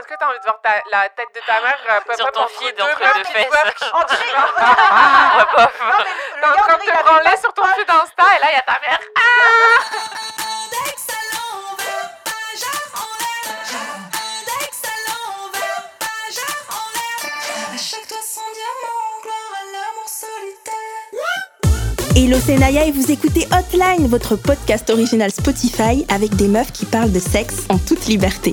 que t'as envie de voir la tête de ta mère sur ton feed entre deux fesses? Ouais, bof. T'es en train de te branler sur ton feed Insta et là, il y a ta mère. Hello, c'est Naya et vous écoutez Hotline, votre podcast original Spotify avec des meufs qui parlent de sexe en toute liberté.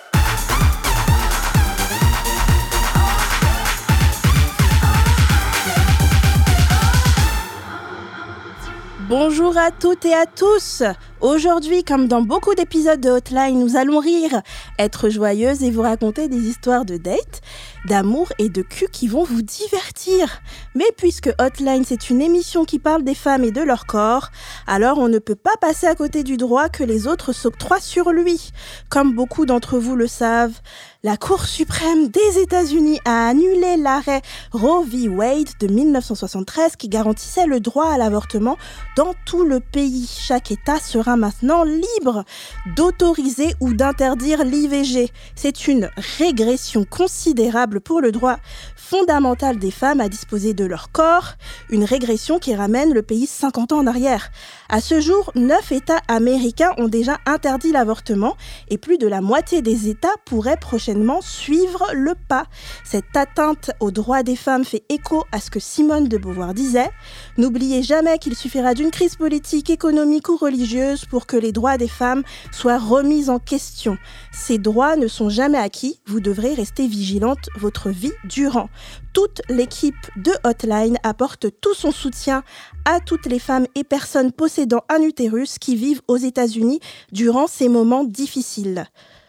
Bonjour à toutes et à tous. Aujourd'hui, comme dans beaucoup d'épisodes de Hotline, nous allons rire, être joyeuses et vous raconter des histoires de dates, d'amour et de cul qui vont vous divertir. Mais puisque Hotline, c'est une émission qui parle des femmes et de leur corps, alors on ne peut pas passer à côté du droit que les autres s'octroient sur lui. Comme beaucoup d'entre vous le savent, la Cour suprême des États-Unis a annulé l'arrêt Roe v. Wade de 1973 qui garantissait le droit à l'avortement dans tout le pays. Chaque État sera maintenant libre d'autoriser ou d'interdire l'IVG. C'est une régression considérable pour le droit fondamental des femmes à disposer de leur corps, une régression qui ramène le pays 50 ans en arrière. À ce jour, 9 États américains ont déjà interdit l'avortement et plus de la moitié des États pourraient prochainement suivre le pas. Cette atteinte aux droits des femmes fait écho à ce que Simone de Beauvoir disait. N'oubliez jamais qu'il suffira d'une crise politique, économique ou religieuse pour que les droits des femmes soient remis en question. Ces droits ne sont jamais acquis, vous devrez rester vigilante votre vie durant. Toute l'équipe de Hotline apporte tout son soutien à toutes les femmes et personnes possédant un utérus qui vivent aux États-Unis durant ces moments difficiles.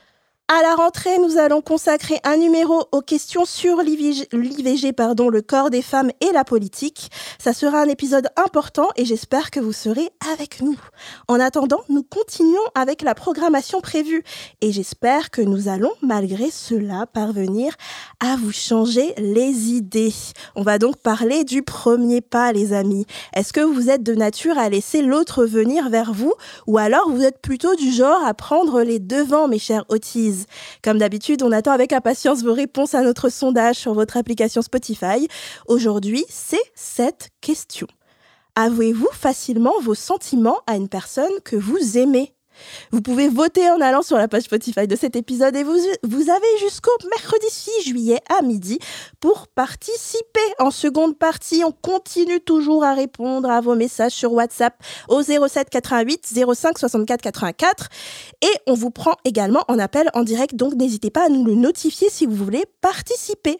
À la rentrée, nous allons consacrer un numéro aux questions sur l'IVG, le corps des femmes et la politique. Ça sera un épisode important et j'espère que vous serez avec nous. En attendant, nous continuons avec la programmation prévue et j'espère que nous allons, malgré cela, parvenir à vous changer les idées. On va donc parler du premier pas, les amis. Est-ce que vous êtes de nature à laisser l'autre venir vers vous ou alors vous êtes plutôt du genre à prendre les devants, mes chers hotties? Comme d'habitude, on attend avec impatience vos réponses à notre sondage sur votre application Spotify. Aujourd'hui, c'est cette question. Avouez-vous facilement vos sentiments à une personne que vous aimez ? Vous pouvez voter en allant sur la page Spotify de cet épisode et vous avez jusqu'au mercredi 6 juillet à midi pour participer. En seconde partie, on continue toujours à répondre à vos messages sur WhatsApp au 07 88 05 64 84 et on vous prend également en appel en direct, donc n'hésitez pas à nous le notifier si vous voulez participer.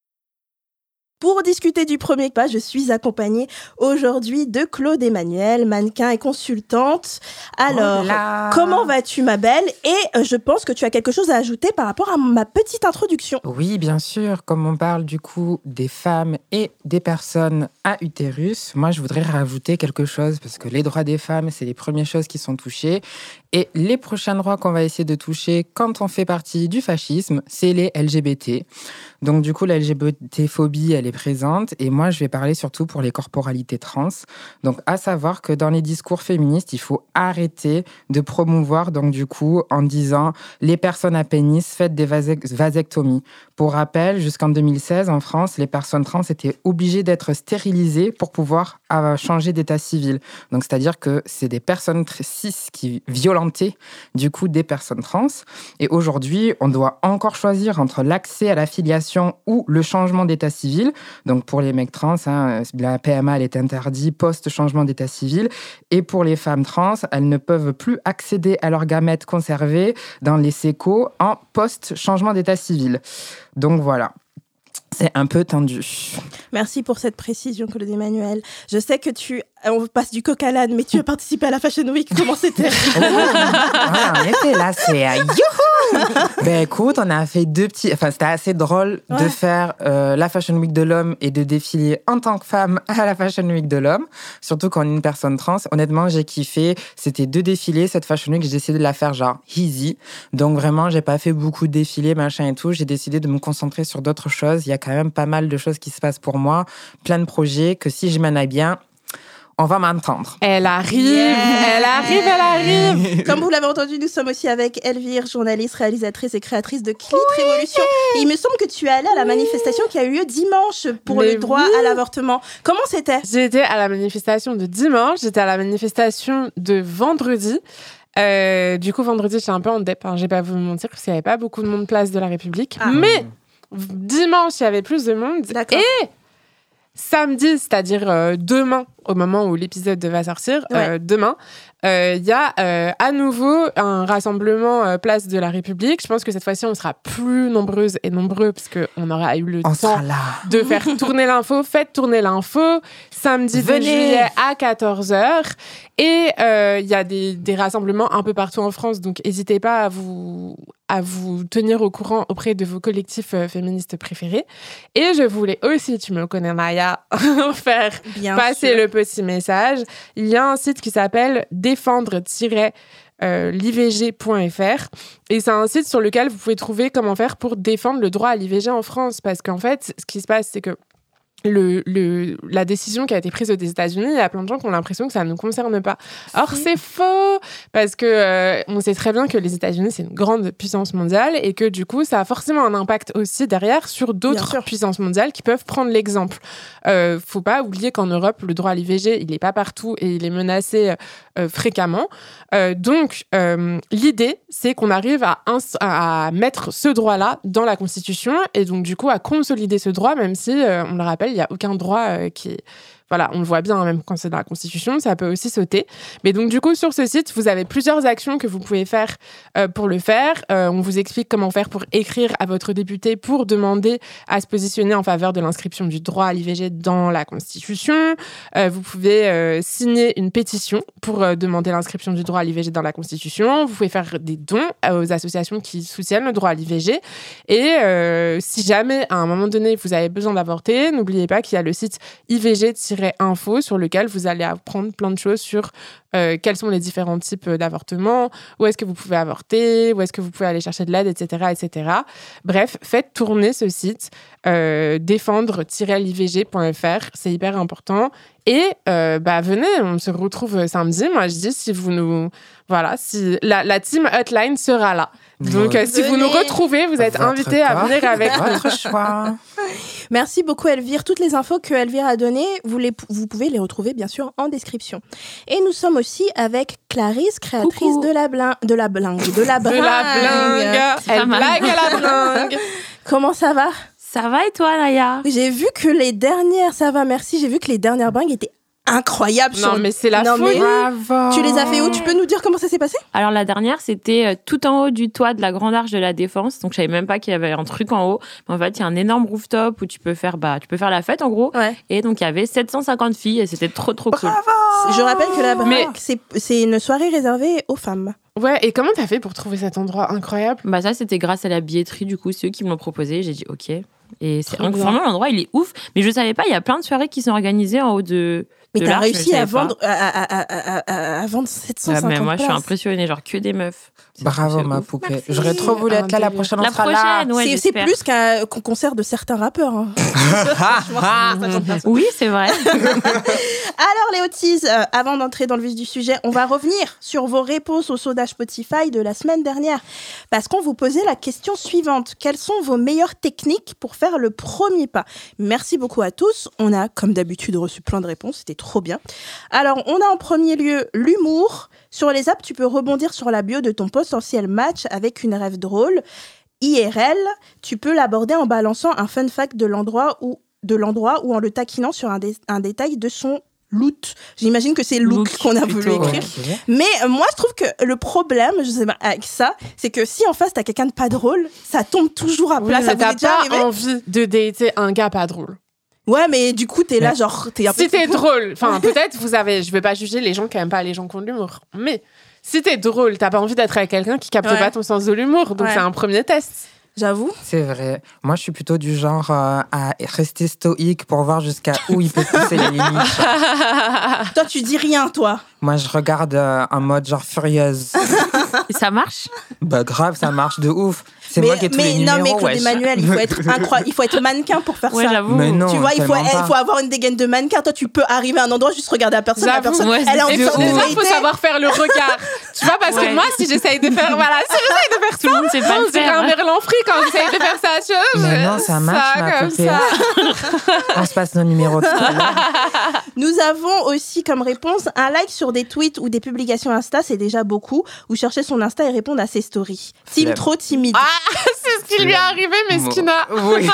Pour discuter du premier pas, je suis accompagnée aujourd'hui de Claude Emmanuel, mannequin et consultante. Alors, comment vas-tu, ma belle ? Et je pense que tu as quelque chose à ajouter par rapport à ma petite introduction. Oui, bien sûr. Comme on parle du coup des femmes et des personnes à utérus, moi je voudrais rajouter quelque chose parce que les droits des femmes, c'est les premières choses qui sont touchées. Et les prochains droits qu'on va essayer de toucher quand on fait partie du fascisme, c'est les LGBT. Donc du coup, la LGBT-phobie, elle est présente. Et moi, je vais parler surtout pour les corporalités trans. Donc à savoir que dans les discours féministes, il faut arrêter de promouvoir, donc du coup, en disant les personnes à pénis, faites des vasectomies. Pour rappel, jusqu'en 2016, en France, les personnes trans étaient obligées d'être stérilisées pour pouvoir changer d'état civil. Donc c'est-à-dire que c'est des personnes cis qui violentaient du coup des personnes trans. Et aujourd'hui, on doit encore choisir entre l'accès à la filiation ou le changement d'état civil. Donc pour les mecs trans, la PMA elle est interdite post-changement d'état civil. Et pour les femmes trans, elles ne peuvent plus accéder à leurs gamètes conservés dans les sécos en post-changement d'état civil. Donc voilà. C'est un peu tendu. Merci pour cette précision, Claude Emmanuel. Je sais que on passe du coq à l'âne, mais tu as participé à la Fashion Week. Comment c'était ? Voilà, en effet, là, c'est youhou! Ben écoute, on a fait c'était assez drôle de faire la Fashion Week de l'homme et de défiler en tant que femme à la Fashion Week de l'homme. Surtout quand on est une personne trans. Honnêtement, j'ai kiffé. C'était 2 défilés. Cette Fashion Week, j'ai décidé de la faire genre easy. Donc vraiment, j'ai pas fait beaucoup de défilés, machin et tout. J'ai décidé de me concentrer sur d'autres choses. Il y a quand même pas mal de choses qui se passent pour moi. Plein de projets que si je mène à bien, On va m'entendre. Elle arrive, elle arrive. Comme vous l'avez entendu, nous sommes aussi avec Elvire, journaliste, réalisatrice et créatrice de Clit Révolution. Et il me semble que tu es allée à la manifestation qui a eu lieu dimanche pour le droit à l'avortement. Comment c'était ? J'étais à la manifestation de dimanche, j'étais à la manifestation de vendredi. Du coup, vendredi, j'étais un peu en dep, je vais pas vous mentir, parce qu'il n'y avait pas beaucoup de monde place de la République. Mais dimanche, il y avait plus de monde. D'accord. Et samedi, c'est-à-dire demain, au moment où l'épisode va sortir, demain, il y a à nouveau un rassemblement place de la République. Je pense que cette fois-ci, on sera plus nombreuses et nombreux parce qu'on aura eu le temps de faire tourner l'info. Faites tourner l'info samedi 2 juillet à 14h. Et il y a des rassemblements un peu partout en France, donc n'hésitez pas à vous tenir au courant auprès de vos collectifs féministes préférés. Et je voulais aussi, tu me connais Maya, faire passer le petit message. Il y a un site qui s'appelle défendre-livg.fr et c'est un site sur lequel vous pouvez trouver comment faire pour défendre le droit à l'IVG en France, parce qu'en fait, ce qui se passe, c'est que la décision qui a été prise aux États-Unis, il y a plein de gens qui ont l'impression que ça ne nous concerne pas. Or, c'est faux, parce que on sait très bien que les États-Unis, c'est une grande puissance mondiale et que du coup, ça a forcément un impact aussi derrière sur d'autres puissances mondiales qui peuvent prendre l'exemple. Faut pas oublier qu'en Europe, le droit à l'IVG, il n'est pas partout et il est menacé fréquemment. Donc, l'idée, c'est qu'on arrive à mettre ce droit-là dans la Constitution et donc, du coup, à consolider ce droit, même si, on le rappelle, il n'y a aucun droit qui... Voilà, on le voit bien, même quand c'est dans la Constitution, ça peut aussi sauter. Mais donc, du coup, sur ce site, vous avez plusieurs actions que vous pouvez faire pour le faire. On vous explique comment faire pour écrire à votre député pour demander à se positionner en faveur de l'inscription du droit à l'IVG dans la Constitution. Vous pouvez signer une pétition pour demander l'inscription du droit à l'IVG dans la Constitution. Vous pouvez faire des dons aux associations qui soutiennent le droit à l'IVG. Et si jamais, à un moment donné, vous avez besoin d'avorter, n'oubliez pas qu'il y a le site IVG-info sur lequel vous allez apprendre plein de choses sur quels sont les différents types d'avortements, où est-ce que vous pouvez avorter, où est-ce que vous pouvez aller chercher de l'aide, etc., etc. Bref, faites tourner ce site, défendre-livg.fr, c'est hyper important. Et venez, on se retrouve samedi. Moi, je dis, si vous nous... Voilà, si la team Hotline sera là. Donc, si vous nous retrouvez, vous êtes invités à venir avec votre choix. Merci beaucoup, Elvire. Toutes les infos que Elvire a données, vous pouvez les retrouver, bien sûr, en description. Et nous sommes aussi avec Clarisse, créatrice de la blingue. Elle blague à la blingue. Comment ça va ? Ça va et toi, Naya ? J'ai vu que les dernières bringues étaient incroyables. Non, mais c'est la folie. Tu les as fait où ? Tu peux nous dire comment ça s'est passé ? Alors, la dernière, c'était tout en haut du toit de la Grande Arche de la Défense. Donc, je savais même pas qu'il y avait un truc en haut. Mais en fait, il y a un énorme rooftop où tu peux faire la fête, en gros. Ouais. Et donc, il y avait 750 filles et c'était trop cool. Je rappelle que la bringue, c'est une soirée réservée aux femmes. Ouais, et comment t'as fait pour trouver cet endroit incroyable ? Ça, c'était grâce à la billetterie, du coup. C'est eux qui me l'ont proposé. J'ai dit OK. Et c'est vraiment, l'endroit, il est ouf. Mais je savais pas, il y a plein de soirées qui sont organisées en haut de... Mais t'as réussi à vendre 750 mais moi, places. je suis impressionnée, genre que des meufs. Bravo, ma poupée. Merci. J'aurais trop voulu être là la prochaine. La prochaine, ouais, c'est plus qu'un concert de certains rappeurs. Hein. Oui, c'est vrai. Alors, les hotties, avant d'entrer dans le vif du sujet, on va revenir sur vos réponses au sondage Spotify de la semaine dernière. Parce qu'on vous posait la question suivante. Quelles sont vos meilleures techniques pour faire le premier pas ? Merci beaucoup à tous. On a, comme d'habitude, reçu plein de réponses. C'était trop bien. Alors, on a en premier lieu l'humour. Sur les apps, tu peux rebondir sur la bio de ton potentiel match avec une rêve drôle. IRL, tu peux l'aborder en balançant un fun fact de l'endroit ou en le taquinant sur un détail de son look. J'imagine que c'est look qu'on a voulu écrire. Okay. Mais moi, je trouve que le problème, je sais pas, avec ça, c'est que si en face, t'as quelqu'un de pas drôle, ça tombe toujours à plat. Oui, ça t'as pas envie de dater un gars pas drôle. Ouais, mais du coup, t'es là, genre... T'es un peu si t'es drôle, enfin, peut-être, je vais pas juger les gens qui aiment pas les gens qui ont de l'humour, mais si t'es drôle, t'as pas envie d'être avec quelqu'un qui capte pas ton sens de l'humour, donc c'est un premier test. J'avoue. C'est vrai. Moi, je suis plutôt du genre à rester stoïque pour voir jusqu'à où il peut pousser les limites. Toi, tu dis rien, toi. Moi, je regarde en mode genre furieuse. Et ça marche ? Grave, ça marche de ouf. C'est moi qui ai tous les numéros. Non, mais Claude wesh. Emmanuel, il faut être incroyable. Il faut être mannequin pour faire Ouais, ça. j'avoue. Mais non, Tu vois, il tellement faut avoir une dégaine de mannequin. Toi, tu peux arriver à un endroit, juste regarder la personne. La J'avoue, personne, ouais, elle est en c'est Et sorte de déjà, il faut vérité. savoir faire le regard. Tu vois, parce Ouais. que moi, si j'essaye de faire, Tout le monde sait pas on le dirait faire. un merlan frit quand j'essaye de faire ça. Mais non, ça marche, ma comme poupée. ça. On se passe nos numéros tout à l'heure. Nous avons aussi comme réponse un like sur des tweets ou des publications Insta, c'est déjà beaucoup. Ou chercher son Insta et répondre à ses stories. Team Flemme. trop timide. C'est ce qui lui est arrivé, Meskina. Oui.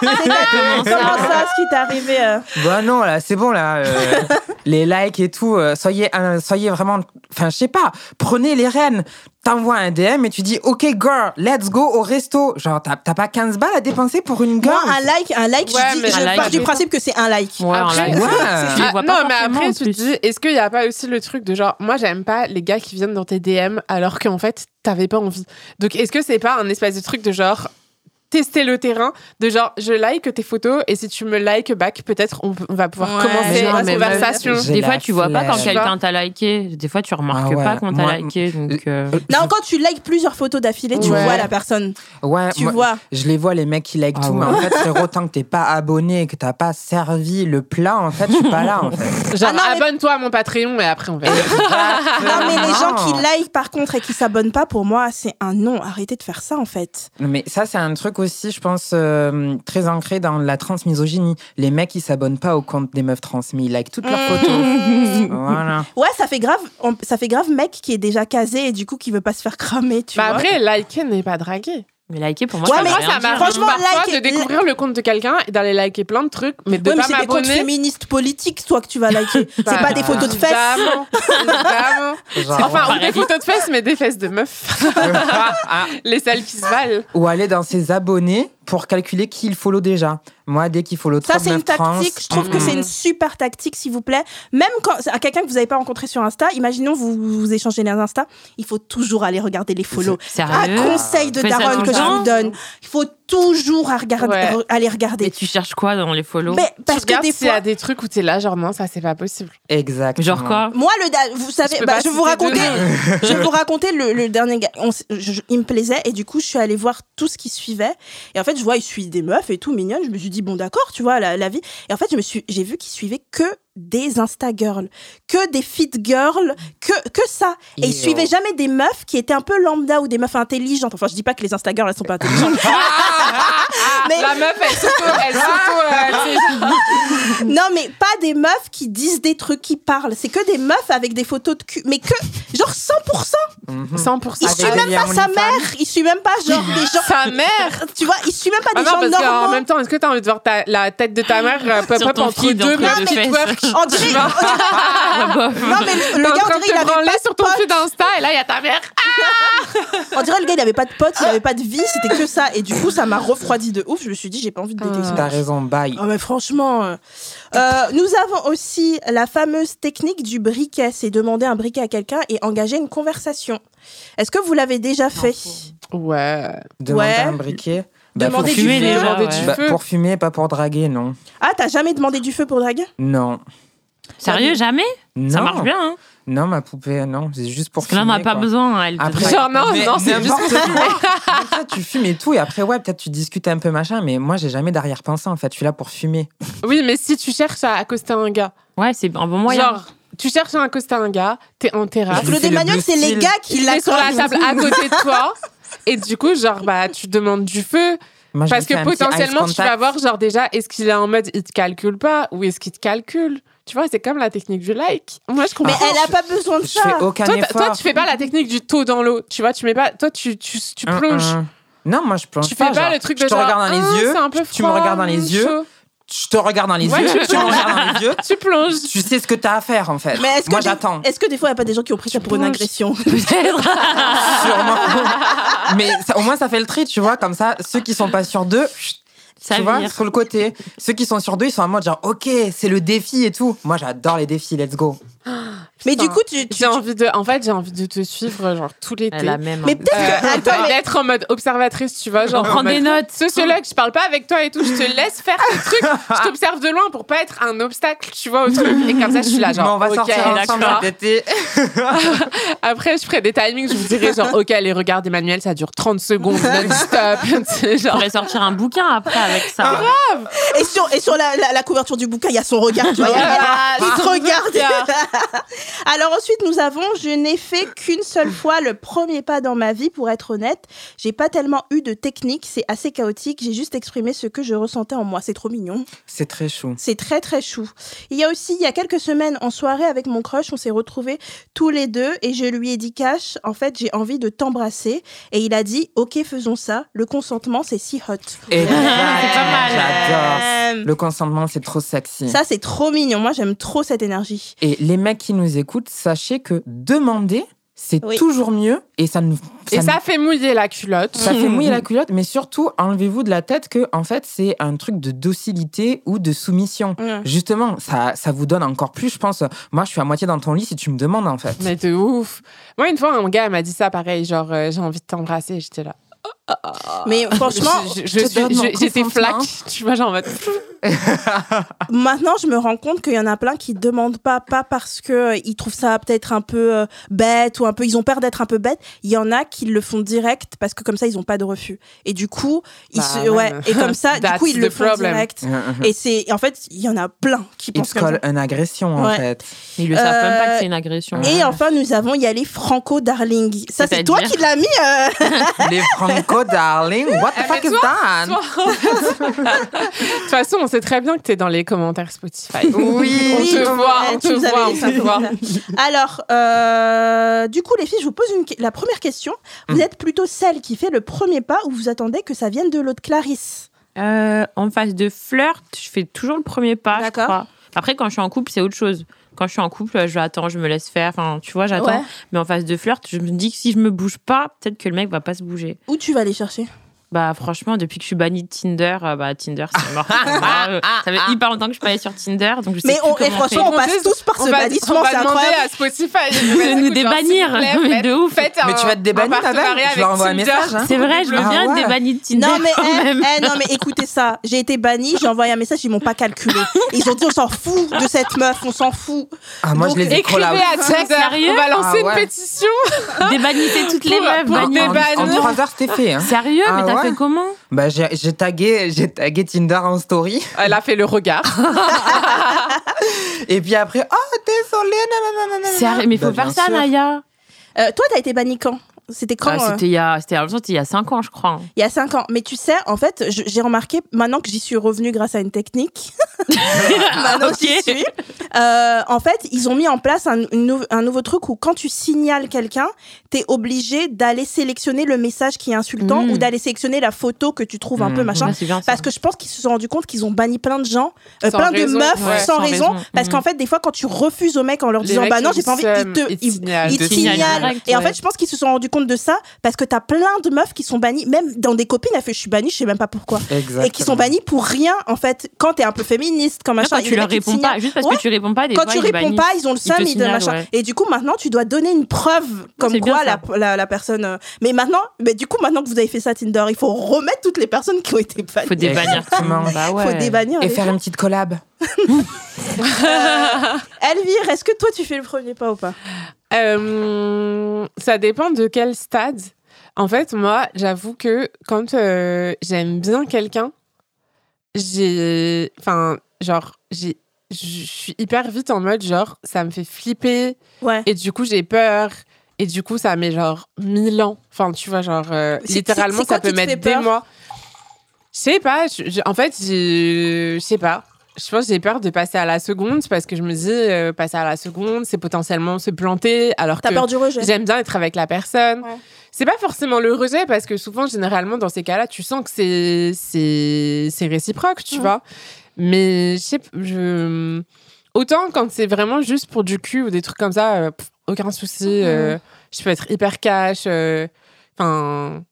Comment ça, ce qui t'est arrivé Bah non, là, c'est bon, là. Les likes et tout, soyez vraiment... Enfin, je sais pas, prenez les rênes. T'envoies un DM et tu dis « Ok, girl, let's go au resto ». Genre, t'as pas 15 balles à dépenser pour une girl? Moi, un like, Ouais, mais je un like, pars du c'est- principe que c'est un like. Ouais, Après, on l'a- ouais. Tu les vois pas non, mais forcément, après, en tu te plus. dis, est-ce qu'il n'y a pas aussi le truc de genre, moi, j'aime pas les gars qui viennent dans tes DM alors qu'en fait, t'avais pas envie. Donc, est-ce que c'est pas un espèce de truc de genre, tester le terrain, de genre, je like tes photos et si tu me like back, peut-être on va pouvoir Ouais, commencer non, une mais conversation. J'ai Des la fois, tu vois pas quand flemme. quelqu'un t'a liké. Des fois, tu remarques Ah ouais, pas quand t'as moi- liké. Donc, Non, quand tu likes plusieurs photos d'affilée, tu Ouais. vois la personne. Ouais, Tu moi, vois. je les vois, les mecs qui like Ah tout, mais ouais. en fait, frérot, tant que t'es pas abonné et que t'as pas servi le plat, en fait, je suis pas là, en fait. Genre, Ah non, mais- abonne-toi à mon Patreon et après on verra. Non, mais les gens qui Non. like par contre et qui s'abonnent pas, pour moi, c'est un non. Arrêtez de faire ça en fait. Mais ça, c'est un truc aussi, je pense, très ancré dans la transmisogynie. Les mecs, ils s'abonnent pas au compte des meufs trans, mais ils like toutes leurs photos. Voilà. Ouais, ça fait grave mec qui est déjà casé et du coup qui veut pas se faire cramer, tu Bah vois. après, liker n'est pas draguer. mais liker, pour moi, Ouais, ça mais veut Moi, rien ça dire. m'arrive Franchement, parfois like- de découvrir le compte de quelqu'un et d'aller liker plein de trucs, mais de Ouais, mais pas c'est des comptes m'abonner. féministes politiques, toi, que tu vas liker. C'est Bah, pas des photos de fesses. Évidemment, évidemment. Genre, Enfin, ou des photos de fesses, mais des fesses de meufs. Les celles qui se valent. ou aller dans ses abonnés pour calculer qui il follow déjà. Moi, dès qu'il follow Ça, trop c'est de une meufs trans... tactique. Je trouve que c'est une super tactique, s'il vous plaît. Même quand à quelqu'un que vous n'avez pas rencontré sur Insta, imaginons vous échangez les Insta, il faut toujours aller regarder les follow. Un Sérieux? conseil de Fais ça daronne tout que le je temps vous donne. Il faut toujours Ouais. aller Et regarder. tu cherches quoi dans les follow? Mais parce Tu que regardes des s'il y a fois. des trucs où t'es là, genre non, ça c'est pas possible. Exactement. Genre quoi? Moi, vous savez, Je peux bah, pas je vais vous citer raconter, deux je vais vous raconter le dernier gars. Il me plaisait et du coup, je suis allée voir tout ce qu'il suivait. Et en fait, je vois, il suit des meufs et tout, mignonnes. Je me suis dit, bon, d'accord, tu vois, la vie. Et en fait, j'ai vu qu'il suivait que des Insta girls, que des fit girls, que ça. Et il Yo. suivait jamais des meufs qui étaient un peu lambda ou des meufs intelligentes. Enfin, je dis pas que les Insta girls, elles sont pas intelligentes. Mais- La meuf, elle s'auto. Non, mais pas des meufs qui disent des trucs, qui parlent. C'est que des meufs avec des photos de cul. Mais que, genre 100%. 100%. Il Avec suit des même liens pas sa OnlyFans. mère. Il suit même pas, genre, des gens. Sa mère. Tu vois, il suit même pas Ah des non, gens parce qu'en normaux. même temps, est-ce que t'as envie de voir la tête de ta mère pop Sur up ton entre feed, deux entre meufs deux qui fesses. twerk? On dirait, Ah, bof. non, mais le T'es en gars, on train dirait, de il te avait branler pas sur de ton potes. feed Insta et là, il y a ta mère. On dirait, le gars, il avait pas de potes, il avait pas de vie, c'était que ça. Et du coup, ça m'a refroidi de ouf. Je me suis dit, j'ai pas envie de dater ça. T'as raison, bye. Oh, mais franchement. Nous avons aussi la fameuse technique du briquet. C'est demander un briquet à quelqu'un et engager une conversation. Est-ce que vous l'avez déjà fait? Ouais. Demander Ouais. un briquet. Demander pour du fumer feu. déjà, Demander ouais. du Bah, feu. pour fumer, pas pour draguer, non. Ah, t'as jamais demandé du feu pour draguer? Non. Sérieux, jamais? Non. Ça marche bien, hein? Non, ma poupée, non. C'est juste pour Parce que là, on fumer, n'a pas quoi. besoin. Elle Après, Genre, non, mais non, c'est juste n'importe quoi. Après, tu fumes et tout, et après, ouais, peut-être tu discutes un peu, machin, mais moi, j'ai jamais d'arrière-pensée, en fait. Je suis là pour fumer. Oui, mais si tu cherches à accoster un gars, Ouais, c'est un bon moyen. genre, tu cherches à accoster un gars, t'es en terrasse, Je lui Claude fais le Emmanuel, bleu c'est les style. gars qui il est sur la l'accordent. table à côté de toi, et du coup, genre, bah, tu demandes du feu. Moi, je Parce lui fais que un petit potentiellement, eye tu vas contact. voir, genre, déjà, est-ce qu'il est en mode il te calcule pas ou est-ce qu'il te calcule? Tu vois, c'est comme la technique du like. Moi, je Mais comprends. elle a pas besoin de Je fais ça. aucun Toi, effort. toi, tu fais pas la technique du taux dans l'eau. Tu vois, tu mets pas. Toi, tu plonges. Non, moi, je plonge Tu fais pas genre, le truc de je te genre, regarde dans les yeux, c'est un peu tu me froid, regardes dans les yeux, chaud. je te regarde dans les Ouais, yeux, tu tu me plonges. regardes dans les yeux, Tu plonges. tu sais ce que t'as à faire, en fait. Mais est-ce que, Moi, j'attends. est-ce que des fois, il n'y a pas des gens qui ont pris ça pour une plonges. agression? Sûrement. Mais au moins, ça fait le tri, tu vois, comme ça, ceux qui sont pas sûrs d'eux, Ça tu vois, vire. sur le côté. Ceux qui sont sûrs d'eux, ils sont en mode genre, ok, c'est le défi et tout. Moi, j'adore les défis, let's go. Mais du coup, j'ai envie de te suivre genre tout l'été. La même. Mais peut-être d'être en mode observatrice, tu vois, genre prends des notes. Sociologue, je parle pas avec toi et tout, je te laisse faire tes trucs, je t'observe de loin pour pas être un obstacle, tu vois, au truc. Et comme ça, je suis là, genre, on va sortir ensemble cet été. Après, je ferai des timings, je vous dirai genre, ok, les regards d'Emmanuel, ça dure 30 secondes non-stop. On pourrait sortir un bouquin après avec ça. Grave. Et sur la couverture du bouquin, il y a son regard. Tu vois, il te regarde. Alors ensuite, nous avons « Je n'ai fait qu'une seule fois le premier pas dans ma vie, pour être honnête. J'ai pas tellement eu de technique, c'est assez chaotique. J'ai juste exprimé ce que je ressentais en moi. » C'est trop mignon. C'est très chou. C'est très, très chou. Il y a aussi, il y a quelques semaines, en soirée avec mon crush, on s'est retrouvés tous les deux et je lui ai dit cash, en fait, j'ai envie de t'embrasser. Et il a dit, ok, faisons ça. Le consentement, c'est si hot. Exact. C'est pas mal. J'adore. Le consentement, c'est trop sexy. Ça, c'est trop mignon. Moi, j'aime trop cette énergie. Et les mecs qui nous écoutent, sachez que demander, c'est toujours mieux. Et ça fait mouiller la culotte. Ça fait mouiller la culotte, mais surtout, enlevez-vous de la tête que, en fait, c'est un truc de docilité ou de soumission. Justement, ça vous donne encore plus, je pense. Moi, je suis à moitié dans ton lit si tu me demandes, en fait. Mais de ouf. Moi, une fois, un gars m'a dit ça pareil, genre, j'ai envie de t'embrasser. J'étais là. Mais franchement, j'étais flaque, tu vois, genre en mode... Maintenant, je me rends compte qu'il y en a plein qui demandent pas parce que ils trouvent ça peut-être un peu bête ou un peu, ils ont peur d'être un peu bêtes. Il y en a qui le font direct parce que comme ça, ils ont pas de refus. Et du coup, et comme ça, du coup, ils le font direct. Et en fait, il y en a plein qui pensent comme ça. It's called une agression, en fait. Ils le savent même pas que c'est une agression. Et enfin, nous avons, il y a les Franco Darling. Ça, c'est toi qui l'as mis. Les Franco Darling, what the fuck is that? De toute façon, on sait très bien que t'es dans les commentaires Spotify. Oui, on te voit. Alors, du coup, les filles, je vous pose la première question. Vous êtes plutôt celle qui fait le premier pas ou vous attendez que ça vienne de l'autre Clarisse? En phase de flirt, je fais toujours le premier pas, D'accord. je crois. Après, quand je suis en couple, c'est autre chose. Quand je suis en couple, j'attends, je me laisse faire. Enfin, tu vois, j'attends. Ouais. Mais en phase de flirt, je me dis que si je me bouge pas, peut-être que le mec va pas se bouger. Où tu vas aller chercher? Bah franchement, depuis que je suis bannie de Tinder, Tinder c'est mort. Ça fait hyper longtemps que je suis pas allée sur Tinder, donc je sais plus comment franchement, on passe tous par ce bannissement, c'est incroyable. On va demander à Spotify de nous débannir, mais de ouf. Mais tu vas te débannir, ta belle. Je leur envoie un message. Hein. C'est vrai, je veux bien être débannie de Tinder. Non mais écoutez ça, j'ai été bannie, j'ai envoyé un message, ils m'ont pas calculé. Ils ont dit on s'en fout de cette meuf, on s'en fout. Ah moi je les ai écrivez à Tinder. On va lancer une pétition. Débannissez toutes les meufs. En 3 heures c'était fait. Sérieux, mais t'as fait comment? Bah, j'ai tagué Tinder en story. Elle a fait le regard. Et puis après, oh, désolée, nanana. Sérieux, mais il faut faire ça, Naya. Toi, t'as été bannie quand? C'était quand? C'était il y a 5 ans, je crois. Il y a 5 ans. Mais tu sais, en fait, j'ai remarqué, maintenant que j'y suis revenue grâce à une technique, maintenant que j'y suis, en fait, ils ont mis en place un nouveau truc où quand tu signales quelqu'un, t'es obligé d'aller sélectionner le message qui est insultant ou d'aller sélectionner la photo que tu trouves un peu machin. Parce que je pense qu'ils se sont rendus compte qu'ils ont banni plein de gens, plein de meufs sans raison. Parce qu'en fait, des fois, quand tu refuses aux mecs en leur disant bah non, j'ai pas envie, ils te signalent. Et en fait, je pense qu'ils se sont rendus compte de ça parce que t'as plein de meufs qui sont bannies, même dans des copines, elle fait je suis bannie, je sais même pas pourquoi. Exactement. Et qui sont bannies pour rien en fait. Quand t'es un peu féministe, comme machin, quand tu leur réponds pas, juste parce que tu réponds pas, quand tu réponds pas, ils ont le seum, ils machin. Ouais. Et du coup, maintenant, tu dois donner une preuve comme quoi la personne. Mais du coup, maintenant que vous avez fait ça Tinder, il faut remettre toutes les personnes qui ont été bannies. Faut débannir. Bah ouais. Faut débannir. Et faire une petite collab. Elvire, est-ce que toi tu fais le premier pas ou pas? Ça dépend de quel stade. En fait, moi, j'avoue que quand j'aime bien quelqu'un, je suis hyper vite en mode genre ça me fait flipper et du coup j'ai peur et du coup ça met genre 1000 ans. Enfin, tu vois, genre littéralement ça peut mettre des mois. Je sais pas, en fait, je sais pas. Je pense que j'ai peur de passer à la seconde parce que je me dis, passer à la seconde, c'est potentiellement se planter. Alors que peur du rejet. J'aime bien être avec la personne. Ouais. C'est pas forcément le rejet parce que souvent, généralement, dans ces cas-là, tu sens que c'est réciproque, tu vois. Mais autant quand c'est vraiment juste pour du cul ou des trucs comme ça, aucun souci. Je peux être hyper cash.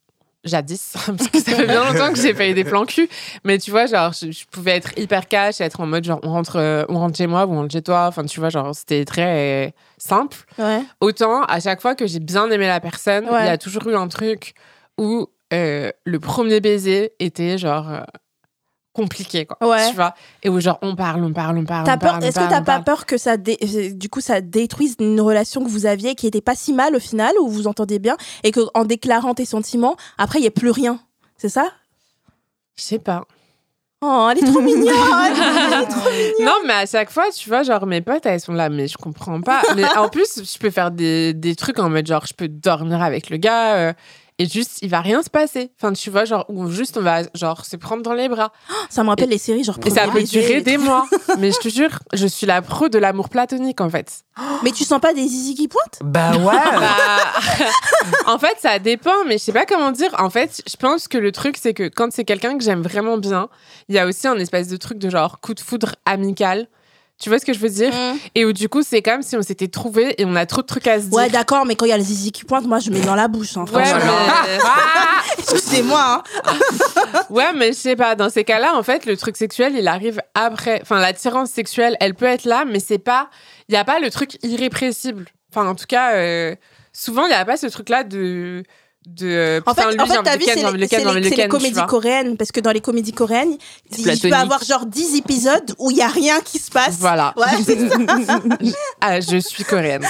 jadis, parce que ça fait bien longtemps que j'ai fait des plans cul, mais tu vois, genre, je pouvais être hyper cash, être en mode, genre, on rentre chez moi ou on rentre chez toi, enfin, tu vois, genre, c'était très simple. Ouais. Autant, à chaque fois que j'ai bien aimé la personne, il y a toujours eu un truc où le premier baiser était, genre... compliqué, quoi. Ouais. Tu vois, et où genre on parle. Est-ce que t'as pas peur que ça du coup ça détruise une relation que vous aviez qui était pas si mal au final, où vous entendez bien, et que en déclarant tes sentiments, après il y a plus rien, c'est ça? Je sais pas. Oh, elle est trop mignonne. Elle est trop mignonne. Non, mais à chaque fois, tu vois, genre mes potes, elles sont là, mais je comprends pas. Mais en plus, je peux faire des trucs en mode genre je peux dormir avec le gars. Et juste, il va rien se passer. Enfin, tu vois, genre, ou juste, on va, genre, se prendre dans les bras. Ça me rappelle les séries, genre... Et ça peut durer des mois. Mais je te jure, je suis la pro de l'amour platonique, en fait. Mais tu sens pas des zizi qui pointent? Bah ouais. En fait, ça dépend, mais je sais pas comment dire. En fait, je pense que le truc, c'est que quand c'est quelqu'un que j'aime vraiment bien, il y a aussi un espèce de truc de genre coup de foudre amical. Tu vois ce que je veux dire? Et où du coup, c'est comme si on s'était trouvés et on a trop de trucs à se dire. Ouais, d'accord, mais quand il y a le zizi qui pointe, moi, je mets dans la bouche. Hein, ouais, mais... Excusez-moi. Hein. Ouais, mais je sais pas. Dans ces cas-là, en fait, le truc sexuel, il arrive après. Enfin, l'attirance sexuelle, elle peut être là, mais c'est pas... Il n'y a pas le truc irrépressible. Enfin, en tout cas, souvent, il n'y a pas ce truc-là de... En fait, t'as vu, c'est les comédies coréennes, parce que dans les comédies coréennes, il peut avoir genre 10 épisodes où il n'y a rien qui se passe. Voilà. Ouais, c'est ça. Je suis coréenne.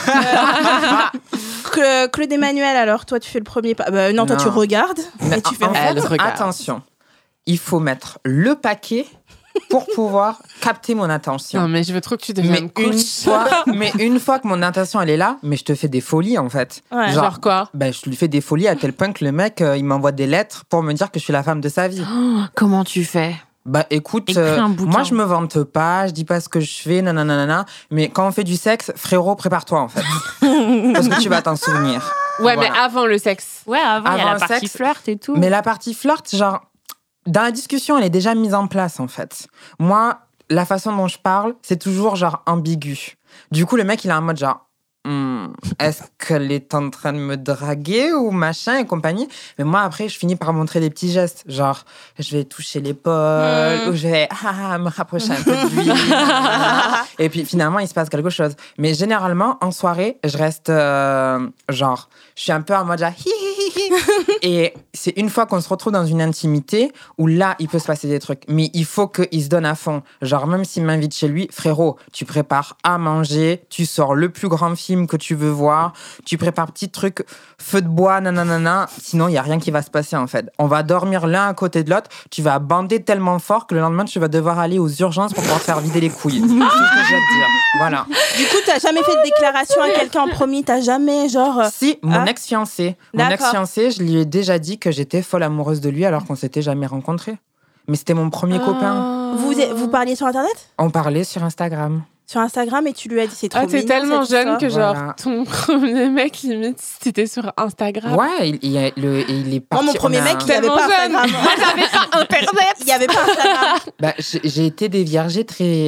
Claude Emmanuel, alors, toi, tu fais le premier pas. Non, toi, tu regardes. Mais tu fais attention, il faut mettre le paquet pour pouvoir capter mon attention. Non, mais je veux trop que tu deviennes coach. Mais une fois que mon attention, elle est là, mais je te fais des folies, en fait. Ouais. Genre quoi? Ben, je lui fais des folies à tel point que le mec, il m'envoie des lettres pour me dire que je suis la femme de sa vie. Oh, comment tu fais? Bah écoute, moi je me vante pas, je dis pas ce que je fais, nanana, mais quand on fait du sexe, frérot, prépare-toi, en fait. Parce que tu vas t'en souvenir. Ouais, voilà. mais avant le sexe. Ouais, avant il y a la partie sexe, flirt et tout. Mais la partie flirt, genre, dans la discussion, elle est déjà mise en place, en fait. Moi, la façon dont je parle, c'est toujours, genre, ambigu. Du coup, le mec, il est en mode, genre, est-ce qu'elle est en train de me draguer ou machin et compagnie? Mais moi, après, je finis par montrer des petits gestes. Genre, je vais toucher l'épaule ou je vais me rapprocher un peu de lui. Et puis, finalement, il se passe quelque chose. Mais généralement, en soirée, je reste genre, je suis un peu en mode genre, hi, hi, hi, hi. Et c'est une fois qu'on se retrouve dans une intimité où là, il peut se passer des trucs. Mais il faut qu'il se donne à fond. Genre, même s'il m'invite chez lui, frérot, tu prépares à manger, tu sors le plus grand film que tu veux voir, tu prépares petit truc, feu de bois, nanana, sinon il n'y a rien qui va se passer en fait. On va dormir l'un à côté de l'autre, tu vas bander tellement fort que le lendemain tu vas devoir aller aux urgences pour pouvoir te faire vider les couilles. C'est ce que j'ai à te dire. Voilà. Du coup, t'as jamais fait de déclaration à quelqu'un en premier? T'as jamais genre... Si, mon ex-fiancé. Mon ex-fiancé, je lui ai déjà dit que j'étais folle amoureuse de lui alors qu'on s'était jamais rencontrés. Mais c'était mon premier copain. Vous parliez sur Internet? On parlait sur Instagram. Sur Instagram, et tu lui as dit c'est trop mignon. T'es tellement jeune que genre voilà. ton premier mec limite c'était sur Instagram. Ouais, il est parti. Moi, mon premier mec, il avait pas Instagram. Moi, j'avais pas Internet. Il y avait pas Instagram. Bah, j'ai été déviergée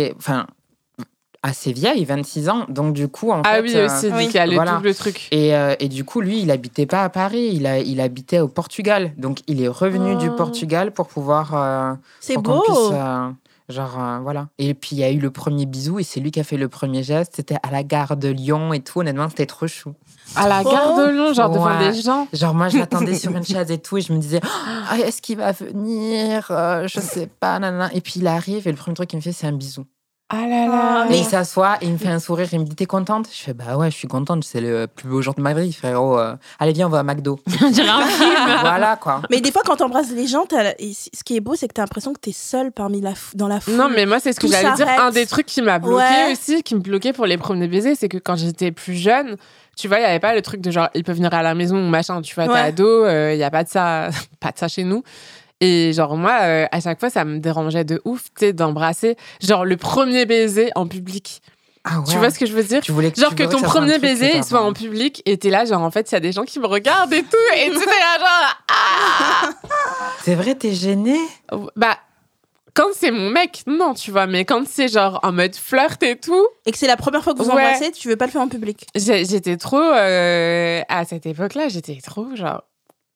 assez vieille, 26 ans. Donc, du coup, en fait... Ah oui, aussi, il y a le double truc. Et du coup, lui, il habitait pas à Paris, il habitait au Portugal. Donc, il est revenu du Portugal pour pouvoir... C'est pour beau. qu'on puisse, voilà. Et puis, il y a eu le premier bisou et c'est lui qui a fait le premier geste. C'était à la gare de Lyon et tout. Honnêtement, c'était trop chou. À la gare de Lyon, genre devant des gens. Genre, moi, je l'attendais sur une chaise et tout. Et je me disais, est-ce qu'il va venir? Je sais pas, nanana. Et puis, il arrive et le premier truc qu'il me fait, c'est un bisou. Ah là là. Et il s'assoit et il me fait un sourire. Il me dit, t'es contente? Je fais, bah ouais, je suis contente. C'est le plus beau jour de ma vie, frérot. Allez, viens, on va à McDo. On dirait un film. Voilà, quoi. Mais des fois, quand t'embrasses les gens, ce qui est beau, c'est que t'as l'impression que t'es seule dans la foule. Non, mais moi, c'est ce que Tout j'allais dire. s'arrête. Un des trucs qui m'a bloqué aussi, qui me bloquait pour les premiers baisers, c'est que quand j'étais plus jeune, tu vois, il n'y avait pas le truc de genre, il peut venir à la maison ou machin. Tu vois, t'es ado, il n'y a pas de ça, pas de ça chez nous. Et genre, moi, à chaque fois, ça me dérangeait de ouf, tu sais, d'embrasser. Genre, le premier baiser en public. Ah ouais. Tu vois ce que je veux dire? Genre que ton premier baiser il soit en public et t'es là, genre, en fait, il y a des gens qui me regardent et tout. Et tu t'es là, genre, C'est vrai, t'es gênée? Bah, quand c'est mon mec, non, tu vois. Mais quand c'est genre en mode flirt et tout. Et que c'est la première fois que vous embrassez, tu veux pas le faire en public. J'étais trop... à cette époque-là, j'étais trop, genre...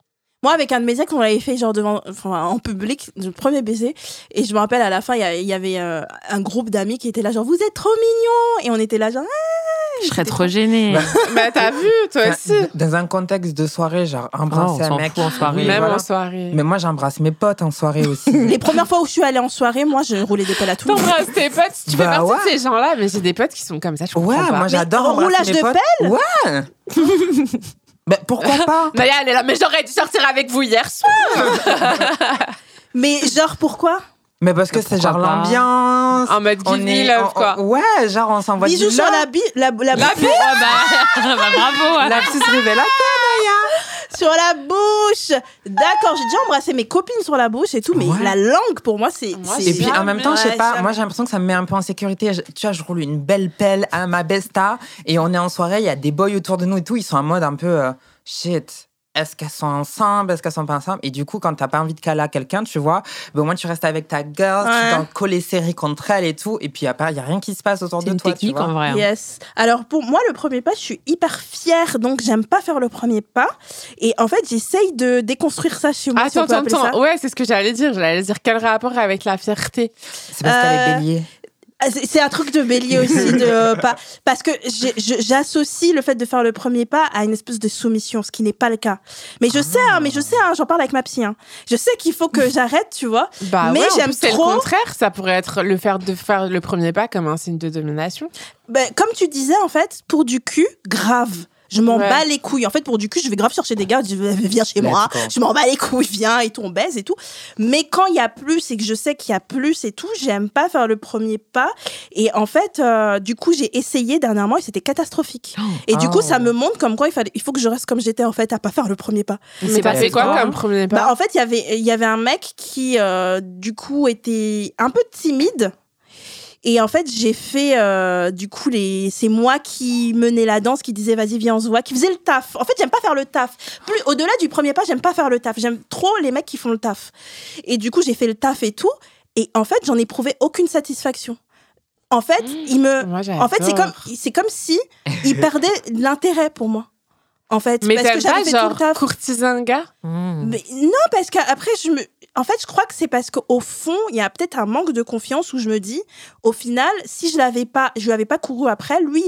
Moi, avec un de mes ex, on l'avait fait genre en public, le premier baiser. Et je me rappelle, à la fin, il y avait un groupe d'amis qui étaient là, genre, vous êtes trop mignons. Et on était là, genre, je serais trop gênée. Bah, t'as vu, toi aussi. Dans un contexte de soirée, genre, embrasser un mec. En soirée. Même en soirée. Mais moi, j'embrasse mes potes en soirée aussi. Les premières fois où je suis allée en soirée, moi, je roulais des pelles à tout le monde. T'embrasses tes potes, tu fais partie de ces gens-là, mais j'ai des potes qui sont comme ça, je comprends pas. Moi, j'adore Mais embrasser mes potes. roulage de pelles. Ouais. Mais pourquoi pas? Naya, elle est là, mais j'aurais dû sortir avec vous hier soir. Mais genre, pourquoi? Mais parce que c'est genre pas. l'ambiance. En mode give me love, quoi. Ouais, genre on s'envoie du Bisous sur love. la Bravo. Lapsus révélateur, sur la bouche. D'accord, j'ai déjà embrassé mes copines sur la bouche et tout, mais Ouais. la langue, pour moi, c'est... Moi, c'est Et puis en même temps, je sais Ouais, pas, jamais. moi j'ai l'impression que ça me met un peu en sécurité. Tu vois, je roule une belle pelle à ma besta et on est en soirée, il y a des boys autour de nous et tout, ils sont en mode un peu shit. Est-ce qu'elles sont ensemble? Est-ce qu'elles sont pas ensemble? Et du coup, quand t'as pas envie de caler à quelqu'un, tu vois, ben au moins tu restes avec ta girl, Ouais. tu t'en coller serré contre elle et tout. Et puis à part, il y a rien qui se passe autour C'est de une toi. technique tu vois. en vrai. Yes. Alors pour moi, le premier pas, je suis hyper fière, donc j'aime pas faire le premier pas. Et en fait, j'essaye de déconstruire ça chez moi. si on peut appeler ça. Ouais, c'est ce que j'allais dire. J'allais dire quel rapport avec la fierté. C'est parce qu'elle est bélier. C'est un truc de bélier aussi, de pas parce que j'associe le fait de faire le premier pas à une espèce de soumission, ce qui n'est pas le cas. Mais je sais, j'en parle avec ma psy. Je sais qu'il faut que j'arrête, tu vois. Bah Mais ouais, en j'aime plus, c'est trop- le contraire. Ça pourrait être de faire le premier pas comme un signe de domination. Ben, comme tu disais, en fait, pour du cul, grave. Je m'en Ouais. bats les couilles. En fait, pour du cul, je vais grave chercher des gars. Je vais viens chez moi. Let's go. Je m'en bats les couilles. Viens et tout, on baise et tout. Mais quand il y a plus et que je sais qu'il y a plus et tout, j'aime pas faire le premier pas. Et en fait, du coup, j'ai essayé dernièrement et c'était catastrophique. Et du coup, ça me montre comme quoi il faut que je reste comme j'étais en fait, à pas faire le premier pas. Mais t'as fait quoi pas- comme premier pas? Bah, en fait, il y avait un mec qui, du coup, était un peu timide. Et en fait, j'ai fait, du coup, c'est moi qui menais la danse, qui disait vas-y, viens, on se voit, qui faisait le taf. En fait, j'aime pas faire le taf. Au-delà du premier pas, j'aime pas faire le taf. J'aime trop les mecs qui font le taf. Et du coup, j'ai fait le taf et tout. Et en fait, j'en ai prouvé aucune satisfaction. En fait, Moi, en fait, c'est comme si il perdait l'intérêt pour moi. En fait, Mais parce que t'aimes j'avais pas fait tout le genre taf. courtiser un gars? Mais non, parce qu'après, en fait, je crois que c'est parce qu'au fond, il y a peut-être un manque de confiance où je me dis, au final, si je lui avais pas couru après, lui,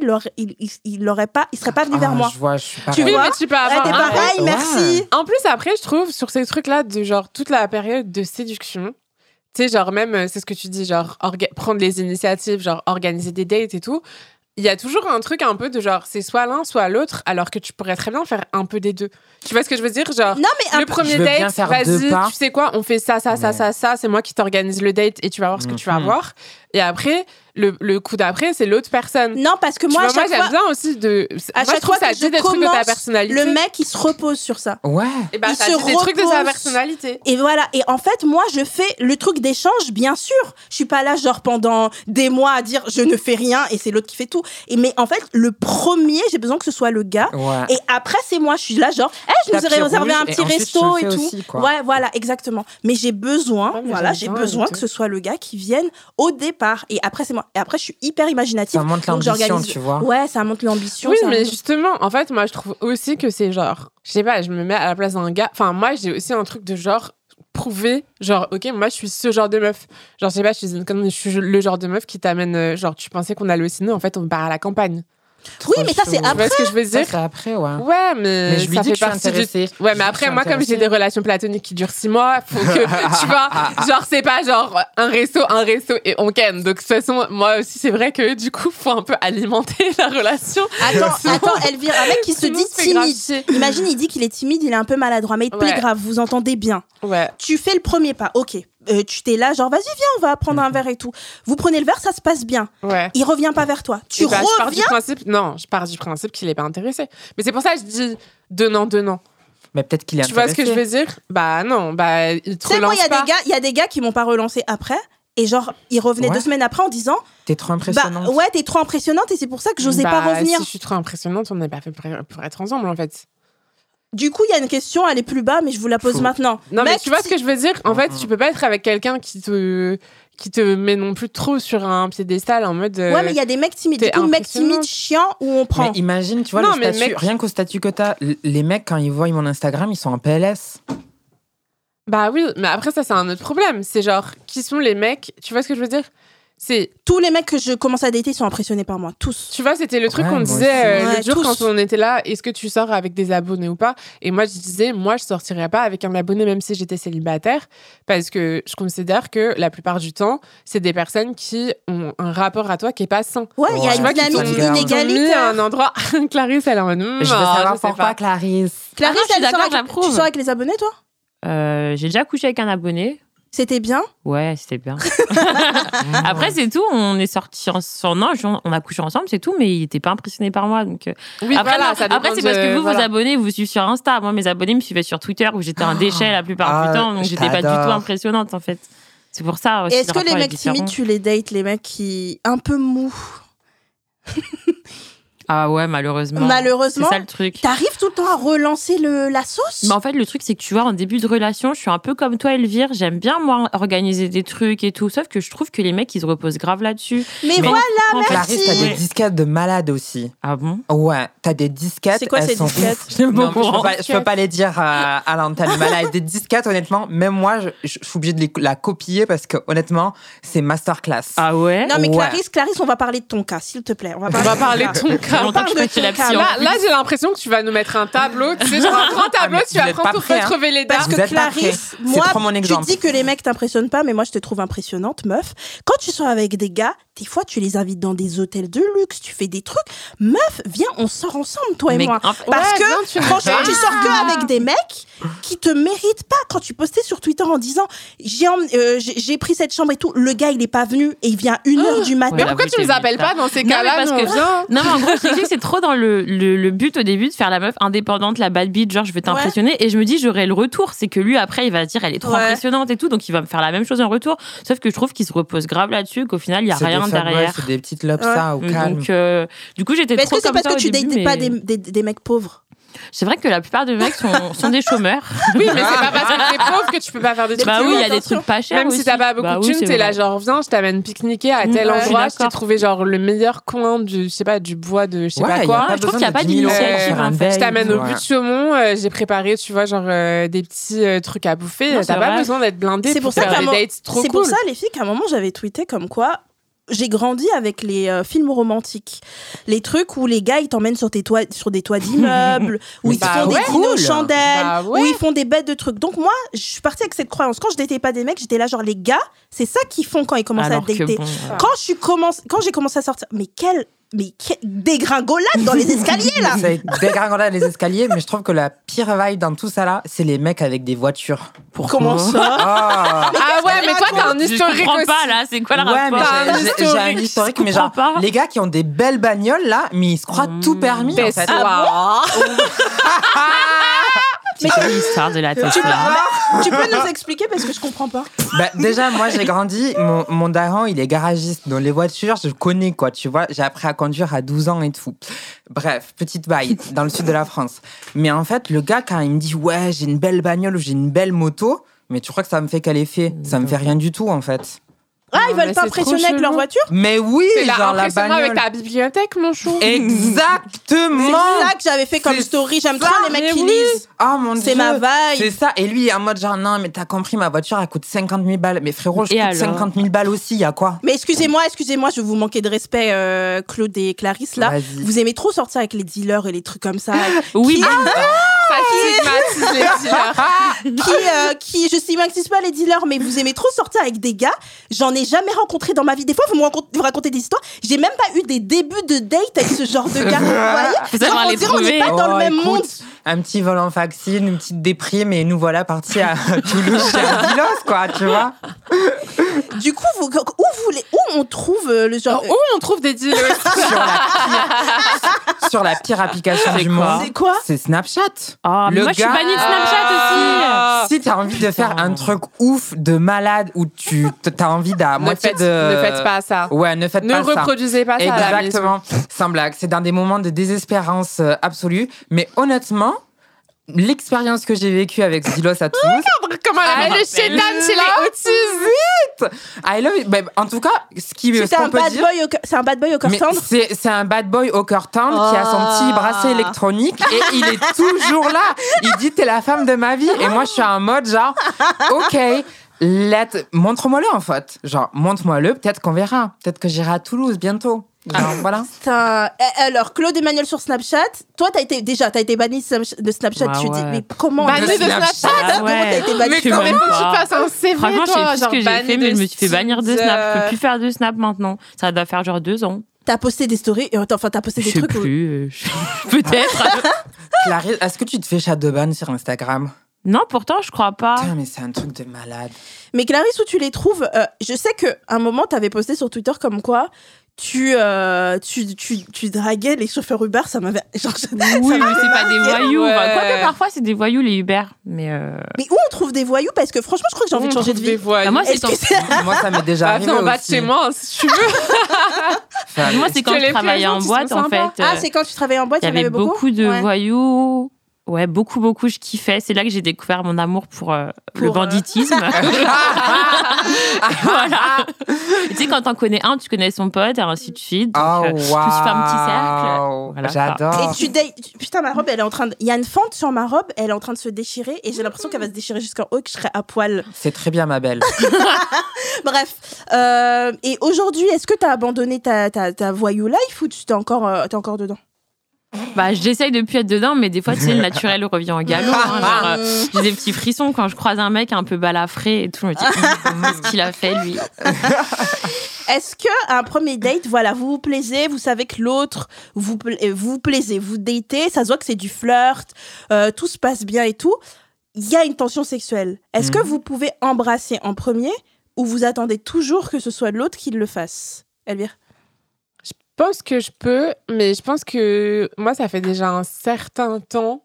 il serait pas venu vers moi. Je vois, je suis Tu pareil. Oui, vois mais tu peux Ouais, avoir t'es un- pareil, ouais. merci. En plus, après, je trouve, sur ces trucs-là, de genre toute la période de séduction, tu sais, genre même, c'est ce que tu dis, genre prendre les initiatives, genre organiser des dates et tout, il y a toujours un truc un peu de genre, c'est soit l'un, soit l'autre, alors que tu pourrais très bien faire un peu des deux. Tu vois ce que je veux dire? Genre, Non, mais le premier Je veux bien date, faire deux vas-y, pas. tu sais quoi, on fait ça, c'est moi qui t'organise le date et tu vas voir ce que tu vas voir. Et après, le coup d'après, c'est l'autre personne. non, parce que Tu moi, vois, à chaque j'aime fois, bien aussi de. à Moi, chaque je trouve fois ça que dit je des trucs de ta commence, personnalité. le mec, il se repose sur ça. Ouais. Et bah, il ça se dit des trucs de sa repose. personnalité. Et voilà. Et en fait, moi, je fais le truc d'échange, bien sûr. Je suis pas là, genre, pendant des mois à dire je ne fais rien et c'est l'autre qui fait tout. Mais en fait, le premier, j'ai besoin que ce soit le gars. Ouais. Et après, c'est moi. Je suis là, genre, je nous ai Tapis réservé rouge, un et petit ensuite, resto je le et fais tout. aussi, quoi. Ouais, voilà, exactement. Mais j'ai besoin, Ouais, mais voilà, j'aime j'ai bien besoin les que deux. ce soit le gars qui vienne au départ. Et après, c'est moi. Et après, je suis hyper imaginative. Ça montre Donc, l'ambition, j'organise- tu vois. Ouais, ça montre l'ambition. Oui, ça mais montre- justement, en fait, moi, je trouve aussi que c'est genre, je sais pas, je me mets à la place d'un gars. Enfin, moi, j'ai aussi un truc de genre prouver, genre, ok, moi, je suis ce genre de meuf. Genre, je sais pas, je suis le genre de meuf qui t'amène, genre, tu pensais qu'on allait au ciné, en fait, on part à la campagne. Oui, mais ça, c'est chaud. Tu vois après. ce que je veux Ça, dire? c'est après, ouais. Ouais, mais je lui ça dis fait que je suis partie du... intéressée. Ouais, mais Je dis que après, je suis moi, comme j'ai intéressée. des relations platoniques qui durent 6 mois, faut que, tu vois, genre, c'est pas genre un resto et on ken. Donc, de toute façon, moi aussi, c'est vrai que du coup, faut un peu alimenter la relation. Attends, Elvire, un mec qui se Sinon, dit c'est grave timide. chier. Imagine, il dit qu'il est timide, il est un peu maladroit, mais il te plaît Ouais. grave, vous entendez bien. Ouais. Tu fais le premier pas, ok. Tu t'es là, genre, vas-y, viens, on va prendre un verre et tout. Vous prenez le verre, ça se passe bien. Ouais. Il revient pas vers toi. Tu Eh ben, je pars du reviens. principe, non, je pars du principe qu'il est pas intéressé. Mais c'est pour ça que je dis donnant. Mais peut-être qu'il est Tu vois ce que je veux dire? Bah non, bah il te Tu sais, moi, relance pas. il y a des gars qui m'ont pas relancé après. Et genre, ils revenaient Ouais. 2 semaines après en disant, T'es trop impressionnante. bah ouais, t'es trop impressionnante et c'est pour ça que j'osais pas revenir. Si je suis trop impressionnante, on n'est pas fait pour être ensemble en fait. Du coup, il y a une question, elle est plus bas, mais je vous la pose Faux. maintenant. Non, mais Mec, tu vois ce que je veux dire? En fait, Mhm. tu peux pas être avec quelqu'un qui te met non plus trop sur un piédestal en mode. Ouais, mais il y a des mecs timides. Du t'es coup, le mec impressionnante. timide, chiant, où on prend. Mais imagine, tu vois, Non, le mais statut, mec- rien qu'au statut que t'as, les mecs, quand ils voient mon Instagram, ils sont en PLS. Bah oui, mais après ça c'est un autre problème. C'est genre, qui sont les mecs, tu vois ce que je veux dire ? C'est Tous les mecs que je commence à dater sont impressionnés par moi, tous. Tu vois, c'était le truc Ouais, qu'on moi disait aussi. l'autre jour Ouais, quand tous. on était là. Est-ce que tu sors avec des abonnés ou pas ? Et moi, je disais, moi, je sortirais pas avec un abonné même si j'étais célibataire parce que je considère que la plupart du temps, c'est des personnes qui ont un rapport à toi qui est pas sain. Ouais, il y a Ouais. une Tu vois qu'ils dynamique sont Ils ont mis inégalitaire. à un endroit. Clarisse, elle est en mode. Je veux savoir pourquoi, Clarisse. Clarisse, Ah non, je suis elle sort d'accord, avec- j'approuve. tu sors avec les abonnés, toi ? J'ai déjà couché avec un abonné. C'était bien. Ouais, c'était bien. Après, c'est tout. On est sortis ensemble. Non, on a couché ensemble, c'est tout. Mais il était pas impressionné par moi. Donc, Oui, après, voilà, non, ça après, dépend c'est parce que de- vous, voilà. vos abonnés, vous suivez sur Insta. Moi, mes abonnés me suivaient sur Twitter où j'étais un déchet la plupart du temps. Donc, je j'étais pas du tout t'adore. impressionnante, en fait. C'est pour ça aussi. Et est-ce le que les rapport est mecs différent. timides, tu les dates, les mecs qui. un peu mous ? Ah ouais, malheureusement. Malheureusement. C'est ça le truc. T'arrives tout le temps à relancer la sauce ? Mais en fait, le truc, c'est que tu vois, en début de relation, je suis un peu comme toi, Elvire. J'aime bien, moi, organiser des trucs et tout. Sauf que je trouve que les mecs, ils se reposent grave là-dessus. Mais Mais- voilà, merci. Clarisse, t'as des disquettes de malade aussi. Ah bon? Ouais, t'as des disquettes. C'est quoi elles ces sont disquettes ouf. Non, Bon, je peux pas les dire à l'antenne. Mais là, des disquettes, honnêtement, même moi, je suis obligée de la copier parce que, honnêtement, c'est masterclass. Ah ouais? Non, mais Ouais. Clarisse, on va parler de ton cas, s'il te plaît. On va On va parler de ton Ça fait cas. longtemps que je parle fais de la ton psy. cas. en Là, plus. j'ai l'impression que tu vas nous mettre un tableau, tu sais, genre un grand tableau, mais tu vas vous êtes prendre pas pour prêts, faire crever les Parce dames. Vous que êtes pas Clarisse, prêts. moi, C'est trop mon tu exemple. dis que les mecs t'impressionnent pas, mais moi, je te trouve impressionnante, meuf. Quand tu sors avec des gars, des fois, tu les invites dans des hôtels de luxe, tu fais des trucs. Meuf, viens, on sort ensemble, toi et Mais moi. en fait- Parce Ouais, que, viens, tu franchement, rigoles. tu sors que avec des mecs qui te méritent pas. Quand tu postais sur Twitter en disant j'ai pris cette chambre et tout, le gars, il est pas venu et il vient 1h du matin. Mais Ouais, pourquoi la tu nous bouteille appelles vite, pas dans ces Non, mais cas-là? parce Nous, que- on vient. Non, mais en gros, je sais que c'est trop dans le but au début de faire la meuf indépendante, la bad bitch, genre je veux t'impressionner. Et je me dis, j'aurai le retour. C'est que lui, après, il va se dire, elle est trop Ouais. impressionnante et tout. Donc, il va me faire la même chose en retour. Sauf que je trouve qu'il se repose grave là-dessus, qu'au final, il y a C'est rien des fuckboys, derrière. C'est des petites lobes, ça, au calme. Donc, du coup, j'étais Mais est-ce trop que c'est comme parce ça que au tu début, dates pas mais- des mecs pauvres? C'est vrai que la plupart des mecs sont des chômeurs. Oui, mais c'est pas parce que t'es pauvre que tu peux pas faire des trucs. Bah oui, il y a des attention. trucs pas chers Même aussi. si t'as pas beaucoup Bah de oui, thunes, c'est t'es là, vrai. genre, viens, je t'amène pique-niquer à tel Ouais, je suis endroit, je t'ai d'accord. trouvé, genre, le meilleur coin du, je sais pas, du bois de je sais Ouais, pas y a quoi. pas Je trouve besoin qu'il y a de pas 10 000 euros d'initiative, pour faire un en fait. Je date, t'amène au ouais. but de saumon, j'ai préparé, tu vois, genre, des petits trucs à bouffer. Non, T'as c'est pas vrai. besoin d'être blindé C'est pour pour ça faire qu'à des un mo- dates trop C'est cool. pour ça, les filles, qu'à un moment, j'avais tweeté comme quoi j'ai grandi avec les films romantiques. Les trucs où les gars, ils t'emmènent sur des toits d'immeubles, où ils te Bah font ouais. des dinos Cool. chandelles, Bah ouais. où ils font des bêtes de trucs. Donc moi, je suis partie avec cette croyance. Quand je datais pas des mecs, j'étais là genre, les gars, c'est ça qu'ils font quand ils commencent Alors à que dater. bon, Quand j'ai commencé à sortir, mais quelle dégringolade dans les escaliers, là. C'est dégringolade les escaliers, mais je trouve que la pire vibe dans tout ça là, c'est les mecs avec des voitures. Comment ça? Ah Ah ouais, mais toi, t'as un je historique comprends aussi. pas là, c'est quoi le ouais, mais rapport? T'as un j'ai un historique, mais genre, comprends pas. les gars qui ont des belles bagnoles là, mais ils se croient tout permis en fait. Baisse-toi. C'est quoi l'histoire de la Tesla? Tu peux nous expliquer parce que je comprends pas. Bah, déjà, moi, j'ai grandi, mon daron, il est garagiste. Dans les voitures, je connais, quoi, tu vois. J'ai appris à conduire à 12 ans et tout. Bref, petite baille, dans le sud de la France. Mais en fait, le gars, quand il me dit, ouais, j'ai une belle bagnole ou j'ai une belle moto, mais tu crois que ça me fait quel effet? Ça me fait rien du tout, en fait. Ah, ils mais veulent c'est t'impressionner trop avec leur chelou. voiture? Mais oui, C'est là, genre la impressionnant avec bagnole. ta bibliothèque, mon chou. C'est Exactement! ça que j'avais fait comme C'est story. J'aime ça, trop les mecs mais qui oui. lisent. Oh mon dieu! C'est ma vibe. C'est ça. Et lui, il est en mode genre, non, mais t'as compris, ma voiture, elle coûte 50 000 balles. Mais frérot, je Et coûte alors 50 000 balles aussi, il y a quoi? Mais excusez-moi, je vais vous manquer de respect, Claude et Clarisse, là. Vas-y. Vous aimez trop sortir avec les dealers et les trucs comme ça. Oui, Ça stigmatise les dealers. Je stigmatise pas les dealers, mais vous aimez trop sortir avec des gars. J'en ai jamais rencontré dans ma vie. Des fois, vous racontez des histoires. J'ai même pas eu des débuts de date avec ce genre de gars. Vous voyez? Faut savoir Genre, on les dirait on n'est trouver. pas dans le même écoute, monde. Un petit vol en vaccine, une petite déprime, et nous voilà partis à Toulouse chez Ardilos, quoi, tu vois. Du coup, où on trouve le genre. Où on trouve des dealers? Sur la pire application C'est du quoi monde. C'est quoi? C'est Snapchat. Ah, mais Le moi je suis gars- bannie de Snapchat Si t'as envie de faire un truc ouf de malade où tu t'as envie d'à moitié Ne faites pas ça. Ouais, ne faites Ne pas ça. reproduisez pas ça à la maison. Exactement, sans blague. C'est dans des moments de désespérance absolue. Mais honnêtement, l'expérience que j'ai vécue avec Zilos à Toulouse, Comment elle Ah, le le chétan, c'est la autiste. it. I love it. En tout cas, c'est un bad boy au cœur tendre. C'est un bad boy au cœur tendre qui a son petit bracelet électronique et il est toujours là. Il dit t'es la femme de ma vie et moi je suis en mode genre ok. Montre-moi-le en fait. Genre, montre-moi-le, peut-être qu'on verra. Peut-être que j'irai à Toulouse bientôt. Genre, voilà. Alors, Claude Emmanuel sur Snapchat. Toi, t'as été banni de Snapchat. Tu dis, mais comment banni de Snapchat Comment t'as été banni? Mais comment tu passes un CV, Franchement, je sais toi, plus ce que j'ai fait, mais je me suis fait bannir de Snap. Je peux plus faire de Snap maintenant. Ça doit faire genre 2 ans. T'as posté des stories, enfin, t'as posté des trucs. Je sais plus. Peut-être. Clarisse, est-ce que tu te fais chat de ban sur Instagram? Non, pourtant, je crois pas. Putain, mais c'est un truc de malade. Mais Clarisse, où tu les trouves? Je sais qu'à un moment, t'avais posté sur Twitter comme quoi tu draguais les chauffeurs Uber, ça m'avait... Genre, oui, mais c'est pas des voyous. Ouais. Quoique parfois, c'est des voyous, les Uber. Mais où on trouve des voyous? Parce que franchement, je crois que j'ai envie de changer de vie. Moi, moi, ça m'est déjà arrivé en bas de aussi. chez moi, si tu veux. Moi, c'est quand je travaillais en boîte, en fait. C'est quand tu travaillais en boîte, il y avait beaucoup de voyous. Ouais, beaucoup, je kiffais. C'est là que j'ai découvert mon amour pour le banditisme. Voilà. Tu sais, quand t'en connais un, tu connais son pote, et ainsi de suite. Donc, je me suis fait un petit cercle. Voilà. J'adore. Et putain, ma robe, elle est en train de... Il y a une fente sur ma robe, elle est en train de se déchirer, et j'ai l'impression qu'elle va se déchirer jusqu'en haut, que je serai à poil. C'est très bien, ma belle. Bref. Et aujourd'hui, est-ce que t'as abandonné ta voyou life ou t'es encore dedans? Bah, j'essaye de plus être dedans, mais des fois, tu sais, le naturel revient en galop. J'ai des petits frissons quand je croise un mec un peu balafré et tout. Je me dis, qu'est-ce qu'il a fait, lui? Est-ce qu'à un premier date, voilà, vous vous plaisez, vous savez que l'autre vous plaisez, vous datez, ça se voit que c'est du flirt, tout se passe bien et tout. Il y a une tension sexuelle. Est-ce que vous pouvez embrasser en premier ou vous attendez toujours que ce soit l'autre qui le fasse? Elvire? Je pense que je peux, mais je pense que moi, ça fait déjà un certain temps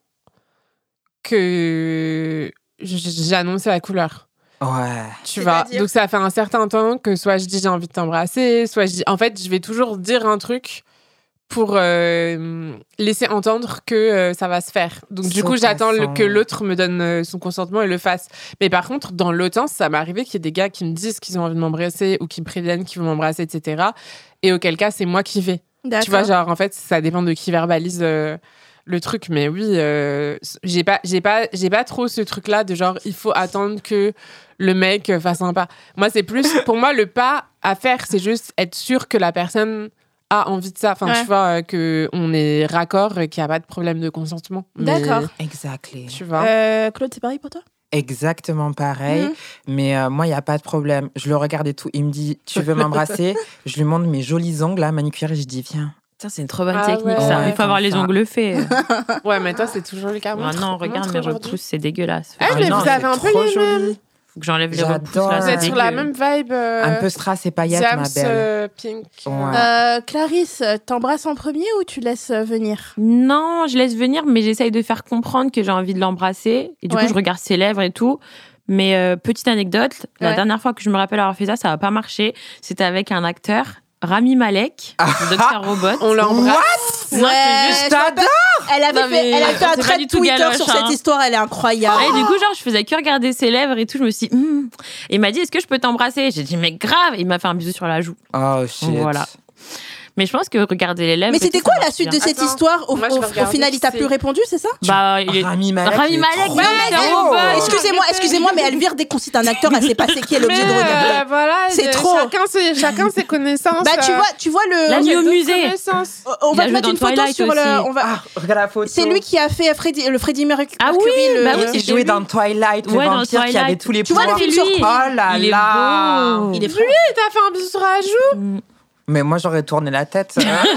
que j'ai annoncé la couleur. Ouais. Tu vois. Donc, ça fait un certain temps que soit je dis j'ai envie de t'embrasser, soit je dis... En fait, je vais toujours dire un truc pour laisser entendre que ça va se faire. Donc, du coup, j'attends que l'autre me donne son consentement et le fasse. Mais par contre, dans l'autre sens, ça m'est arrivé qu'il y ait des gars qui me disent qu'ils ont envie de m'embrasser ou qui me préviennent qu'ils vont m'embrasser, etc. Et auquel cas, c'est moi qui vais. D'accord. Tu vois, genre, en fait, ça dépend de qui verbalise le truc. Mais oui, j'ai pas trop ce truc-là de genre, il faut attendre que le mec fasse un pas. Moi, c'est plus... Pour moi, le pas à faire, c'est juste être sûr que la personne a envie de ça. Enfin, tu vois, qu'on est raccord et qu'il n'y a pas de problème de consentement. D'accord. Exactly. Tu vois. Claude, c'est pareil pour toi? Exactement pareil, mais moi, il n'y a pas de problème. Je le regarde et tout, il me dit, tu veux m'embrasser? Je lui montre mes jolis ongles, là, manucurés, je dis, viens. Putain, c'est une trop bonne technique, ça. Il faut avoir les ongles faits. Ouais, mais toi, c'est toujours le cas. Non, regarde mes repousses, c'est dégueulasse. Mais vous avez un peu les mêmes. Faut que j'enlève les repousses, là. Vous êtes sur la même vibe. Un peu strass et paillettes, ma belle. Pink. Clarisse, t'embrasses en premier ou tu laisses venir? Non, je laisse venir, mais j'essaye de faire comprendre que j'ai envie de l'embrasser. Et du coup, je regarde ses lèvres et tout. Mais petite anecdote, la dernière fois que je me rappelle avoir fait ça, ça n'a pas marché. C'était avec un acteur, Rami Malek, le Dr Robot. On l'embrasse. Ouais, je t'adore. Elle a fait un thread Twitter sur cette histoire, elle est incroyable. Et du coup, genre, je faisais que regarder ses lèvres et tout. Je me suis dit, Et il m'a dit, est-ce que je peux t'embrasser? J'ai dit, mais grave. Et il m'a fait un bisou sur la joue. Oh shit. Voilà. Mais je pense que regarder les lèvres. Mais c'était quoi la suite de cette histoire? Au final, il t'a plus répondu, c'est ça? Bah, il est... Rami Malek. Excusez-moi, mais Elvire, dès qu'on cite un acteur, elle sait pas c'est qui est l'objet de regard. Voilà, c'est trop. Chacun ses connaissances. Bah, tu vois le. La nuit au musée. On va te mettre une photo sur le. Regarde la photo. C'est lui qui a fait le Freddie Mercury. Ah oui, il jouait dans Twilight, le vampire qui avait tous les pouvoirs. Tu vois le film sur. Oh là là. Il est fou. Il t'a fait un bisou sur la joue. Mais moi, j'aurais tourné la tête.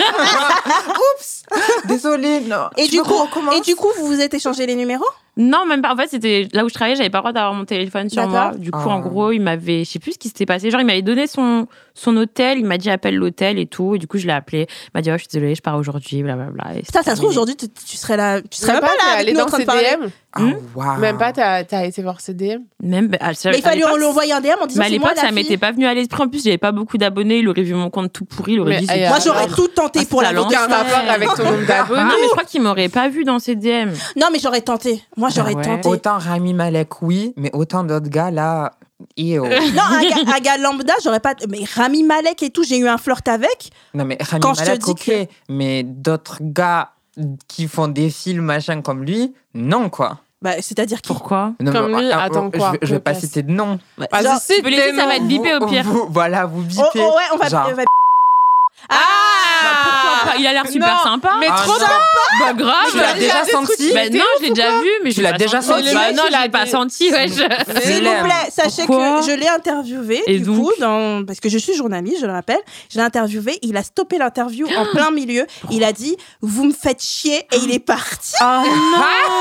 Oups, désolée. Non. Et du coup, vous vous êtes échangé les numéros? Non, même pas. En fait, c'était là où je travaillais, j'avais pas le droit d'avoir mon téléphone sur moi. Du coup, en gros, il m'avait, je sais plus ce qui s'était passé. Genre, il m'avait donné son hôtel, il m'a dit appelle l'hôtel et tout. Et du coup, je l'ai appelé. Il m'a dit je suis désolée, je pars aujourd'hui, blablabla. Putain, ça se trouve aujourd'hui, tu serais là, tu serais pas là avec nous en train de parler. Wow. Même pas, t'as été voir ses DM. Même. Mais il fallait lui envoyer un DM en disant. Mais à l'époque, ça m'était pas venu à l'esprit. En plus, j'avais pas beaucoup d'abonnés. Il aurait vu mon compte tout pourri. Il aurait dit. Moi, j'aurais tout tenté pour l'avocat. Aucun rapport avec ton nombre d'abonnés. Non, mais je crois qu'il m'aurait pas vu dans ses DM. Non, mais j'aurais tenté. Moi, j'aurais tenté. Autant Rami Malek, oui, mais autant d'autres gars, là, Ew. Non, un gars lambda, j'aurais pas. Mais Rami Malek et tout, j'ai eu un flirt avec. Non, mais Rami Quand je te Malek, dis ok. Mais d'autres gars qui font des films, machin, comme lui, non, quoi. Bah, c'est-à-dire qui Pourquoi? Non, Comme mais, lui, attends, quoi, Je vais pas Lucas. citer de nom. Vas-y, Genre, cite tu peux les des citer, ça va noms. être bipé au pire. Voilà, vous bipez. Oh, ouais, on va. Genre. Bah, pourquoi pas? Il a l'air super Non, sympa. mais Ah, trop non. sympa. Bah grave. Tu l'as déjà senti? Bah non, je l'ai déjà vu, mais Tu l'as déjà senti? Bah non, je l'ai pas senti, ouais. S'il vous plaît, sachez Pourquoi que je l'ai interviewé, Et du donc coup, parce que je suis journaliste, je le rappelle. Je l'ai interviewé, il a stoppé l'interview en plein milieu. Il a dit « Vous me faites chier » et il est parti. Oh non.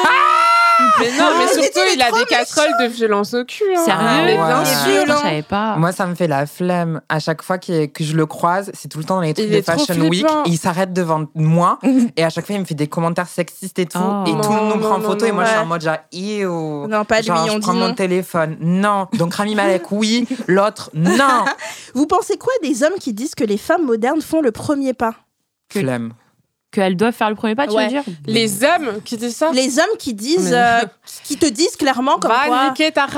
Mais non, mais j'ai dit, surtout, il est il a trop des casseroles de violence au cul. Hein. Sérieux? Mais bien Ouais. sûr. Je savais pas. Moi, ça me fait la flemme. À chaque fois que je le croise, c'est tout le temps dans les trucs Il de est trop Fashion Week. flippant. Et il s'arrête devant moi. Et à chaque fois, il me fait des commentaires sexistes et tout. Oh. Et tout le monde nous Non, prend en non, photo. non, et moi, je suis ouais. en mode genre, ew. Non, pas lui, Genre, on je dit prends non. mon téléphone. Non. Donc, Rami Malek, oui. L'autre, non. Vous pensez quoi des hommes qui disent que les femmes modernes font le premier pas? Flemme. Qu'elles doivent faire le premier pas, tu Ouais. veux dire? Les hommes qui disent ça. Les hommes qui disent, Mais- qui te disent clairement comme Va quoi. niquer ta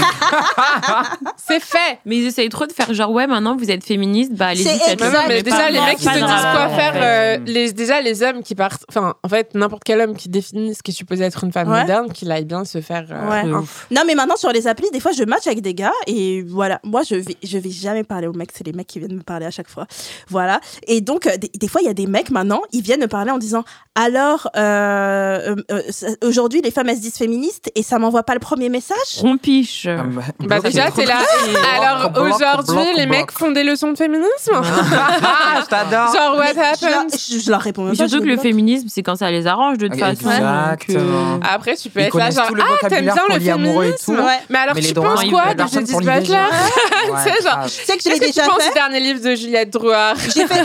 race. C'est fait. Mais ils essayent trop de faire genre, ouais, maintenant vous êtes féministe, bah allez-y, C'est faites-le. exact. Non, mais Mais déjà, pas les moi, mecs qui pas te disent grave, quoi en faire, fait. déjà, les hommes qui partent, enfin, en fait, n'importe quel homme qui définit ce qui est supposé être une femme Ouais. moderne, qu'il aille bien se faire. Ouais. De un- ouf. Non, mais maintenant sur les applis, des fois je match avec des gars et voilà. Moi, je vais jamais parler aux mecs, c'est les mecs qui viennent me parler à chaque fois. Voilà. Et donc, des fois, il y a des mecs maintenant, ils viennent me parler en disant alors, aujourd'hui, les femmes elles se disent féministes et ça m'envoie pas le premier message. Rompiche. Bah, déjà, t'es là. Alors, aujourd'hui, les mecs font des leçons de féminisme. Ah, je t'adore. Genre, what Mais happened? je leur réponds même Mais pas. surtout je que le bloque. féminisme, c'est quand ça les arrange de toute façon. Exactement. Après, tu peux Ils être là, connaissent genre, tout le ah, t'aimes vocabulaire bien le polyamoureux et féminisme. tout. Ouais. Mais alors, Mais les tu droits, penses ils quoi veulent de personne Judith pour l'IVG. Butler? Ouais, Tu sais, genre, grave. Tu sais que je l'ai qu'est-ce que déjà tu penses fait. du dernier livre de Juliette Drouard?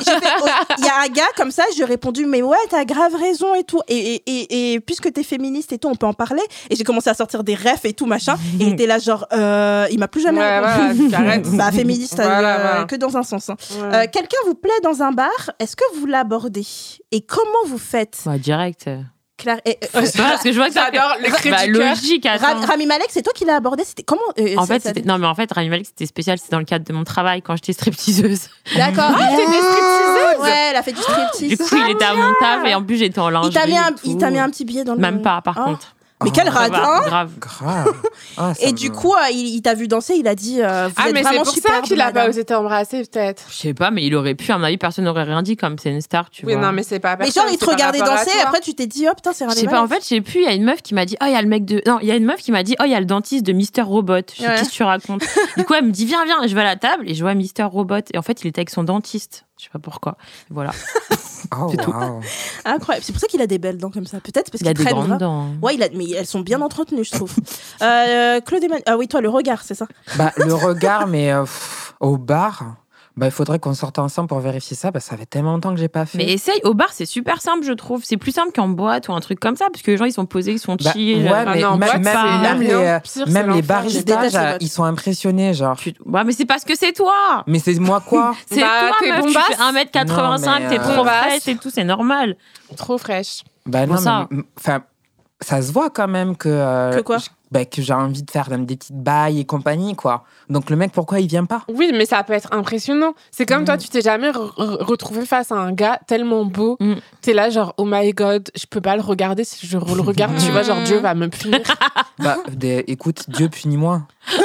Il y a un gars comme ça, je lui ai répondu, mais ouais, t'as grave raison et tout. Et puisque t'es féministe et tout, on peut en parler. Et j'ai commencé à sortir des refs et tout, machin. Et il était là, genre, il m'a plus jamais Ouais, répondu. voilà, t'arrêtes. Bah, féministe, Voilà. que dans un sens. Hein. Ouais. Quelqu'un vous plaît dans un bar, est-ce que vous l'abordez? Et comment vous faites? Bah, direct. Claire, Parce que je vois que ça J'adore le cri bah, du cœur. logique, attends. Rami Malek, c'est toi qui l'as abordé? C'était comment En fait, ça- non, mais en fait, Rami Malek, c'était spécial. C'est dans le cadre de mon travail quand j'étais stripteaseuse. D'accord. Ah, t'es des stripteaseuses? Ouais, elle a fait du striptease. Du coup, il était à mon taf et en plus, j'étais en lingerie. Il t'a mis un petit billet dans le. Même pas, par Oh. contre. Mais quel Ça va, radin! grave. Grave. Ah, ça Et me- du coup, il t'a vu danser, il a dit vous Ah, êtes mais c'est vraiment pour ça superbe, qu'il a pas madame. osé t'embrasser, peut-être. Je sais pas, mais il aurait pu. À mon avis, personne n'aurait rien dit comme c'est une star, tu Oui, vois. non, mais c'est pas Mais personne, genre, il te c'est par regardait rapport à danser, toi. après tu t'es dit, oh putain, c'est Je Rami sais pas, en fait, je sais plus, il y a une meuf qui m'a dit, oh, il y a le mec de. Non, il y a une meuf qui m'a dit, oh, il y a le dentiste de Mister Robot. Je sais, Ouais. qu'est-ce que tu racontes? Du coup, elle me dit, viens. Je vais à la table et je vois Mister Robot. Et en fait, il était avec son dentiste. Je sais pas pourquoi. Voilà. Oh, C'est tout. wow. Incroyable. C'est pour ça qu'il a des belles dents comme ça. Peut-être parce Il a qu'il des traîne. grandes grave. dents. Ouais, mais elles sont bien entretenues, je trouve. Claude Emmanuel. Ah oui, toi, le regard, c'est ça. Bah, le regard, mais au bar, bah, il faudrait qu'on sorte ensemble pour vérifier ça, parce que ça fait tellement longtemps que j'ai pas fait. Mais essaye, au bar, c'est super simple, je trouve. C'est plus simple qu'en boîte ou un truc comme ça, parce que les gens, ils sont posés, ils sont Bah, chill. ouais, mais non, même, boîte, même, c'est même rien. les, Pire, c'est même les l'enfer. Je déteste les baristas, boîtes. ils sont impressionnés, genre. Ouais, mais c'est parce que c'est toi! Mais c'est moi quoi? C'est Bah, toi, t'es meuf, tu bombasse. fais 1m85, Non, mais, t'es trop bombasse. fraîche et tout, c'est normal. Trop fraîche. Bah Pour non, ça. mais enfin, ça se voit quand même que. Que quoi? Que j'ai envie de faire même des petites bails et compagnie, quoi. Donc le mec, pourquoi il vient pas? Oui, mais ça peut être impressionnant. C'est comme toi, tu t'es jamais retrouvé face à un gars tellement beau. Mm. T'es là, genre, oh my god, je peux pas le regarder. Si je le regarde, tu vois, genre, Dieu va me punir. Bah, écoute, Dieu punis-moi.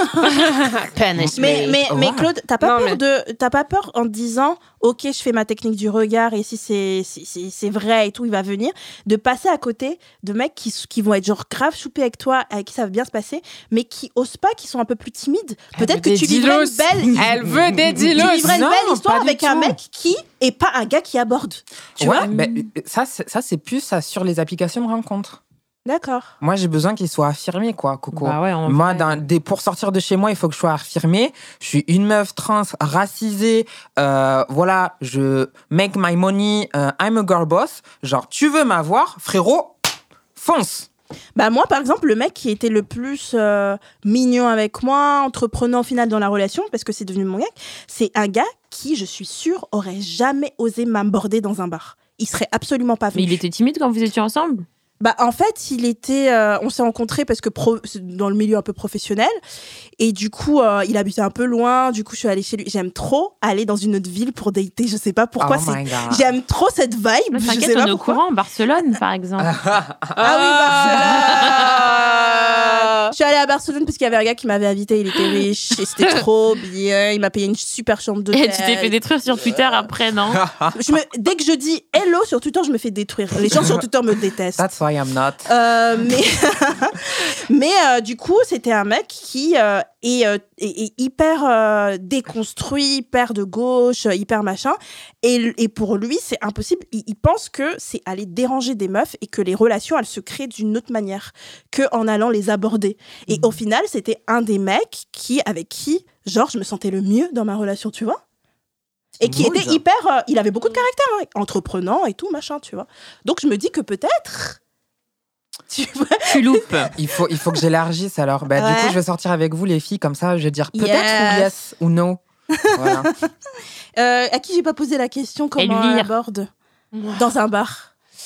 Mais Ouais. Claude, t'as pas, Non, peur mais- t'as pas peur en te disant, ok, je fais ma technique du regard et si c'est vrai et tout, il va venir, de passer à côté de mecs qui vont être genre grave choupés avec toi, avec qui ça va bien se passer, mais qui osent pas, qui sont un peu plus timides. Peut-être que Des tu vivrais dilos. une belle. Elle veut des Tu dilos. vivrais une Non, belle histoire pas du avec un tout. mec qui est pas un gars qui aborde. Tu Ouais, vois bah, ça, c'est plus ça sur les applications de rencontres. D'accord. Moi, j'ai besoin qu'il soit affirmé, quoi, Coco. Bah ouais, en Moi, vrai. pour sortir de chez moi, il faut que je sois affirmée. Je suis une meuf trans, racisée. Voilà, je make my money. I'm a girl boss. Genre, tu veux m'avoir, frérot, fonce. Bah moi, par exemple, le mec qui était le plus mignon avec moi, entreprenant au final dans la relation, parce que c'est devenu mon gars, c'est un gars qui, je suis sûre, aurait jamais osé m'aborder dans un bar. Il serait absolument pas Mais venu. il était timide quand vous étiez ensemble? En fait, il était, on s'est rencontrés parce que dans le milieu un peu professionnel, et du coup, il habitait un peu loin. Du coup, je suis allée chez lui. J'aime trop aller dans une autre ville pour dater. Je sais pas pourquoi. J'aime trop cette vibe. Mais t'inquiète, on est au courant. Barcelone, par exemple. Barcelone. Je suis allée à Barcelone parce qu'il y avait un gars qui m'avait invité. Il était riche et c'était trop bien. Il m'a payé une super chambre d'hôtel. Et tu t'es fait détruire sur Twitter après, non? Dès que je dis hello sur Twitter, je me fais détruire. Les gens sur Twitter me détestent. That's why I'm not. Mais du coup, c'était un mec qui est hyper déconstruit, hyper de gauche, hyper machin. Et pour lui, c'est impossible. Il pense que c'est aller déranger des meufs et que les relations, elles se créent d'une autre manière qu'en allant les aborder. Et au final, c'était un des mecs avec qui, genre, je me sentais le mieux dans ma relation, tu vois. Et qui était hyper... il avait beaucoup de caractère, hein, entreprenant et tout, machin, tu vois. Donc, je me dis que peut-être... Tu loupes. Il faut que j'élargisse alors. Du coup, je vais sortir avec vous, les filles, comme ça, je vais dire peut-être ou yes ou no. Voilà. À qui j'ai pas posé la question comment elle aborde dans un bar.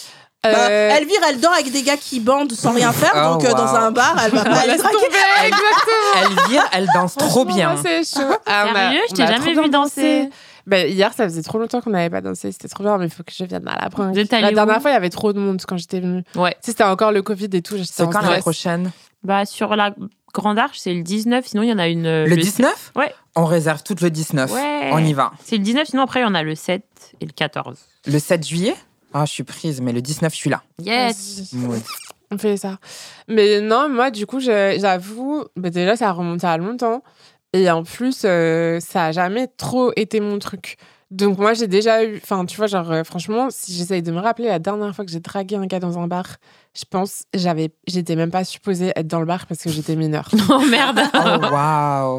Elvire, elle dort avec des gars qui bandent sans rien faire, donc dans un bar, elle va pas aller draguer. Elvire, elle danse trop bien. C'est chaud. Sérieux, je t'ai jamais vu danser. Hier, ça faisait trop longtemps qu'on n'avait pas dansé. C'était trop bien, mais il faut que je vienne à la première. La dernière fois, il y avait trop de monde quand j'étais venue. Ouais. C'était encore le Covid et tout. C'est quand la prochaine? Sur la Grande Arche, c'est le 19. Sinon, il y en a une... Le 19? Ouais. On réserve tout le 19. Ouais. On y va. C'est le 19, sinon après, il y en a le 7 et le 14. Le 7 juillet? Ah, je suis prise, mais le 19, je suis là. Yes. Ouais. On fait ça. Mais non, moi, du coup, j'avoue, déjà, ça a remonté à longtemps. Et en plus, ça a jamais trop été mon truc. Donc moi, j'ai déjà eu... Enfin, tu vois, genre, franchement, si j'essaye de me rappeler la dernière fois que j'ai dragué un gars dans un bar, je pense, j'étais même pas supposée être dans le bar parce que j'étais mineure. Oh merde. Oh, waouh.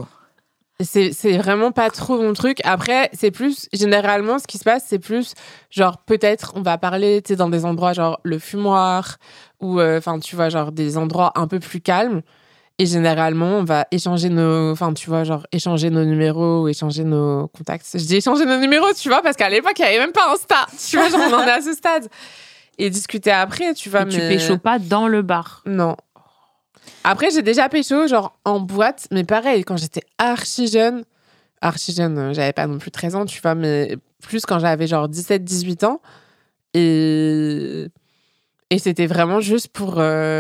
C'est vraiment pas trop mon truc. Après, c'est plus... Généralement, ce qui se passe, c'est plus... Genre, peut-être, on va parler, tu sais, dans des endroits genre le fumoir ou, tu vois, genre des endroits un peu plus calmes. Et généralement, on va échanger échanger nos numéros ou échanger nos contacts. Je dis échanger nos numéros, tu vois, parce qu'à l'époque, il n'y avait même pas Insta. Tu vois, genre, on en est à ce stade. Et discuter après, tu vois. Tu pécho pas dans le bar? Non. Après, j'ai déjà pécho, genre, en boîte. Mais pareil, quand j'étais archi jeune, j'avais pas non plus 13 ans, tu vois, mais plus quand j'avais genre 17-18 ans. Et c'était vraiment juste pour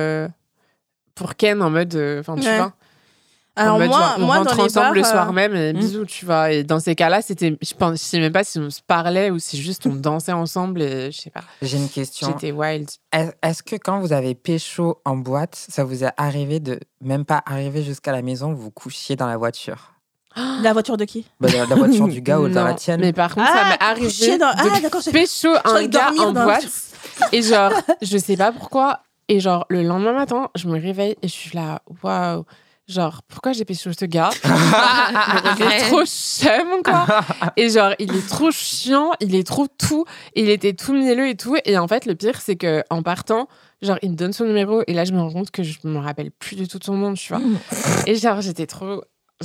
Ken, en mode, tu vois. Alors mode, moi, genre, on rentre dans les ensemble bars, le soir même et bisous, tu vois. Et dans ces cas-là, je sais même pas si on se parlait ou si juste on dansait ensemble et je sais pas. J'ai une question. J'étais wild. Est-ce que quand vous avez pécho en boîte, ça vous est arrivé de même pas arriver jusqu'à la maison, vous couchiez dans la voiture? La voiture de qui? La voiture du gars ou dans la tienne. Mais par contre, ça m'est arrivé de pécho un gars en boîte. Et genre, je sais pas pourquoi. Et genre, le lendemain matin, je me réveille et je suis là, waouh. Genre, pourquoi j'ai pécho ce gars? Il est trop chum, quoi. Et genre, il est trop chiant, il est trop tout. Il était tout mielleux et tout. Et en fait, le pire, c'est qu'en partant, genre, il me donne son numéro. Et là, je me rends compte que je me rappelle plus du tout de son nom, tu vois. Et genre, j'étais trop...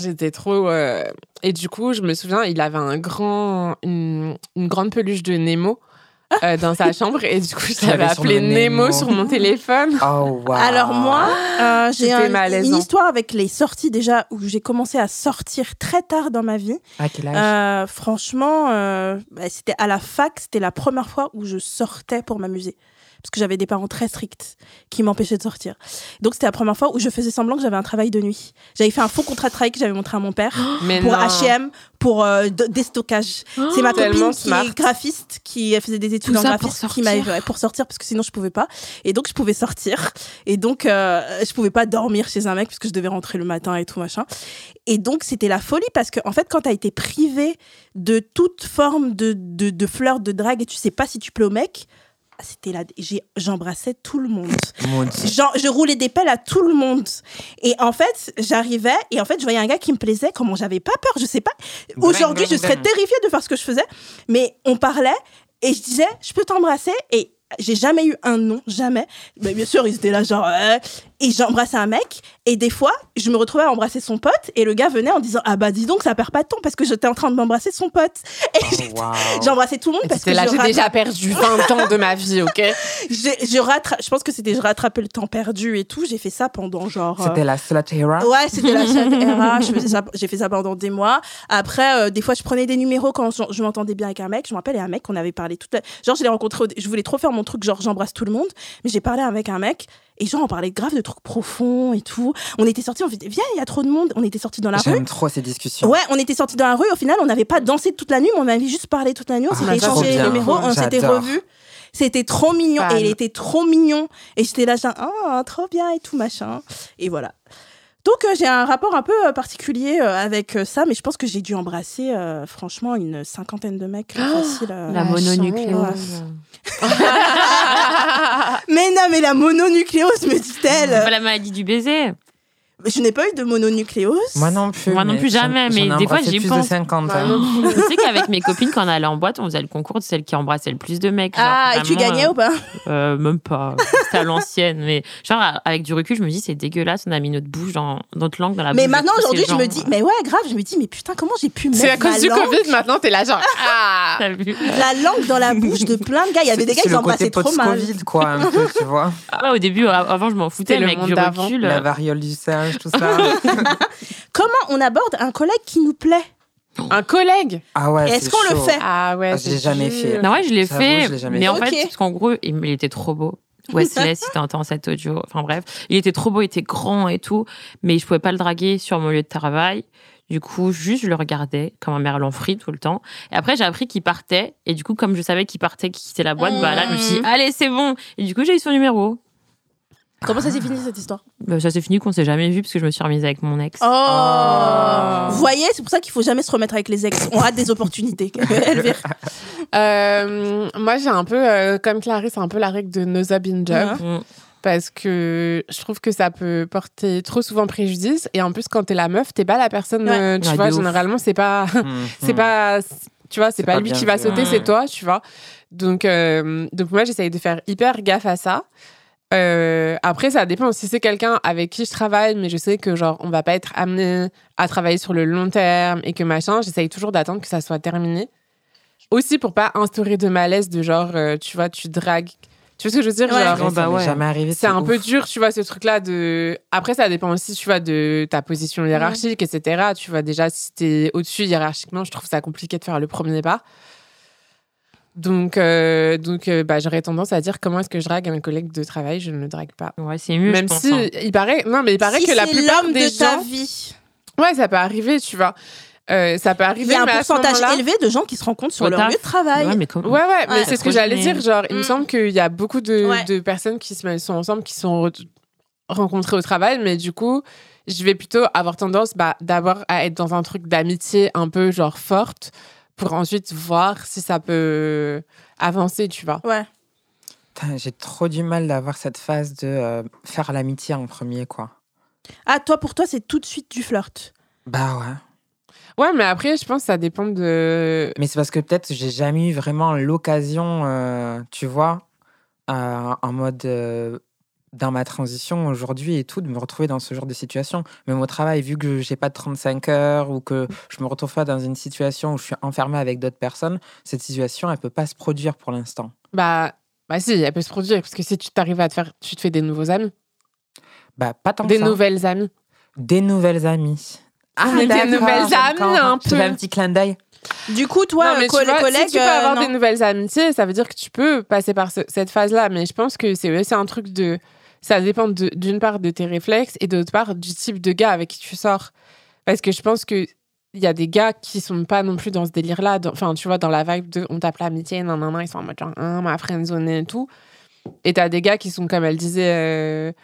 Et du coup, je me souviens, il avait une grande peluche de Nemo dans sa chambre. Et du coup, je l'avais appelé Nemo sur mon téléphone. Oh, wow. Alors moi, j'ai une histoire avec les sorties déjà, où j'ai commencé à sortir très tard dans ma vie. À quel âge? Franchement, c'était à la fac, c'était la première fois où je sortais pour m'amuser. Parce que j'avais des parents très stricts qui m'empêchaient de sortir. Donc, c'était la première fois où je faisais semblant que j'avais un travail de nuit. J'avais fait un faux contrat de travail que j'avais montré à mon père pour H&M, pour déstockage. C'est ma copine qui est graphiste, qui faisait des études en graphisme, qui m'avait pour sortir, parce que sinon, je pouvais pas. Et donc, je pouvais sortir. Et donc, je pouvais pas dormir chez un mec, parce que je devais rentrer le matin et tout, machin. Et donc, c'était la folie, parce que, en fait, quand t'as été privé de toute forme de fleur de drague et tu sais pas si tu plais au mec, j'embrassais tout le monde. Je roulais des pelles à tout le monde. Et en fait, j'arrivais et en fait, je voyais un gars qui me plaisait. Comment j'avais pas peur, je sais pas. Aujourd'hui, je serais terrifiée de faire ce que je faisais. Mais on parlait et je disais, je peux t'embrasser? Et j'ai jamais eu un non, jamais. Mais bien sûr, ils étaient là genre... Et j'embrassais un mec, et des fois, je me retrouvais à embrasser son pote, et le gars venait en disant « Ah bah dis donc, ça perd pas de temps, parce que j'étais en train de m'embrasser son pote. » Et j'embrassais tout le monde, parce que j'ai déjà perdu 20 ans de ma vie, ok. Je pense que c'était je rattrapais le temps perdu et tout, j'ai fait ça pendant genre... C'était la slut era? Ouais, c'était la slut era, j'ai fait ça pendant des mois. Après, des fois, je prenais des numéros quand je m'entendais bien avec un mec. Je me rappelle, il y a un mec qu'on avait parlé genre, je l'ai rencontré, je voulais trop faire mon truc, genre j'embrasse tout le monde, mais j'ai parlé avec un mec, et genre on parlait grave de trucs profonds et tout. On était sortis, on fait viens, il y a trop de monde. On était sortis dans la rue. J'aime trop ces discussions. Ouais, on était sortis dans la rue. Au final, on n'avait pas dansé toute la nuit, mais on avait juste parlé toute la nuit. On s'était échangé les numéros, on s'était revus. C'était trop mignon. Et il était trop mignon. Et j'étais là, genre, trop bien et tout, machin. Et voilà. Donc, j'ai un rapport un peu particulier avec ça, mais je pense que j'ai dû embrasser, franchement, une 50aine de mecs. Facile. La mononucléose. Mais non, mais la mononucléose, me dit-elle. C'est pas la maladie du baiser. Je n'ai pas eu de mononucléose. Moi non plus. Moi non plus, jamais. Mais des fois, j'y pense. De 50, Tu sais qu'avec mes copines, quand on allait en boîte, on faisait le concours de celle qui embrassait le plus de mecs. Genre, et tu gagnais ou pas? Même pas. C'était à l'ancienne. Mais genre, avec du recul, je me dis, c'est dégueulasse. On a mis notre bouche notre langue dans la bouche. Mais maintenant, aujourd'hui, je me dis, mais ouais, grave, je me dis, mais putain, comment j'ai pu mettre c'est à cause du Covid, maintenant, t'es là, genre, T'as vu la langue dans la bouche de plein de gars. Il y avait des gars qui embrassaient trop mal. C'est le côté post-Covid, quoi, un peu, tu vois. Ouais, au début, avant, je m'en foutais, mais avec du recul. La variole du singe, tout ça. Comment on aborde un collègue qui nous plaît? Un collègue? Ah ouais, est-ce qu'on le fait? Ah ouais, je l'ai jamais fait. Non, ouais, je l'ai fait. Mais en fait, parce qu'en gros, il était trop beau. Wesley, si t'entends cet audio. Enfin bref, il était trop beau, il était grand et tout. Mais je pouvais pas le draguer sur mon lieu de travail. Du coup, juste, je le regardais comme un merlan frit tout le temps. Et après, j'ai appris qu'il partait. Et du coup, comme je savais qu'il partait, qu'il quittait la boîte, bah là, je me suis dit, allez, c'est bon. Et du coup, j'ai eu son numéro. Comment ça s'est fini cette histoire? Ça s'est fini qu'on s'est jamais vu parce que je me suis remise avec mon ex. Vous voyez, c'est pour ça qu'il faut jamais se remettre avec les ex. On rate des opportunités. Elvire. Moi, j'ai un peu, comme Clarisse, un peu la règle de no job in job. Parce que je trouve que ça peut porter trop souvent préjudice. Et en plus, quand t'es la meuf, t'es pas la personne, tu vois, généralement, c'est pas, c'est pas, tu vois, c'est pas lui qui va sauter, c'est toi, tu vois. Donc moi, j'essaye de faire hyper gaffe à ça. Après, ça dépend. Si c'est quelqu'un avec qui je travaille, mais je sais que genre on va pas être amené à travailler sur le long terme et que machin, j'essaye toujours d'attendre que ça soit terminé. Aussi pour pas instaurer de malaise de genre, tu vois, tu dragues. Tu vois ce que je veux dire? Genre, ça m'est jamais arrivé. C'est un peu dur, tu vois, ce truc-là de. Après, ça dépend aussi, tu vois, de ta position hiérarchique, etc. Tu vois, déjà, si t'es au-dessus hiérarchiquement, je trouve ça compliqué de faire le premier pas. Donc, j'aurais tendance à dire comment est-ce que je drague un collègue de travail, je ne le drague pas. Ouais, c'est mieux, même je pense, si il paraît si que la plupart des gens. Ta vie. Ouais, ça peut arriver, tu vois. Ça peut arriver. Il y a un pourcentage élevé de gens qui se rencontrent sur leur lieu de travail. Ouais, mais c'est ce que j'allais dire. Genre, il me semble qu'il y a beaucoup de personnes qui sont ensemble, qui sont rencontrées au travail, mais du coup, je vais plutôt avoir tendance d'abord à être dans un truc d'amitié un peu genre forte, pour ensuite voir si ça peut avancer, tu vois. Ouais. J'ai trop du mal d'avoir cette phase de faire l'amitié en premier, quoi. Ah, pour toi, c'est tout de suite du flirt. Bah ouais. Ouais, mais après, je pense que ça dépend de... Mais c'est parce que peut-être j'ai jamais eu vraiment l'occasion, tu vois, en mode... dans ma transition aujourd'hui et tout, de me retrouver dans ce genre de situation. Même au travail, vu que j'ai pas de 35 heures ou que je me retrouve pas dans une situation où je suis enfermée avec d'autres personnes, cette situation, elle peut pas se produire pour l'instant. Bah si, elle peut se produire, parce que si tu t'arrives tu te fais des nouveaux amis. Bah, pas tant que ça. Des nouvelles amies. Des nouvelles amies. Des nouvelles amies, un peu. Tu fais un petit clin d'œil. Du coup, toi, collègue, si tu peux avoir des nouvelles amitiés, ça veut dire que tu peux passer par cette phase-là. Mais je pense que c'est un truc de... Ça dépend d'une part de tes réflexes et d'autre part du type de gars avec qui tu sors. Parce que je pense qu'il y a des gars qui sont pas non plus dans ce délire-là. Enfin, tu vois, dans la vibe de on tape l'amitié, ils sont en mode genre, ma friendzone et tout. Et t'as des gars qui sont, comme elle disait...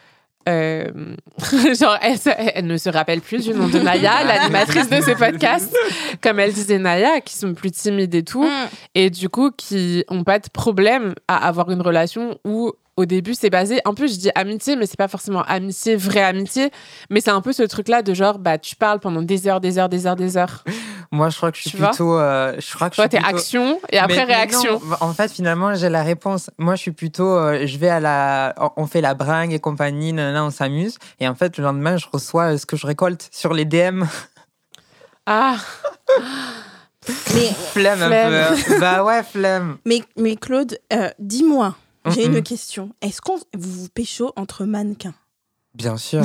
genre, elle ne se rappelle plus du nom de Naya, l'animatrice de ce podcast, comme elle disait Naya, qui sont plus timides et tout, et du coup qui ont pas de problème à avoir une relation où au début c'est basé un peu, je dis amitié, mais c'est pas forcément amitié, vraie amitié, mais c'est un peu ce truc là de genre tu parles pendant des heures. Moi, je crois que je suis Tu vois plutôt. Je crois que Toi, je suis t'es plutôt... action et après Mais réaction. non, en fait, finalement, j'ai la réponse. Moi, je suis plutôt. Je vais à la. On fait la bringue et compagnie, nanana, on s'amuse. Et en fait, le lendemain, je reçois ce que je récolte sur les DM. Ah, Mais, Flemme un peu. Bah ouais, flemme. mais Claude, dis-moi, j'ai Mm-mm. une question. Est-ce qu'on vous pécho entre mannequins? Bien sûr.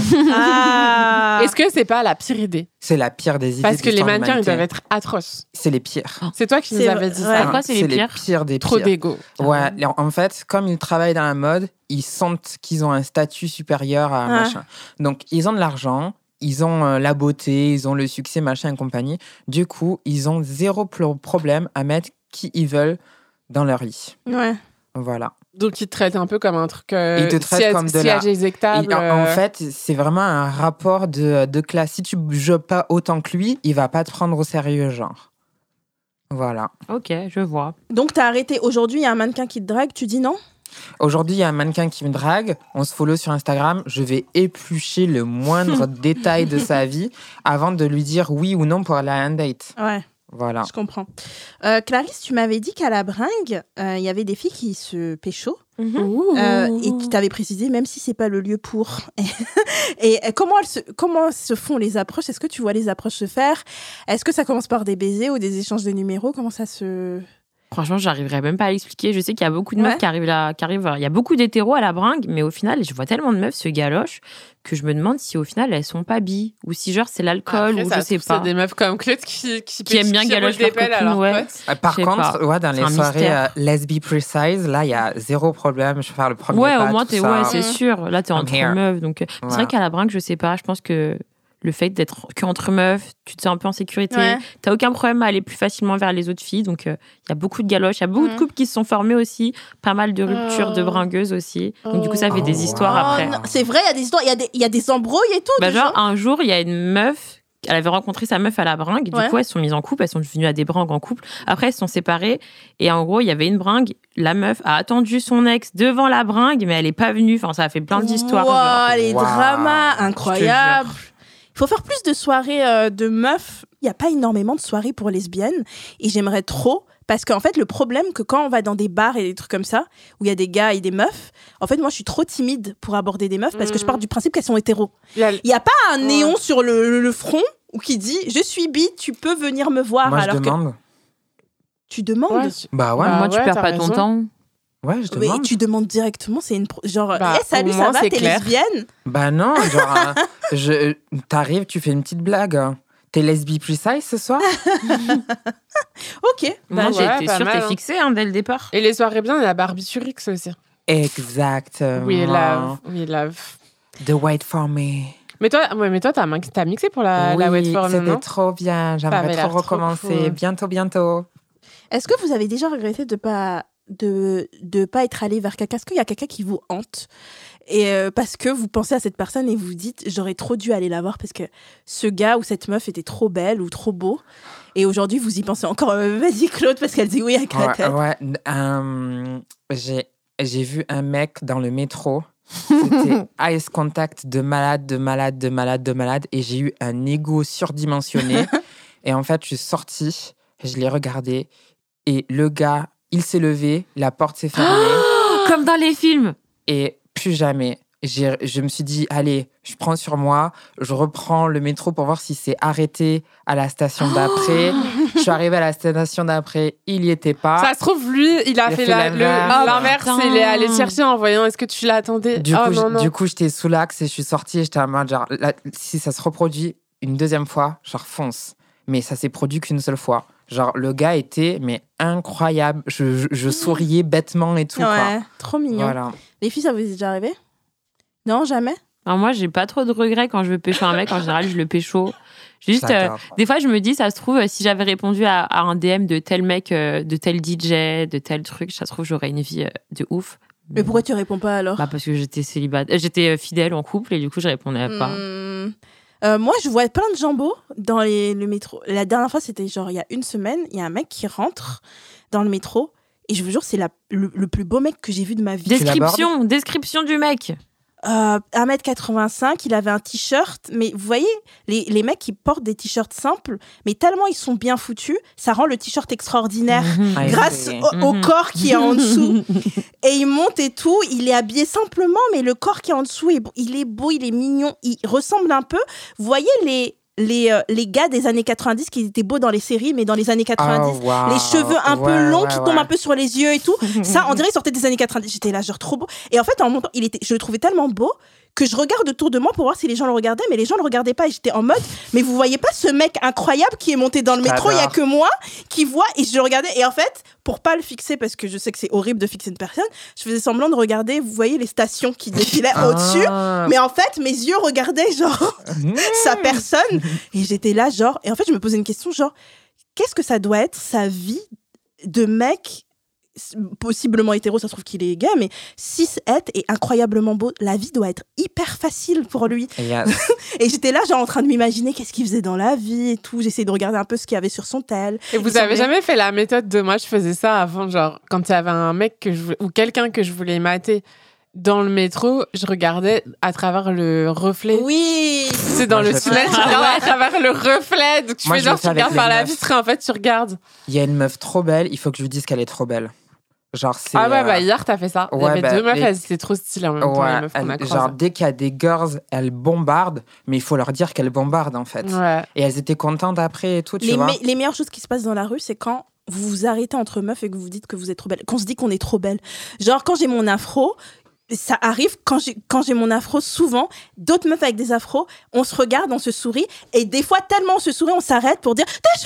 Ah est-ce que c'est pas la pire idée? C'est la pire des idées. Parce que les d'histoire mannequins, ils d'humanité. doivent être atroces. C'est les pires. C'est toi qui nous C'est avais vrai, dit ouais. ça. Pourquoi c'est les pires pires des Trop pires. d'ego. Ouais, en fait, comme ils travaillent dans la mode, ils sentent qu'ils ont un statut supérieur à machin. Donc, ils ont de l'argent, ils ont la beauté, ils ont le succès, machin et compagnie. Du coup, ils ont zéro problème à mettre qui ils veulent dans leur lit. Ouais. Voilà. Donc, ils te traitent un peu comme un truc. Ils te traitent comme de la- siège éjectable. En fait, c'est vraiment un rapport de classe. Si tu joues pas autant que lui, il va pas te prendre au sérieux, genre. Voilà. Ok, je vois. Donc, t'as arrêté. Aujourd'hui, il y a un mannequin qui te drague, tu dis non? Aujourd'hui, il y a un mannequin qui me drague. On se follow sur Instagram. Je vais éplucher le moindre détail de sa vie avant de lui dire oui ou non pour aller à un date. Ouais, Voilà. je comprends. Clarisse, tu m'avais dit qu'à la bringue, il y avait des filles qui se pécho. Ouh. Et tu t'avais précisé, même si c'est pas le lieu pour. Et comment se font les approches? Est-ce que tu vois les approches se faire? Est-ce que ça commence par des baisers ou des échanges de numéros? Comment ça se... Franchement, j'arriverais même pas à l'expliquer. Je sais qu'il y a beaucoup de meufs qui arrivent là, il y a beaucoup d'hétéros à la bringue, mais au final, je vois tellement de meufs se galochent que je me demande si au final elles sont pas bi ou si genre c'est l'alcool Après, ou ça je se sais trouve, pas. C'est des meufs comme Claude qui aiment bien galocher des leurs pelles à copines, leurs ouais. potes. Par Je sais contre, pas. ouais, dans C'est les un soirées mystère. Let's Be Precise, là, il y a zéro problème. Je vais faire le premier Ouais, pas, au moins tout t'es ça. c'est sûr. Là t'es I'm entre here. meufs, donc c'est Voilà. vrai qu'à la bringue, je sais pas. Je pense que le fait d'être que entre meufs, tu te sens un peu en sécurité. Ouais. T'as aucun problème à aller plus facilement vers les autres filles. Donc, il y a beaucoup de galoches. Il y a beaucoup de couples qui se sont formés aussi. Pas mal de ruptures de bringueuses aussi. Donc, du coup, ça fait Oh, des histoires wow. après. non, c'est vrai, il y a des histoires, il y a des embrouilles et tout. Bah, de genre, gens. un jour, il y a une meuf. Elle avait rencontré sa meuf à la bringue. Du Ouais. coup, elles se sont mises en couple. Elles sont devenues à des bringues en couple. Après, elles se sont séparées. Et en gros, il y avait une bringue. La meuf a attendu son ex devant la bringue, mais elle n'est pas venue. Enfin, ça a fait plein d'histoires. Wow, genre. les Wow. dramas, incroyables. Je te Il faut faire plus de soirées de meufs. Il n'y a pas énormément de soirées pour lesbiennes. Et j'aimerais trop. Parce qu'en fait, le problème, que quand on va dans des bars et des trucs comme ça, où il y a des gars et des meufs, en fait, moi, je suis trop timide pour aborder des meufs parce que je pars du principe qu'elles sont hétéros. Il n'y a pas un néon sur le front ou qui dit « Je suis bi, tu peux venir me voir ». Moi, Alors je demande. que tu demandes. Ouais, Bah ouais, Bah, Moi, tu ouais, perds t'as pas ton raison. temps. ouais, je Mais demande. tu demandes directement, c'est une genre Bah, Eh, salut, au ça moins, va, c'est t'es clair. lesbienne? Bah non, genre, t'arrives, tu fais une petite blague. hein. T'es lesbi precise ce soir? Ok. Moi, Bah j'ai ouais, été pas sûre, mal, t'es hein. fixée dès le départ. Et les soirées bien, il y a la barbiturix aussi. Exactement. We love. The wait for me. Mais toi, t'as mixé pour la Wait For Me, c'était non? trop bien. avait J'aimerais l'air trop trop recommencer. cool. Bientôt. Est-ce que vous avez déjà regretté de pas être allé vers quelqu'un? Est-ce qu'il y a quelqu'un qui vous hante? Et parce que vous pensez à cette personne et vous dites j'aurais trop dû aller la voir parce que ce gars ou cette meuf était trop belle ou trop beau. Et aujourd'hui, vous y pensez encore. Vas-y, Claude, parce qu'elle dit oui avec la tête. Ouais. J'ai vu un mec dans le métro. C'était eyes contact de malade. Et j'ai eu un ego surdimensionné. Et en fait, je suis sortie, je l'ai regardé. Et le gars, il s'est levé, la porte s'est fermée. Comme dans les films. Et plus jamais. Je me suis dit, allez, je prends sur moi, je reprends le métro pour voir si c'est arrêté à la station d'après. Je suis arrivée à la station d'après, il y était pas. Ça se trouve, lui, il a fait l'inverse. putain. Il est allé chercher en voyant est-ce que tu l'attendais. Du Oh, coup, non, non. du coup, j'étais sous l'axe et je suis sortie et j'étais en mode, genre, là, si ça se reproduit une deuxième fois, genre, fonce. Mais ça s'est produit qu'une seule fois. Genre, le gars était, mais incroyable. Je souriais bêtement et tout, Ouais, quoi. trop mignon. Voilà. Les filles, ça vous est déjà arrivé? Non, jamais? Alors moi, j'ai pas trop de regrets quand je veux pécho un mec. En général, je le pécho. Juste, J'adore. des fois, je me dis, ça se trouve, si j'avais répondu à un DM de tel mec, de tel DJ, de tel truc, ça se trouve, j'aurais une vie de ouf. Mais pourquoi tu réponds pas alors? Bah, parce que j'étais célibataire, j'étais fidèle en couple et du coup, je répondais pas. Moi, je vois plein de jambos dans le métro. La dernière fois, c'était genre il y a une semaine, il y a un mec qui rentre dans le métro et je vous jure, c'est le plus beau mec que j'ai vu de ma vie. l'abordes Description du mec. 1m85, il avait un t-shirt, mais vous voyez, les mecs qui portent des t-shirts simples, mais tellement ils sont bien foutus, ça rend le t-shirt extraordinaire grâce au corps qui est en dessous. Et il monte et tout, il est habillé simplement, mais le corps qui est en dessous, il est beau, il est mignon, il ressemble un peu. Vous voyez les gars des années 90 qui étaient beaux dans les séries, mais dans les années 90, les cheveux un peu longs qui tombent un peu sur les yeux et tout. Ça, on dirait qu'il sortait des années 90. J'étais là, genre trop beau. Et en fait, en montant, je le trouvais tellement beau que je regarde autour de moi pour voir si les gens le regardaient, mais les gens le regardaient pas. Et j'étais en mode, mais vous voyez pas ce mec incroyable qui est monté dans le métro, il y a que moi qui vois. Et je le regardais. Et en fait, pour pas le fixer, parce que je sais que c'est horrible de fixer une personne, je faisais semblant de regarder, vous voyez les stations qui défilaient au-dessus. Mais en fait, mes yeux regardaient genre sa personne. Et j'étais là, genre, et en fait, je me posais une question, genre, qu'est-ce que ça doit être sa vie de mec possiblement hétéro, ça se trouve qu'il est gay, mais cis het et incroyablement beau, la vie doit être hyper facile pour lui. Et j'étais là, genre, en train de m'imaginer qu'est-ce qu'il faisait dans la vie et tout. J'essayais de regarder un peu ce qu'il y avait sur son tel. Et vous avez jamais fait la méthode de moi, je faisais ça avant, genre, quand il y avait un mec ou quelqu'un que je voulais mater dans le métro, je regardais à travers le reflet. Oui. C'est dans le tunnel, tu regardes à travers le reflet. Donc tu fais genre, tu regardes par la vitre et en fait, tu regardes. Il y a une meuf trop belle, il faut que je vous dise qu'elle est trop belle. Genre, c'est, hier, t'as fait ça. Il y avait deux meufs, elles étaient trop stylées en même temps, les meufs qu'on a croisées. Genre, dès qu'il y a des girls, elles bombardent, mais il faut leur dire qu'elles bombardent, en fait. Ouais. Et elles étaient contentes après et tout, tu vois. Les meilleures choses qui se passent dans la rue, c'est quand vous vous arrêtez entre meufs et que vous vous dites que vous êtes trop belle. Qu'on se dit qu'on est trop belle. Genre, quand j'ai mon afro, ça arrive quand j'ai mon afro, souvent, d'autres meufs avec des afros, on se regarde, on se sourit, et des fois, tellement on se sourit, on s'arrête pour dire « tes cheveux !»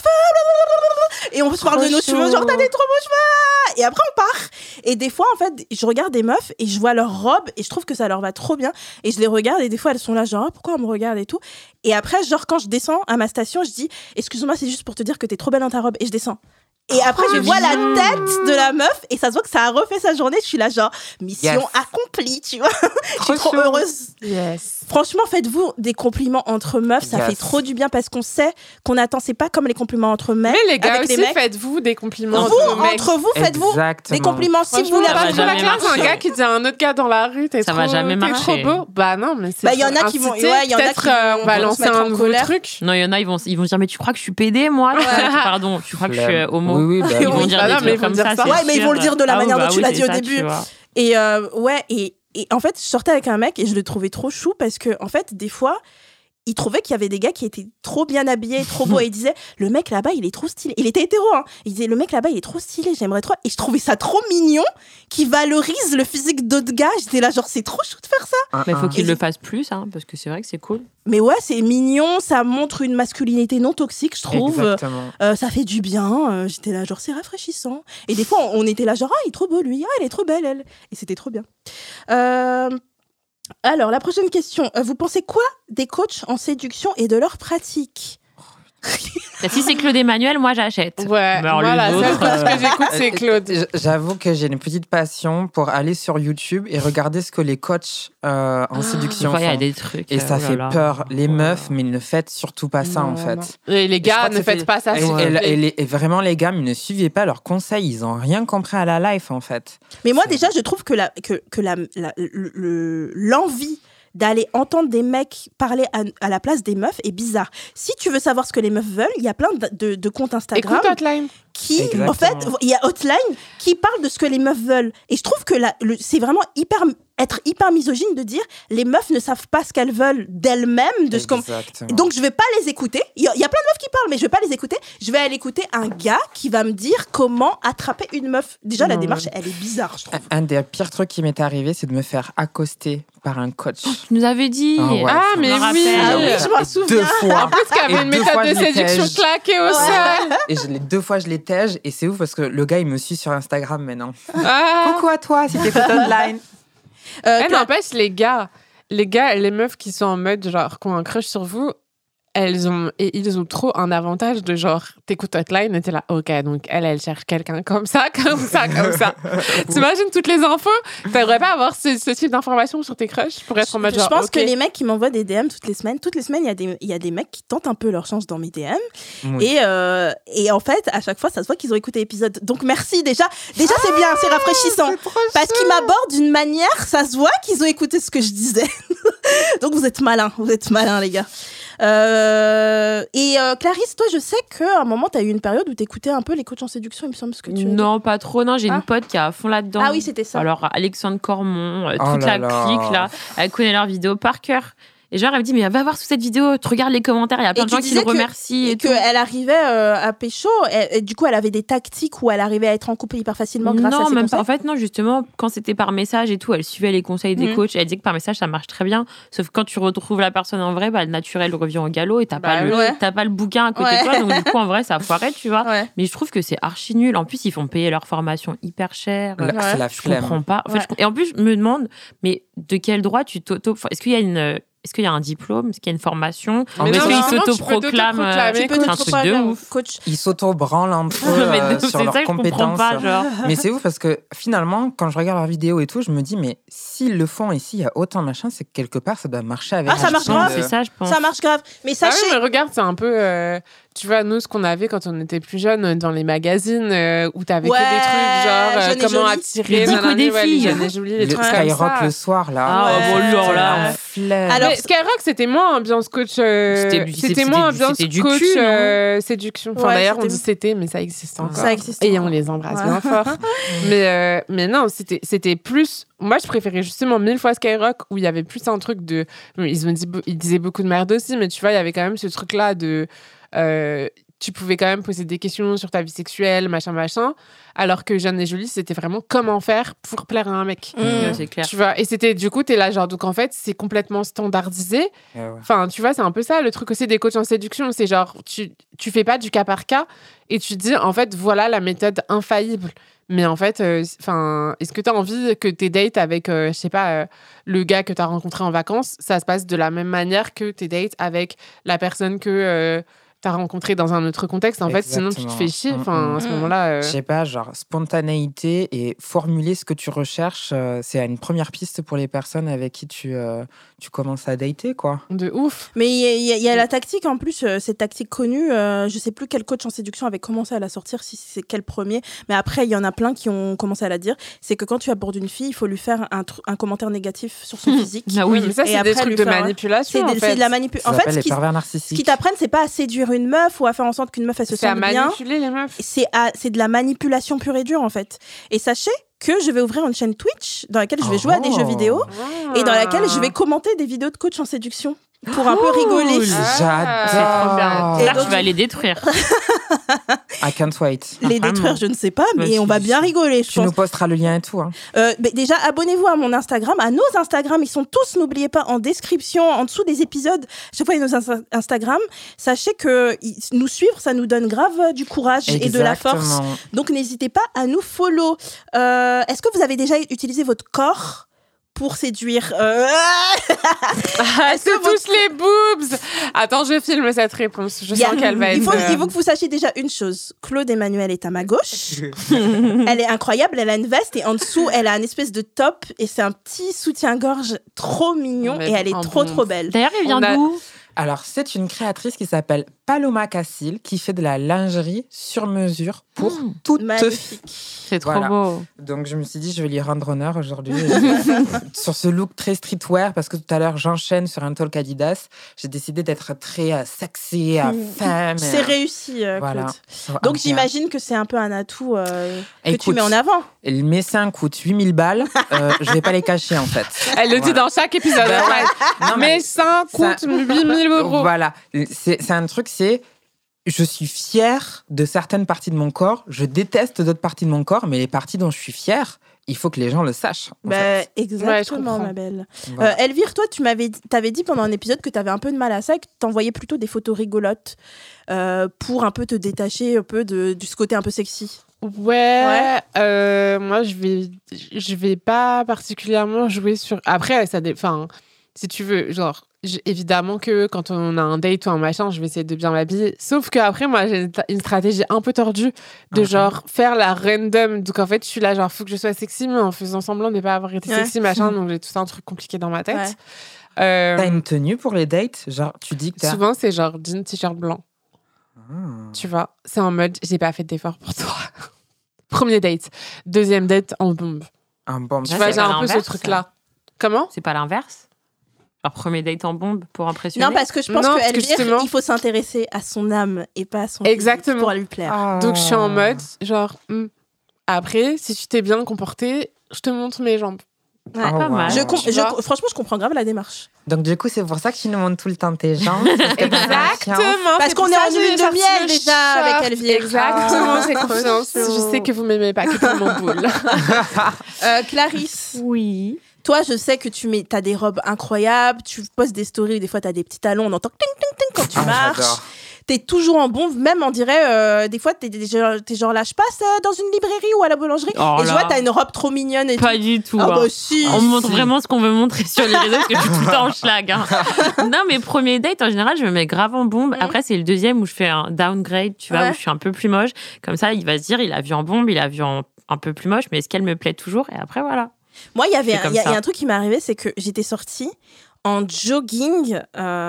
et on se parle de nos cheveux, genre « t'as des trop beaux cheveux !» et après on part. Et des fois, en fait, je regarde des meufs et je vois leurs robes et je trouve que ça leur va trop bien, et je les regarde et des fois elles sont là genre « pourquoi on me regarde ?» et tout. Et après, genre quand je descends à ma station, je dis « excuse-moi, c'est juste pour te dire que t'es trop belle dans ta robe » et je descends. Et après, je vois la tête de la meuf et ça se voit que ça a refait sa journée. Je suis là, genre, mission accomplie, tu vois. Je suis trop heureuse. Yes. Franchement, faites-vous des compliments entre meufs. Ça fait trop du bien parce qu'on sait qu'on attend. C'est pas comme les compliments entre mecs. Mais les gars avec aussi, les mecs. faites-vous des compliments entre vous, faites-vous des compliments. Si vous voulez pas la classe, un gars qui dit à un autre gars dans la rue, t'es trop beau. Bah non, mais c'est. Il y en a qui vont. Peut-être on va lancer un nouveau truc. Non, il y en a, ils vont dire, mais tu crois que je suis pédé, moi? Pardon, tu crois que je suis homo? Oui, ils vont dire des trucs comme ça. Ouais, mais ils vont le dire de la manière dont tu l'as dit au début. Et et en fait, je sortais avec un mec et je le trouvais trop chou parce que, en fait, des fois, il trouvait qu'il y avait des gars qui étaient trop bien habillés, trop beaux. Et il disait, le mec là-bas, il est trop stylé. Il était hétéro, hein. Il disait, le mec là-bas, il est trop stylé, j'aimerais trop. Et je trouvais ça trop mignon qu'il valorise le physique d'autres gars. J'étais là, genre, c'est trop chou de faire ça. Mais il faut qu'il le fasse plus, hein, parce que c'est vrai que c'est cool. Mais ouais, c'est mignon, ça montre une masculinité non toxique, je trouve. Ça fait du bien. J'étais là, genre, c'est rafraîchissant. Et des fois, on était là, genre, ah, il est trop beau, lui. Ah, elle est trop belle, elle. Et c'était trop bien. Alors, la prochaine question. Vous pensez quoi des coachs en séduction et de leur pratique? Si c'est Claude Emmanuel, moi j'achète. Ouais, voilà, la seule chose que j'écoute, c'est Claude. J'avoue que j'ai une petite passion pour aller sur YouTube et regarder ce que les coachs en séduction font. Il y a des trucs. Et ça fait peur. Les meufs, mais ne faites surtout pas ça, en fait. Et les gars, ne faites pas ça. Et vraiment, les gars, ne suivez pas leurs conseils. Ils n'ont rien compris à la life, en fait. Mais moi, déjà, je trouve que l'envie d'aller entendre des mecs parler à la place des meufs est bizarre. Si tu veux savoir ce que les meufs veulent, il y a plein de comptes Instagram. Écoute Hotline. En fait, il y a Hotline qui parle de ce que les meufs veulent. Et je trouve que c'est vraiment être hyper misogyne de dire les meufs ne savent pas ce qu'elles veulent d'elles-mêmes. Donc, je vais pas les écouter. Il y a plein de meufs qui parlent, mais je vais pas les écouter. Je vais aller écouter un gars qui va me dire comment attraper une meuf. Déjà, la démarche, elle est bizarre, je trouve. Un des pires trucs qui m'est arrivé, c'est de me faire accoster par un coach. Tu nous avais dit. Mais oui, je m'en souviens. 2 fois. En plus, qu'il y avait une méthode de séduction claquée au sol. Et 2 fois, je les tège. Et c'est ouf parce que le gars, il me suit sur Instagram maintenant. Coucou à toi, si t'écoutes online. N'empêche, les meufs qui sont en mode, genre, qui ont un crush sur vous, ils ont trop un avantage de genre, t'écoutes Hotline et t'es là, ok, donc elle cherche quelqu'un comme ça. T'imagines toutes les infos? T'aimerais pas avoir ce type d'informations sur tes crushs pour être en mode genre, je pense que les mecs qui m'envoient des DM toutes les semaines, il y a des mecs qui tentent un peu leur chance dans mes DM. Oui. Et en fait, à chaque fois, ça se voit qu'ils ont écouté l'épisode. Donc merci déjà c'est bien, c'est rafraîchissant. Parce qu'ils m'abordent d'une manière, ça se voit qu'ils ont écouté ce que je disais. Donc vous êtes malins, les gars. Clarisse, toi, je sais qu'à un moment, tu as eu une période où tu écoutais un peu les coachs en séduction, il me semble. Non, pas trop. Non, j'ai une pote qui est à fond là-dedans. Ah oui, c'était ça. Alors, Alexandre Cormon, toute la clique, là, elle connaît leurs vidéos par cœur. Et genre, elle me dit, mais va voir sous cette vidéo, tu regardes les commentaires, il y a plein de gens qui le remercient. Et qu'elle arrivait à pécho, et du coup, elle avait des tactiques où elle arrivait à être en couple hyper facilement grâce à ses conseils. En fait, non, justement, quand c'était par message et tout, elle suivait les conseils des coachs. Elle disait que par message, ça marche très bien. Sauf que quand tu retrouves la personne en vrai, le naturel revient au galop et t'as pas le bouquin à côté de toi. Donc, du coup, en vrai, ça foirait, tu vois. Ouais. Mais je trouve que c'est archi nul. En plus, ils font payer leur formation hyper cher. C'est la flemme. Je comprends pas. En fait, et en plus, je me demande, mais de quel droit tu est-ce qu'il y a un diplôme? Est-ce qu'il y a une formation? Est-ce qu'ils s'autoproclament un truc de ouf? Coach. Ils s'auto-branlent un peu sur leurs compétences. Mais c'est ouf parce que finalement, quand je regarde leurs vidéos et tout, je me dis, mais s'ils le font et s'il y a autant de machin, c'est que quelque part, ça doit marcher avec. Ah, ça marche grave. C'est ça, je pense. Ça marche grave. Mais sachez. Mais regarde, c'est un peu. Tu vois, nous, ce qu'on avait quand on était plus jeunes dans les magazines où t'avais que des trucs genre comment attirer les filles. Les trucs Skyrock le soir, là. Ah, bon, là. Alors, Skyrock, c'était moins ambiance coach. C'était moins ambiance coach séduction. Enfin, d'ailleurs, on dit c'était, mais ça existe encore. Ça existe. Et on les embrasse bien fort. Mais non, c'était plus. Moi, je préférais justement 1000 fois Skyrock où il y avait plus un truc de. Ils disaient beaucoup de merde aussi, mais tu vois, il y avait quand même ce truc-là de. Tu pouvais quand même poser des questions sur ta vie sexuelle, machin, alors que Jeanne et Jolie, c'était vraiment comment faire pour plaire à un mec. C'est clair. Tu vois, et c'était, du coup, t'es là, genre, donc en fait, c'est complètement standardisé. Enfin, tu vois, c'est un peu ça, le truc aussi des coachs en séduction, c'est genre, tu fais pas du cas par cas, et tu dis, en fait, voilà la méthode infaillible. Mais en fait, est-ce que tu as envie que tes dates avec, je sais pas, le gars que tu as rencontré en vacances, ça se passe de la même manière que tes dates avec la personne que tu as rencontrée dans un autre contexte? En fait, sinon, tu te fais chier. À ce moment-là... Je sais pas, genre, spontanéité et formuler ce que tu recherches, c'est une première piste pour les personnes avec qui tu commences à dater, quoi. De ouf. Mais il y a la tactique, en plus, cette tactique connue. Je sais plus quel coach en séduction avait commencé à la sortir, si c'est quel premier. Mais après, il y en a plein qui ont commencé à la dire. C'est que quand tu abordes une fille, il faut lui faire un commentaire négatif sur son physique. Ah oui, mais ça, c'est des trucs de manipulation. C'est de la manipulation. En fait, ce qu'ils t'apprennent, c'est pas à séduire une meuf ou à faire en sorte qu'une meuf, elle se sente bien. C'est à manipuler les meufs. C'est de la manipulation pure et dure, en fait. Et sachez que je vais ouvrir une chaîne Twitch dans laquelle je vais jouer à des jeux vidéo et dans laquelle je vais commenter des vidéos de coach en séduction pour un peu rigoler. J'adore. C'est trop bien. Là, tu vas les détruire. I can't wait. Les détruire, je ne sais pas, mais on va bien rigoler. Tu nous posteras le lien et tout. Hein. Déjà, abonnez-vous à mon Instagram, à nos Instagram. Ils sont tous, n'oubliez pas, en description, en dessous des épisodes. Chaque fois, il y a nos Instagram. Sachez que nous suivre, ça nous donne grave du courage et de la force. Donc, n'hésitez pas à nous follow. Est-ce que vous avez déjà utilisé votre corps pour séduire Est-ce que tous les boobs? Attends, je filme cette réponse. Je sens qu'elle va être... Il faut que vous sachiez déjà une chose. Claude Emmanuel est à ma gauche. Elle est incroyable. Elle a une veste et en dessous, elle a un espèce de top et c'est un petit soutien-gorge trop mignon et elle est trop belle. D'ailleurs, il vient d'où? Alors, c'est une créatrice qui s'appelle Paloma Cassil qui fait de la lingerie sur mesure pour toute fille. C'est trop beau. Donc, je me suis dit, je vais lui rendre honneur aujourd'hui sur ce look très streetwear parce que tout à l'heure, j'enchaîne sur un talk Adidas. J'ai décidé d'être très sexy, femme. C'est réussi, voilà. Claude. Donc, j'imagine que c'est un peu un atout que tu mets en avant. Mes seins coûtent 8000 balles. Je vais pas les cacher, en fait. Elle le dit dans chaque épisode. Mes seins coûtent 8000 euros. Voilà. C'est un truc, je suis fière de certaines parties de mon corps. Je déteste d'autres parties de mon corps, mais les parties dont je suis fière, il faut que les gens le sachent. Exactement, ma belle. Voilà. Elvire, toi, t'avais dit pendant un épisode que t'avais un peu de mal à ça et que t'envoyais plutôt des photos rigolotes pour un peu te détacher un peu de ce côté un peu sexy. Ouais. Moi, je vais pas particulièrement jouer sur... Après, ça si tu veux, genre, évidemment que quand on a un date ou un machin, je vais essayer de bien m'habiller. Sauf qu'après, moi, j'ai une stratégie un peu tordue de genre faire la random. Donc en fait, je suis là, genre, faut que je sois sexy, mais en faisant semblant de ne pas avoir été sexy, machin. Donc j'ai tout un truc compliqué dans ma tête. T'as une tenue pour les dates? Genre, tu dis que souvent, c'est genre jean, t-shirt blanc. Tu vois, c'est en mode, j'ai pas fait d'effort pour toi. Premier date. Deuxième date, en bombe. Un bombe. Tu vois, j'ai un peu ce truc-là. Comment? C'est pas l'inverse? Genre premier date en bombe pour impressionner? Non, parce que je pense qu'Elvire, il faut s'intéresser à son âme et pas à son physique pour lui plaire. Donc je suis en mode, genre, après, si tu t'es bien comporté, je te montre mes jambes. Ouais, pas mal. Franchement, je comprends grave la démarche. Donc, du coup, c'est pour ça que tu nous montres tout le temps tes jambes. Exactement. Parce qu'on est en lune de miel déjà avec Elvire. Exactement, j'ai confiance. Je sais que vous m'aimez pas que pour mon boule. Clarisse. Oui. Toi, je sais que t'as des robes incroyables, tu postes des stories, des fois t'as des petits talons, on entend ting ting ting quand tu marches. J'adore. T'es toujours en bombe, même on dirait, des fois t'es genre là, je passe dans une librairie ou à la boulangerie et je vois t'as une robe trop mignonne et pas tout. Du tout. Ah bah si. On montre vraiment ce qu'on veut montrer sur les réseaux parce que je suis tout le temps en schlag. Non, mais premier date, en général, je me mets grave en bombe. Après, c'est le deuxième où je fais un downgrade, tu vois, où je suis un peu plus moche. Comme ça, il va se dire, il a vu en bombe, il a vu en un peu plus moche, mais est-ce qu'elle me plaît toujours? Et après, voilà. Moi, il y a un truc qui m'est arrivé, c'est que j'étais sortie en jogging.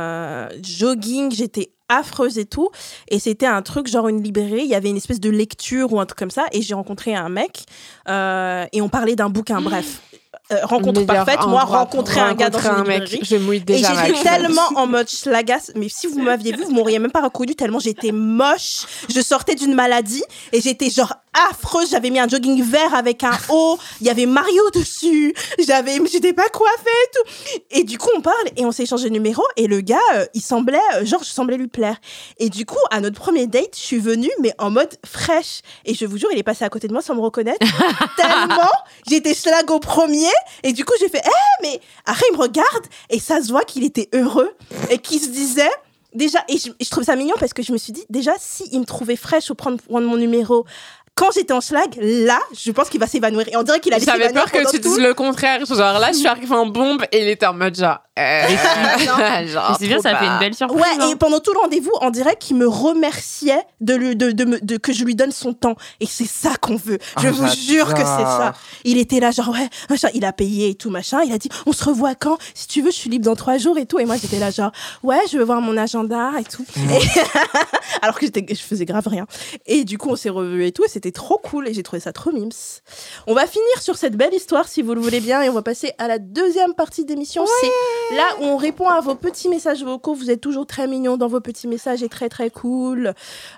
J'étais affreuse et tout. Et c'était un truc, genre une librairie. Il y avait une espèce de lecture ou un truc comme ça. Et j'ai rencontré un mec. Et on parlait d'un bouquin. Bref. Rencontre parfaite, moi rencontrer un gars dans une librairie je mouille déjà et j'étais tellement en mode schlagasse, mais si vous m'aviez vu vous m'auriez même pas reconnu tellement j'étais moche, je sortais d'une maladie et j'étais genre affreuse, j'avais mis un jogging vert avec un haut, il y avait Mario dessus, j'étais pas coiffée et tout, et du coup on parle et on s'est échangé de numéro et le gars il semblait, genre je semblais lui plaire et du coup à notre premier date je suis venue mais en mode fraîche et je vous jure il est passé à côté de moi sans me reconnaître tellement j'étais schlag au premier. Et du coup, j'ai fait mais après, il me regarde et ça se voit qu'il était heureux et qu'il se disait déjà, et je trouve ça mignon parce que je me suis dit, déjà, s'il me trouvait fraîche au prendre mon numéro quand j'étais en schlag, là, je pense qu'il va s'évanouir. Et on dirait qu'il allait s'évanouir. J'avais peur que tu dises le contraire. Genre là, je suis arrivée en bombe et il était en mode genre. genre c'est bien, ça fait une belle surprise. Ouais, et pendant tout le rendez-vous, on dirait qu'il me remerciait que je lui donne son temps. Et c'est ça qu'on veut. Je vous jure que c'est ça. Il était là, genre, ouais, machin, il a payé et tout, machin. Il a dit, on se revoit quand? Si tu veux, je suis libre dans 3 jours et tout. Et moi, j'étais là, genre, ouais, je veux voir mon agenda et tout. Et alors que je faisais grave rien. Et du coup, on s'est revus et tout. Et c'était trop cool et j'ai trouvé ça trop mimes. On va finir sur cette belle histoire si vous le voulez bien et on va passer à la deuxième partie d'émission. Ouais. C'est là où on répond à vos petits messages vocaux. Vous êtes toujours très mignons dans vos petits messages et très très cool.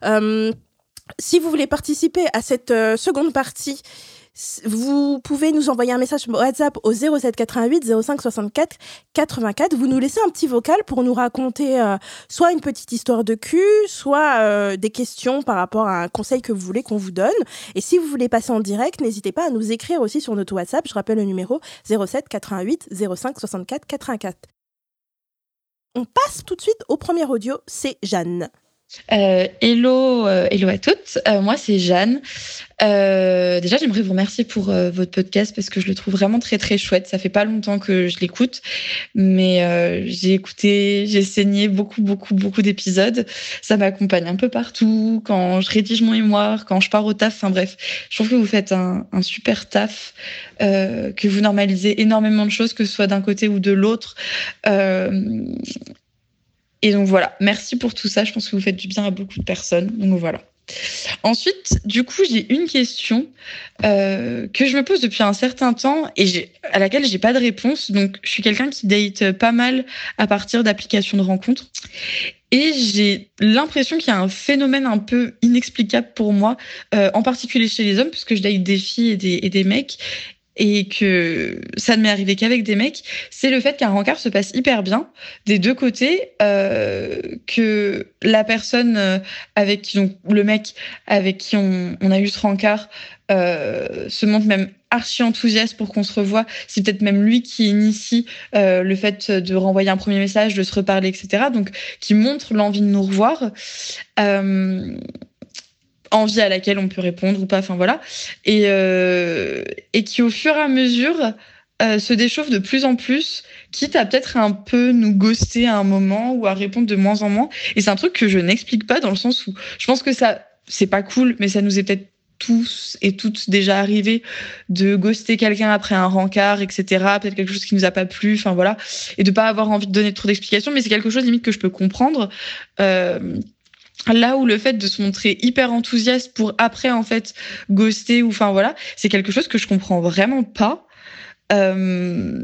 Si vous voulez participer à cette seconde partie, vous pouvez nous envoyer un message WhatsApp au 07 88 05 64 84. Vous nous laissez un petit vocal pour nous raconter soit une petite histoire de cul, soit des questions par rapport à un conseil que vous voulez qu'on vous donne. Et si vous voulez passer en direct, n'hésitez pas à nous écrire aussi sur notre WhatsApp. Je rappelle le numéro 07 88 05 64 84. On passe tout de suite au premier audio, c'est Jeanne. Hello à toutes. Moi, c'est Jeanne. Déjà, j'aimerais vous remercier pour votre podcast parce que je le trouve vraiment très très chouette. Ça fait pas longtemps que je l'écoute, mais j'ai saigné beaucoup d'épisodes. Ça m'accompagne un peu partout quand je rédige mon mémoire, quand je pars au taf. Enfin bref, je trouve que vous faites un super taf, que vous normalisez énormément de choses, que ce soit d'un côté ou de l'autre. Et donc voilà, merci pour tout ça. Je pense que vous faites du bien à beaucoup de personnes. Donc voilà. Ensuite, du coup, j'ai une question que je me pose depuis un certain temps et à laquelle j'ai pas de réponse. Donc, je suis quelqu'un qui date pas mal à partir d'applications de rencontres. Et j'ai l'impression qu'il y a un phénomène un peu inexplicable pour moi, en particulier chez les hommes, puisque je date des filles et des mecs. Et que ça ne m'est arrivé qu'avec des mecs, c'est le fait qu'un rencard se passe hyper bien des deux côtés, que la personne avec qui, donc le mec avec qui on a eu ce rencard se montre même archi enthousiaste pour qu'on se revoie. C'est peut-être même lui qui initie le fait de renvoyer un premier message, de se reparler, etc. Donc qui montre l'envie de nous revoir. Envie à laquelle on peut répondre ou pas, enfin voilà, et qui au fur et à mesure se déchauffe de plus en plus, quitte à peut-être un peu nous ghoster à un moment ou à répondre de moins en moins. Et c'est un truc que je n'explique pas, dans le sens où je pense que ça, c'est pas cool, mais ça nous est peut-être tous et toutes déjà arrivé de ghoster quelqu'un après un rencard, etc. Peut-être quelque chose qui nous a pas plu, enfin voilà, et de pas avoir envie de donner trop d'explications, mais c'est quelque chose limite que je peux comprendre. Là où le fait de se montrer hyper enthousiaste pour après en fait ghoster ou enfin voilà, c'est quelque chose que je comprends vraiment pas. Ça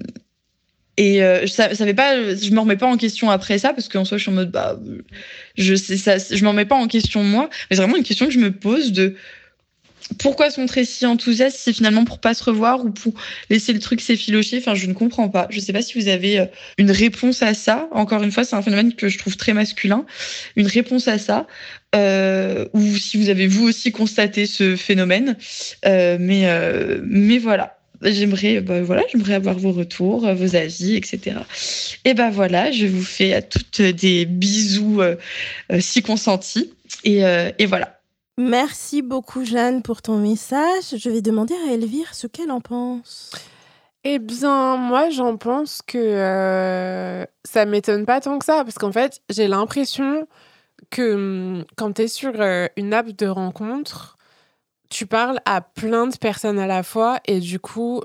fait pas, je me remets pas en question après ça parce qu'en soi je suis en mode je sais ça, je me remets pas en question moi, mais c'est vraiment une question que je me pose de pourquoi se montrer si enthousiaste si finalement pour pas se revoir ou pour laisser le truc s'effilocher. Enfin, je ne comprends pas. Je sais pas si vous avez une réponse à ça. Encore une fois, c'est un phénomène que je trouve très masculin. Une réponse à ça. Ou si vous avez vous aussi constaté ce phénomène. Mais voilà. J'aimerais avoir vos retours, vos avis, etc. Et voilà, je vous fais à toutes des bisous si consentis. Et voilà. Merci beaucoup, Jeanne, pour ton message. Je vais demander à Elvire ce qu'elle en pense. Eh bien, moi, j'en pense que ça m'étonne pas tant que ça, parce qu'en fait, j'ai l'impression que quand tu es sur une app de rencontre, tu parles à plein de personnes à la fois, et du coup,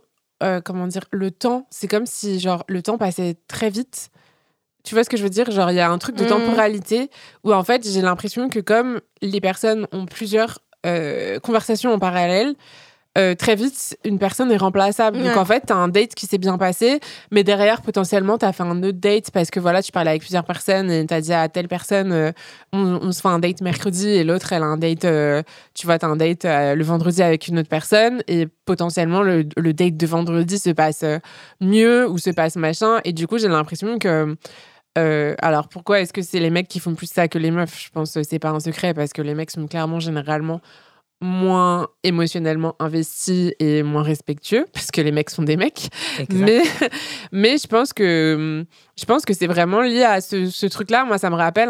le temps, c'est comme si genre le temps passait très vite. Tu vois ce que je veux dire ? Genre, il y a un truc de temporalité où, en fait, j'ai l'impression que comme les personnes ont plusieurs conversations en parallèle, très vite, une personne est remplaçable. Ouais. Donc, en fait, t'as un date qui s'est bien passé, mais derrière, potentiellement, t'as fait un autre date parce que, voilà, tu parles avec plusieurs personnes et t'as dit à telle personne, on se fait un date mercredi et l'autre, elle a un date, tu vois, t'as un date le vendredi avec une autre personne et potentiellement, le date de vendredi se passe mieux ou se passe machin. Et du coup, j'ai l'impression que alors pourquoi est-ce que c'est les mecs qui font plus ça que les meufs ? Je pense que c'est pas un secret parce que les mecs sont clairement généralement moins émotionnellement investis et moins respectueux parce que les mecs sont des mecs. Mais je pense que c'est vraiment lié à ce truc-là. Moi, ça me rappelle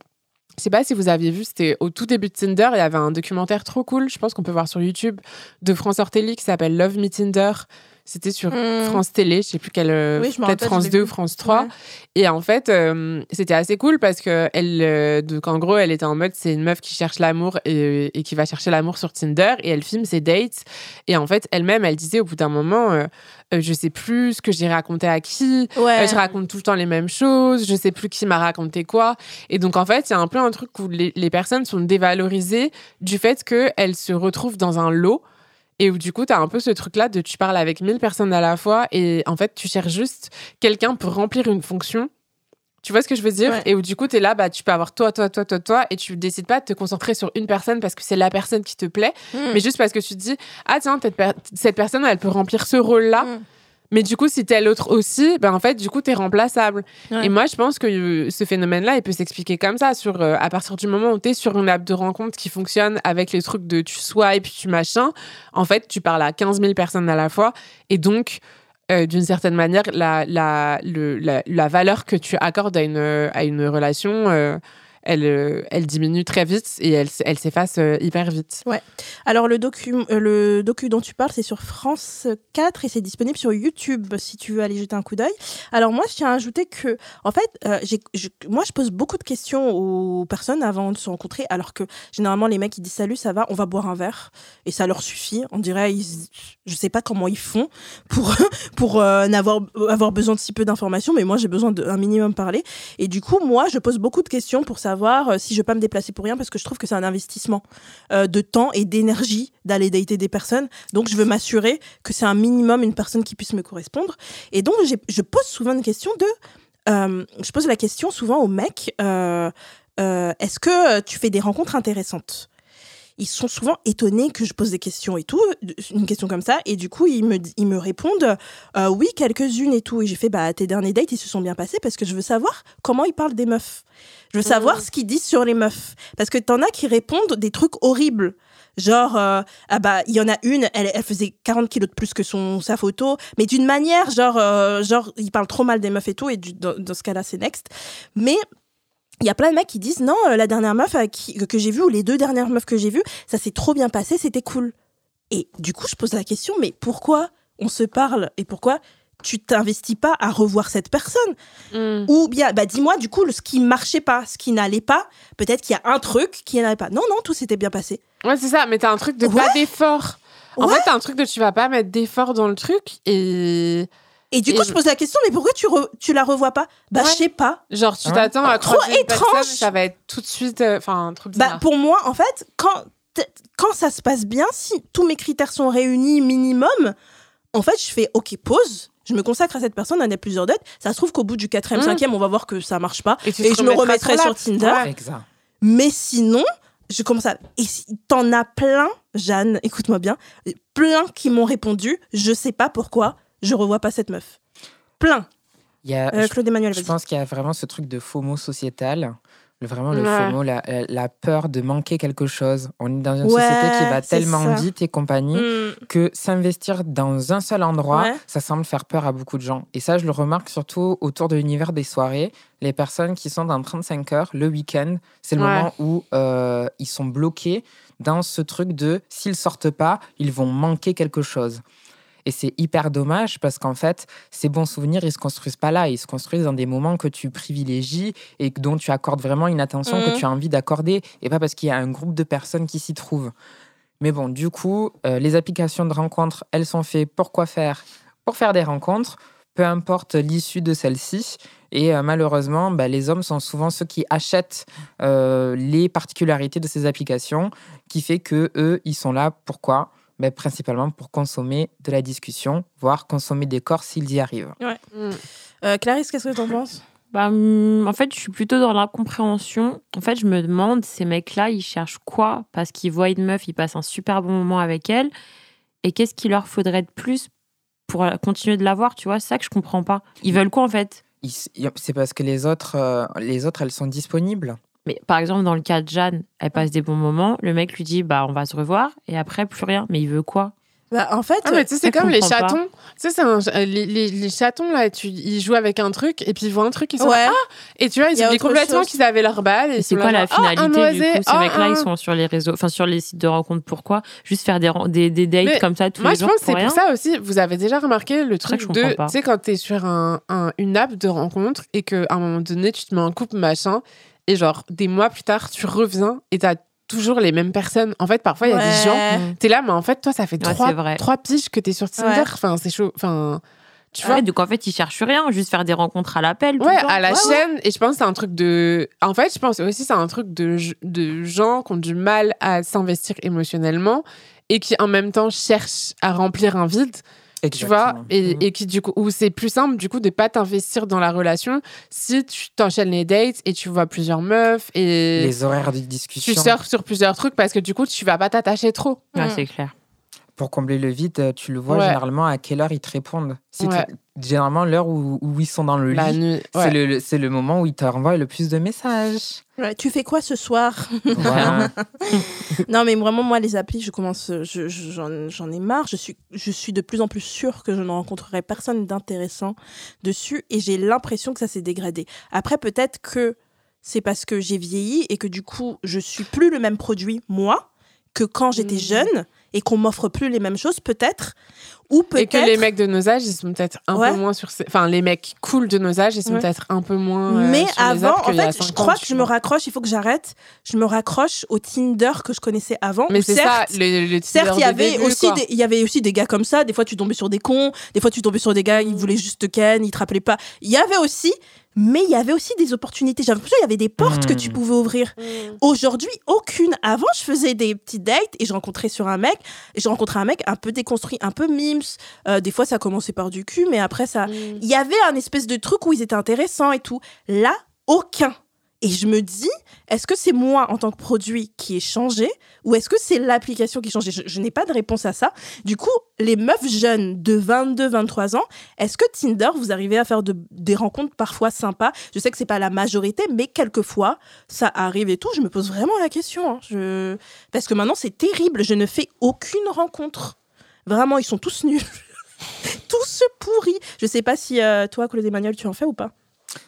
je sais pas si vous aviez vu, c'était au tout début de Tinder, il y avait un documentaire trop cool, je pense qu'on peut voir sur YouTube, de France Ortelli qui s'appelle Love Me Tinder. C'était sur France Télé, je sais plus quelle, peut-être France 2 ou France 3. Ouais. Et en fait, c'était assez cool parce que donc en gros, elle était en mode, c'est une meuf qui cherche l'amour et qui va chercher l'amour sur Tinder et elle filme ses dates. Et en fait, elle-même, elle disait au bout d'un moment, je sais plus ce que j'ai raconté à qui, je raconte tout le temps les mêmes choses, je sais plus qui m'a raconté quoi. Et donc en fait, il y a un peu un truc où les personnes sont dévalorisées du fait qu'elles se retrouvent dans un lot. Et où du coup, t'as un peu ce truc-là de tu parles avec 1000 personnes à la fois et en fait, tu cherches juste quelqu'un pour remplir une fonction. Tu vois ce que je veux dire ? Ouais. Et où du coup, t'es là, tu peux avoir toi et tu décides pas de te concentrer sur une personne parce que c'est la personne qui te plaît, mais juste parce que tu te dis, ah tiens, cette personne, elle peut remplir ce rôle-là. Mais du coup, si t'es l'autre aussi, en fait, du coup, t'es remplaçable. Ouais. Et moi, je pense que ce phénomène-là, il peut s'expliquer comme ça, à partir du moment où t'es sur une app de rencontre qui fonctionne avec les trucs de tu swipe, tu machin, en fait, tu parles à 15 000 personnes à la fois. Et donc, d'une certaine manière, la valeur que tu accordes à une relation... Elle diminue très vite et elle s'efface hyper vite. Ouais. Alors, le docu dont tu parles, c'est sur France 4 et c'est disponible sur YouTube si tu veux aller jeter un coup d'œil. Alors, moi, je tiens à ajouter que, en fait, moi, je pose beaucoup de questions aux personnes avant de se rencontrer, alors que généralement, les mecs, ils disent salut, ça va, on va boire un verre et ça leur suffit. On dirait, je sais pas comment ils font pour avoir besoin de si peu d'informations, mais moi, j'ai besoin d'un minimum parler. Et du coup, moi, je pose beaucoup de questions pour savoir si je vais pas me déplacer pour rien parce que je trouve que c'est un investissement de temps et d'énergie d'aller dater des personnes. Donc, je veux m'assurer que c'est un minimum une personne qui puisse me correspondre. Et donc, je pose souvent une question je pose la question souvent aux mecs, est-ce que tu fais des rencontres intéressantes ? Ils sont souvent étonnés que je pose des questions et tout, une question comme ça, et du coup, ils me répondent oui, quelques-unes et tout. Et j'ai fait, tes derniers dates, ils se sont bien passés parce que je veux savoir comment ils parlent des meufs. Je veux savoir ce qu'ils disent sur les meufs. Parce que t'en as qui répondent des trucs horribles. Genre, il y en a une, elle faisait 40 kilos de plus que sa photo, mais d'une manière, genre, ils parlent trop mal des meufs et tout, et dans ce cas-là, c'est next. Mais il y a plein de mecs qui disent non, la dernière meuf que j'ai vue ou les 2 dernières meufs que j'ai vues, ça s'est trop bien passé, c'était cool. Et du coup, je pose la question, mais pourquoi on se parle et pourquoi tu t'investis pas à revoir cette personne. Ou bien, dis-moi, du coup, ce qui marchait pas, ce qui n'allait pas, peut-être qu'il y a un truc qui n'allait pas. Non, tout s'était bien passé. Ouais, c'est ça, mais t'as un truc de pas d'effort. En fait, t'as un truc de tu vas pas mettre d'effort dans le truc et du coup, je pose la question, mais pourquoi tu la revois pas ? Je sais pas. Genre, tu t'attends à croiser une personne, ça va être tout de suite trop bizarre. Pour moi, en fait, quand ça se passe bien, si tous mes critères sont réunis minimum, en fait, je fais OK, pause. Je me consacre à cette personne, elle a plusieurs dates. Ça se trouve qu'au bout du 4e, 5e, on va voir que ça marche pas. Et je me remettrai sur Tinder. Ouais, exact. Mais sinon, je commence à... Et t'en as plein, Jeanne, écoute-moi bien, plein qui m'ont répondu, je sais pas pourquoi je revois pas cette meuf. Plein. Claude Emmanuel, je pense qu'il y a vraiment ce truc de FOMO sociétal. Vraiment, le FOMO, la peur de manquer quelque chose. On est dans une société qui va tellement vite et compagnie que s'investir dans un seul endroit, ça semble faire peur à beaucoup de gens. Et ça, je le remarque surtout autour de l'univers des soirées. Les personnes qui sont dans 35 heures, le week-end, c'est le moment où ils sont bloqués dans ce truc de s'ils sortent pas, ils vont manquer quelque chose. Et c'est hyper dommage parce qu'en fait, ces bons souvenirs, ils ne se construisent pas là. Ils se construisent dans des moments que tu privilégies et dont tu accordes vraiment une attention que tu as envie d'accorder et pas parce qu'il y a un groupe de personnes qui s'y trouvent. Mais bon, du coup, les applications de rencontres, elles sont faites pour quoi faire ? Pour faire des rencontres, peu importe l'issue de celles-ci. Et malheureusement, les hommes sont souvent ceux qui achètent les particularités de ces applications, qui fait qu'eux, ils sont là. Pourquoi ? Principalement pour consommer de la discussion, voire consommer des corps s'ils y arrivent. Ouais. Clarisse, qu'est-ce que tu en penses ? En fait, je suis plutôt dans l'incompréhension. En fait, je me demande, ces mecs-là, ils cherchent quoi ? Parce qu'ils voient une meuf, ils passent un super bon moment avec elle. Et qu'est-ce qu'il leur faudrait de plus pour continuer de la voir, tu vois ? C'est ça que je comprends pas. Ils veulent quoi, en fait ? C'est parce que les autres, elles sont disponibles. Mais par exemple, dans le cas de Jeanne, elle passe des bons moments. Le mec lui dit, on va se revoir. Et après, plus rien. Mais il veut quoi ? En fait, mais tu sais, c'est comme les chatons. Tu sais, les chatons, là, ils jouent avec un truc et puis ils voient un truc, ils sont et tu vois, ils oublient complètement qu'ils avaient leur balle. Et c'est quoi la finalité, du coup ? Ces mecs-là, ils sont sur les réseaux, enfin, sur les sites de rencontres. Pourquoi ? Juste faire des dates comme ça tous les jours. Moi, je pense que c'est pour ça aussi. Vous avez déjà remarqué le truc de, tu sais, quand t'es sur une app de rencontre et qu'à un moment donné, tu te mets en couple, machin, et genre, des mois plus tard, tu reviens et t'as toujours les mêmes personnes. En fait, parfois, il y a des gens, t'es là, mais en fait, toi, ça fait 3 piges que t'es sur Tinder. Enfin, c'est chaud. Enfin, tu vois. Donc, en fait, ils cherchent rien, juste faire des rencontres à l'appel. À la chaîne. Et je pense que c'est un truc de... En fait, je pense aussi c'est un truc de gens qui ont du mal à s'investir émotionnellement et qui, en même temps, cherchent à remplir un vide. Tu vois, et qui du coup, où c'est plus simple du coup de pas t'investir dans la relation si tu t'enchaînes les dates et tu vois plusieurs meufs et les horaires de discussion. Tu surfes sur plusieurs trucs parce que du coup tu vas pas t'attacher trop. C'est clair. Pour combler le vide, tu le vois généralement à quelle heure ils te répondent. Généralement, l'heure où ils sont dans le lit, c'est le moment où ils te renvoient le plus de messages. Tu fais quoi ce soir ? Non, mais vraiment, moi, les applis, j'en ai marre. Je suis de plus en plus sûre que je ne rencontrerai personne d'intéressant dessus et j'ai l'impression que ça s'est dégradé. Après, peut-être que c'est parce que j'ai vieilli et que du coup, je suis plus le même produit, moi, que quand j'étais jeune et qu'on m'offre plus les mêmes choses, peut-être. Ou peut-être... Et que les mecs de nos âges, ils sont peut-être un peu moins sur... Enfin, les mecs cool de nos âges, ils sont peut-être un peu moins mais sur avant, les apps en fait, je crois que je me raccroche, il faut que j'arrête, je me raccroche au Tinder que je connaissais avant. Mais c'est certes, ça, le Tinder certes, il y avait aussi des gars comme ça, des fois tu tombais sur des cons, des fois tu tombais sur des gars, ils voulaient juste te ken, ils te rappelaient pas. Il y avait aussi... Mais il y avait aussi des opportunités. J'avais l'impression qu'il y avait des portes que tu pouvais ouvrir. Aujourd'hui, aucune. Avant, je faisais des petites dates et je rencontrais un mec un peu déconstruit, un peu mimes. Des fois, ça commençait par du cul, mais après, il y avait un espèce de truc où ils étaient intéressants et tout. Là, aucun. Et je me dis, est-ce que c'est moi en tant que produit qui ai changé ou est-ce que c'est l'application qui a changé ? Je n'ai pas de réponse à ça. Du coup, les meufs jeunes de 22, 23 ans, est-ce que Tinder, vous arrivez à faire des rencontres parfois sympas ? Je sais que c'est pas la majorité, mais quelquefois, ça arrive et tout. Je me pose vraiment la question. Parce que maintenant, c'est terrible. Je ne fais aucune rencontre. Vraiment, ils sont tous nuls. Tous pourris. Je sais pas si toi, Claude Emmanuel, tu en fais ou pas ?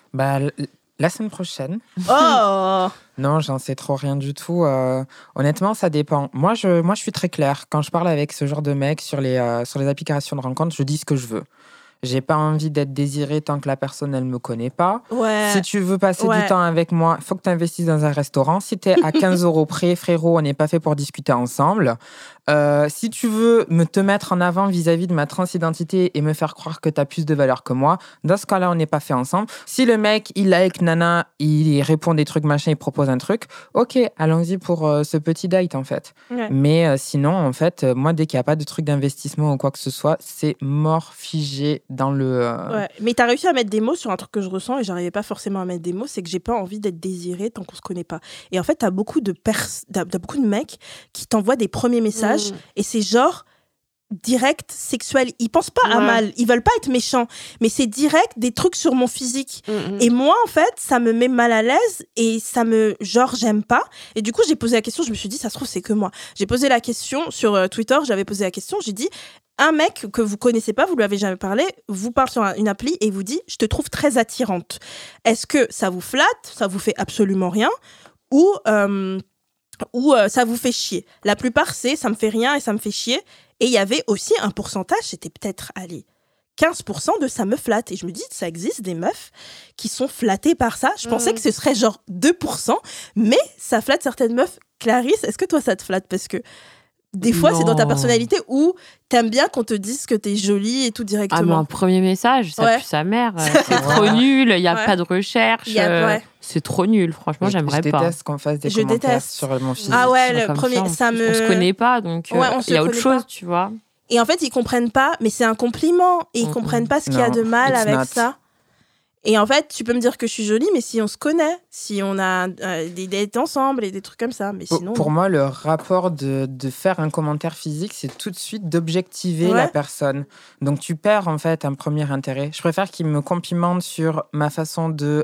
La semaine prochaine. Oh. Non, j'en sais trop rien du tout. Honnêtement, ça dépend. Moi, je suis très claire. Quand je parle avec ce genre de mecs sur les applications de rencontres, je dis ce que je veux. J'ai pas envie d'être désirée tant que la personne, elle me connaît pas. Ouais. Si tu veux passer du temps avec moi, il faut que tu investisses dans un restaurant. Si tu es à 15 € près, frérot, on n'est pas fait pour discuter ensemble. Si tu veux te mettre en avant vis-à-vis de ma transidentité et me faire croire que tu as plus de valeur que moi, dans ce cas-là, on n'est pas fait ensemble. Si le mec, il like nana, il répond des trucs, machin, il propose un truc, ok, allons-y pour ce petit date, en fait. Ouais. Mais sinon, en fait, moi, dès qu'il n'y a pas de truc d'investissement ou quoi que ce soit, c'est mort figé dans le... Ouais. Mais tu as réussi à mettre des mots sur un truc que je ressens et j'arrivais pas forcément à mettre des mots, c'est que j'ai pas envie d'être désirée tant qu'on se connaît pas. Et en fait, t'as beaucoup de mecs qui t'envoient des premiers messages et c'est genre direct, sexuel. Ils pensent pas à mal, ils veulent pas être méchants, mais c'est direct des trucs sur mon physique. Et moi, en fait, ça me met mal à l'aise et j'aime pas. Et du coup, j'ai posé la question, je me suis dit, ça se trouve, c'est que moi. J'ai posé la question sur Twitter, j'avais posé la question, j'ai dit, un mec que vous connaissez pas, vous lui avez jamais parlé, vous parle sur une appli et vous dit « Je te trouve très attirante ». Est-ce que ça vous flatte, ça vous fait absolument rien ou ça vous fait chier? La plupart, c'est « ça me fait rien et ça me fait chier ». Et il y avait aussi un pourcentage, c'était peut-être, 15% de « ça me flatte ». Et je me dis, ça existe des meufs qui sont flattées par ça. Je pensais que ce serait genre 2%, mais ça flatte certaines meufs. Clarisse, est-ce que toi, ça te flatte? Parce que des fois, c'est dans ta personnalité où t'aimes bien qu'on te dise que t'es jolie et tout directement. Ah, mais un premier message, ça pue sa mère. C'est trop nul, il n'y a pas de recherche. C'est trop nul, franchement, j'aimerais pas. Je déteste qu'on fasse des commentaires sur mon physique. Ah ouais, le premier, ça me... On se connaît pas, donc il y a autre chose, tu vois. Et en fait, ils comprennent pas, mais c'est un compliment. Et ils comprennent pas ce qu'il y a de mal avec ça. Et en fait, tu peux me dire que je suis jolie, mais si on se connaît, si on a des dates ensemble et des trucs comme ça. Mais sinon, pour moi, le rapport de faire un commentaire physique, c'est tout de suite d'objectiver la personne. Donc, tu perds en fait un premier intérêt. Je préfère qu'il me complimente sur ma façon de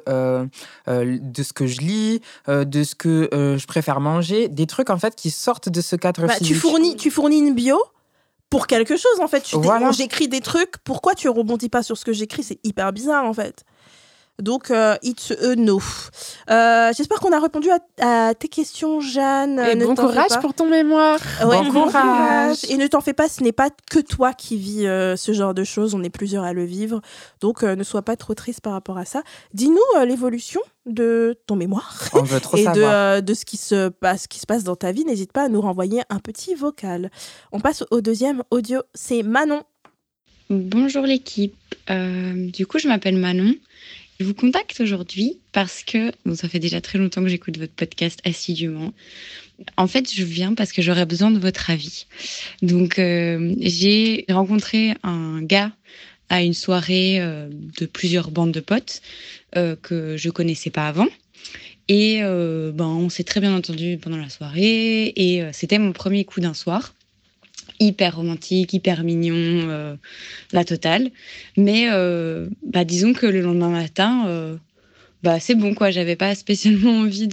ce que je lis, de ce que je préfère manger, des trucs en fait qui sortent de ce cadre physique. Tu fournis une bio pour quelque chose en fait. J'écris des trucs. Pourquoi tu rebondis pas sur ce que j'écris? C'est hyper bizarre en fait. Donc, it's a no. J'espère qu'on a répondu à tes questions, Jeanne. Et bon courage pour ton mémoire. Ouais, bon courage. Et ne t'en fais pas, ce n'est pas que toi qui vis ce genre de choses. On est plusieurs à le vivre. Donc, ne sois pas trop triste par rapport à ça. Dis-nous l'évolution de ton mémoire. On veut trop savoir. De ce qui se passe dans ta vie. N'hésite pas à nous renvoyer un petit vocal. On passe au deuxième audio. C'est Manon. Bonjour l'équipe. Du coup, je m'appelle Manon. Je vous contacte aujourd'hui parce que ça fait déjà très longtemps que j'écoute votre podcast assidûment. En fait, je viens parce que j'aurais besoin de votre avis. Donc, j'ai rencontré un gars à une soirée de plusieurs bandes de potes que je connaissais pas avant. Et on s'est très bien entendu pendant la soirée. Et c'était mon premier coup d'un soir. Hyper romantique, hyper mignon, la totale. Mais disons que le lendemain matin, c'est bon, quoi. J'avais pas spécialement envie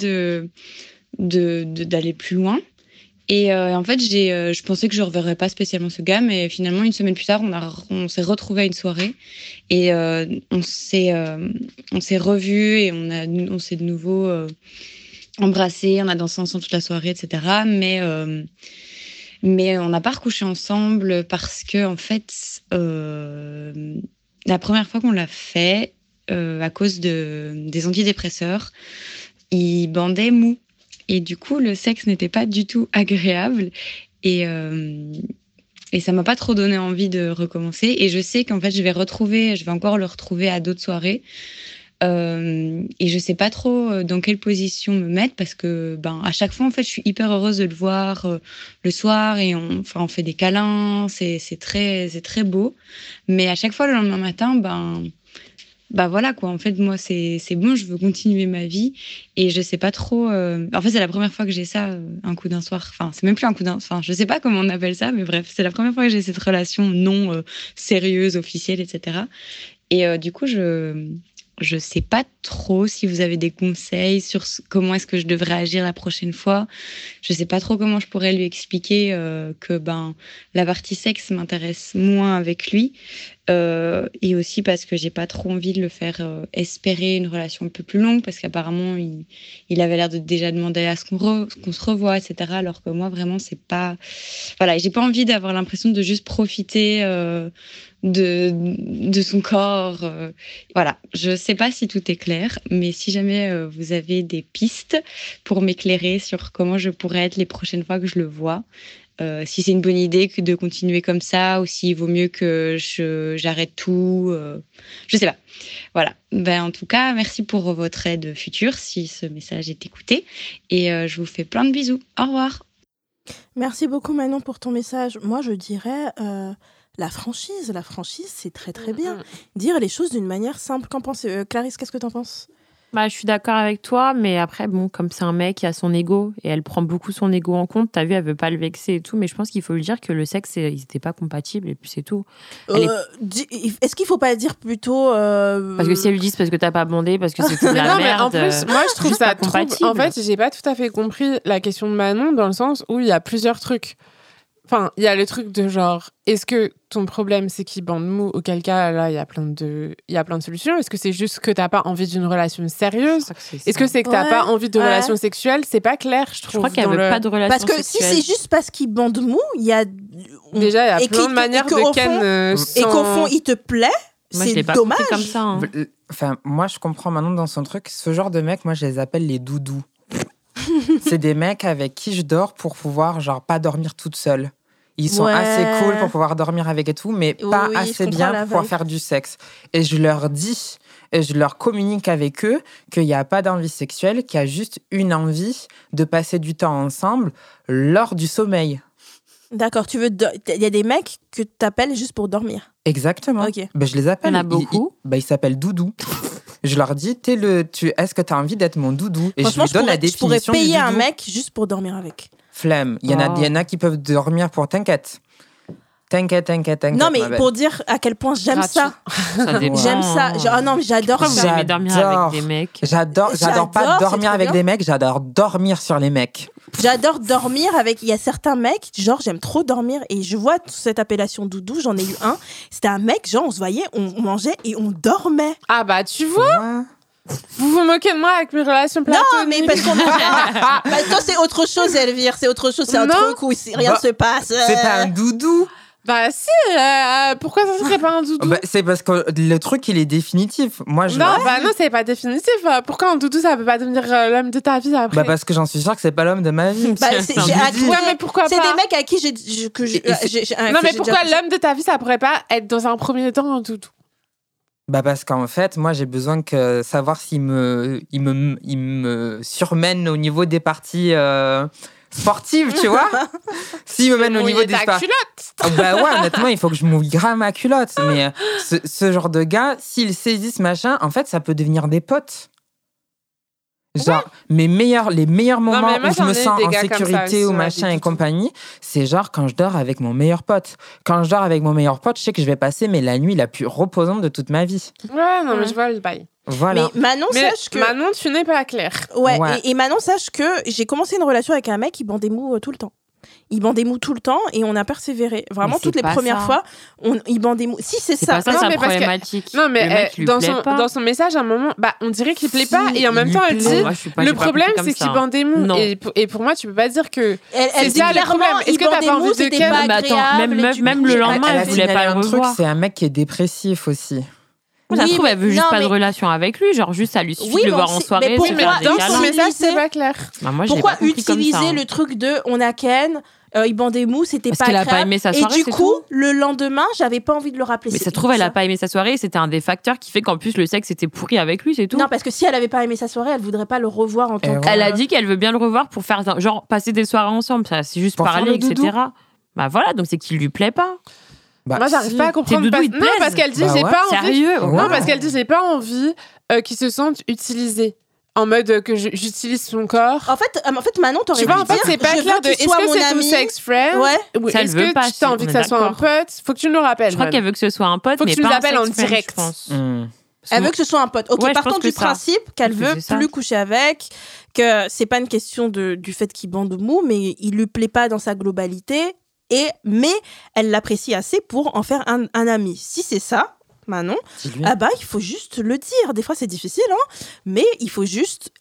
d'aller plus loin. Et en fait, je pensais que je reverrais pas spécialement ce gars, mais finalement, une semaine plus tard, on s'est retrouvés à une soirée et on s'est revus et on s'est de nouveau embrassés, on a dansé ensemble toute la soirée, etc. Mais on n'a pas recouché ensemble parce que, en fait, la première fois qu'on l'a fait, à cause des antidépresseurs, il bandait mou. Et du coup, le sexe n'était pas du tout agréable. Et ça m'a pas trop donné envie de recommencer. Et je sais qu'en fait, je vais encore le retrouver à d'autres soirées. Et je sais pas trop dans quelle position me mettre parce que à chaque fois en fait je suis hyper heureuse de le voir le soir et on fait des câlins, c'est très beau, mais à chaque fois le lendemain matin voilà quoi, en fait moi c'est bon, je veux continuer ma vie et je sais pas trop en fait c'est la première fois que j'ai ça, un coup d'un soir, c'est même plus un coup d'un, je sais pas comment on appelle ça, mais bref, c'est la première fois que j'ai cette relation non sérieuse, officielle, etc. Et du coup je sais pas trop si vous avez des conseils sur comment est-ce que je devrais agir la prochaine fois. Je sais pas trop comment je pourrais lui expliquer que la partie sexe m'intéresse moins avec lui. Et aussi parce que j'ai pas trop envie de le faire espérer une relation un peu plus longue parce qu'apparemment il avait l'air de déjà demander à ce qu'on se revoie, etc. Alors que moi vraiment c'est pas... Voilà, j'ai pas envie d'avoir l'impression de juste profiter de son corps. Voilà, je sais pas si tout est clair, mais si jamais vous avez des pistes pour m'éclairer sur comment je pourrais être les prochaines fois que je le vois, si c'est une bonne idée de continuer comme ça ou s'il vaut mieux que j'arrête tout, je sais pas. Voilà. En tout cas, merci pour votre aide future si ce message est écouté et je vous fais plein de bisous. Au revoir. Merci beaucoup Manon pour ton message. Moi je dirais la franchise, c'est très très bien. Dire les choses d'une manière simple. Qu'en penses Clarisse, qu'est-ce que t'en penses ? Je suis d'accord avec toi, mais après, comme c'est un mec, il a son ego et elle prend beaucoup son ego en compte. T'as vu, elle veut pas le vexer et tout, mais je pense qu'il faut lui dire que le sexe, ils n'étaient pas compatibles et puis c'est tout. Est-ce qu'il faut pas dire plutôt Parce que si elle lui dit parce que t'as pas bandé, parce que c'est de la merde. Mais en plus, moi je trouve ça trop. En fait, j'ai pas tout à fait compris la question de Manon dans le sens où il y a plusieurs trucs. Enfin, il y a le truc de genre, est-ce que ton problème c'est qu'il bande mou, auquel cas là il y a plein de solutions. Est-ce que c'est juste que t'as pas envie d'une relation sérieuse ? Est-ce que c'est que t'as pas envie de relation sexuelle ? C'est pas clair, je trouve. Je crois qu'elle veut pas de relation sexuelle. Parce que si c'est juste parce qu'il bande mou, il y a déjà il y a plein de manières de ken et qu'au fond il te plaît. Moi, c'est je l'ai pas dommage. Comme ça, hein. Enfin, moi je comprends Manon dans son truc. Ce genre de mecs, moi je les appelle les doudous. C'est des mecs avec qui je dors pour pouvoir genre pas dormir toute seule. Ils sont assez cool pour pouvoir dormir avec et tout, mais pas assez bien pour pouvoir faire du sexe. Et je leur dis, et je leur communique avec eux qu'il n'y a pas d'envie sexuelle, qu'il y a juste une envie de passer du temps ensemble lors du sommeil. D'accord, il y a des mecs que tu appelles juste pour dormir. Exactement. Okay. Je les appelle. Il y en a beaucoup. Ils s'appellent Doudou. Je leur dis, est-ce que tu as envie d'être mon doudou ? Et je lui donne la définition du doudou. Je pourrais payer un mec juste pour dormir avec. Flemme. Il y en a qui peuvent dormir pour T'inquiète. Non, mais pour dire à quel point j'aime ça. J'aime ça. Non, mais j'adore ça. Vous aimez dormir avec des mecs ? J'adore pas dormir avec des mecs, j'adore dormir sur les mecs. J'adore dormir avec... Il y a certains mecs, genre, j'aime trop dormir. Et je vois cette appellation doudou, j'en ai eu un. C'était un mec, genre, on se voyait, on mangeait et on dormait. Ah bah, tu vois Vous vous moquez de moi avec mes relations platoniques. Non, mais parce qu'on... toi, c'est autre chose, Elvire. C'est autre chose. C'est un truc où rien ne se passe. C'est pas un doudou. Bah si, pourquoi ça serait pas un doudou ? C'est parce que le truc, il est définitif. Moi, non, c'est pas définitif. Pourquoi un doudou, ça peut pas devenir l'homme de ta vie après ? Parce que j'en suis sûre que c'est pas l'homme de ma vie. Mais pourquoi c'est pas ? des mecs à qui Non, mais pourquoi l'homme de ta vie, ça pourrait pas être dans un premier temps un doudou ? Parce qu'en fait, moi, j'ai besoin de savoir s'il me surmène au niveau des parties... sportive, tu vois. S'il me mène au niveau des culotte. Honnêtement, il faut que je mouille grave ma culotte. Mais ce genre de gars, s'ils saisissent machin, en fait, ça peut devenir des potes. Genre, les meilleurs moments où je me sens en sécurité ou machin et compagnie, c'est genre quand je dors avec mon meilleur pote. Quand je dors avec mon meilleur pote, je sais que je vais passer la nuit la plus reposante de toute ma vie. Ouais, non, mais je vois le bail. Voilà. Mais Manon, sache que... Manon, tu n'es pas claire. Ouais. Et Manon, sache que j'ai commencé une relation avec un mec qui bandait mou tout le temps. Il bandait mou tout le temps et on a persévéré. Vraiment, toutes les premières fois, il bandait mou. Si, c'est ça. C'est pas ça sa problématique. Non, mais dans son message, à un moment, on dirait qu'il plaît pas et en même temps, elle dit le problème, c'est qu'il bandait mou. Et pour moi, tu peux pas dire que c'est ça le problème. Est-ce que t'as pas envie de ken ? Même le lendemain, elle voulait pas le revoir. C'est un mec qui est dépressif aussi. Ça se trouve, elle veut juste pas de relation avec lui, genre juste ça lui suffit de le voir en soirée. Mais dans son message, c'est pas clair. Pourquoi utiliser le truc de on a ken, il bandait mou, c'était pas grave. Parce qu'elle a pas aimé sa soirée. Et du coup, le lendemain, j'avais pas envie de le rappeler. Mais ça se trouve, elle a pas aimé sa soirée, c'était un des facteurs qui fait qu'en plus le sexe était pourri avec lui, c'est tout. Non, parce que si elle avait pas aimé sa soirée, elle voudrait pas le revoir en tant que. Elle a dit qu'elle veut bien le revoir pour faire genre passer des soirées ensemble, ça, c'est juste parler, etc. Bah voilà, donc c'est qu'il lui plaît pas. Moi, j'arrive pas à comprendre. Non, parce qu'elle dit j'ai pas envie. Sérieux ? Non, parce qu'elle dit j'ai pas envie qu'il se sente utilisé. En mode que j'utilise son corps. En fait, Manon, t'aurais dû dire. C'est pas clair de est-ce que c'est ton sex friend ? Ouais. Ou est-ce que tu as envie que ça soit un pote ? Faut que tu nous le rappelles. Je crois qu'elle veut que ce soit un pote, mais pas un sex friend. Faut que tu nous appelles en direct. Elle veut que ce soit un pote. Ok, partons du principe qu'elle veut plus coucher avec, que c'est pas une question du fait qu'il bande mou, mais il lui plaît pas dans sa globalité. Mais elle l'apprécie assez pour en faire un ami. Si c'est ça, Manon, il faut juste le dire. Des fois, c'est difficile, mais il faut juste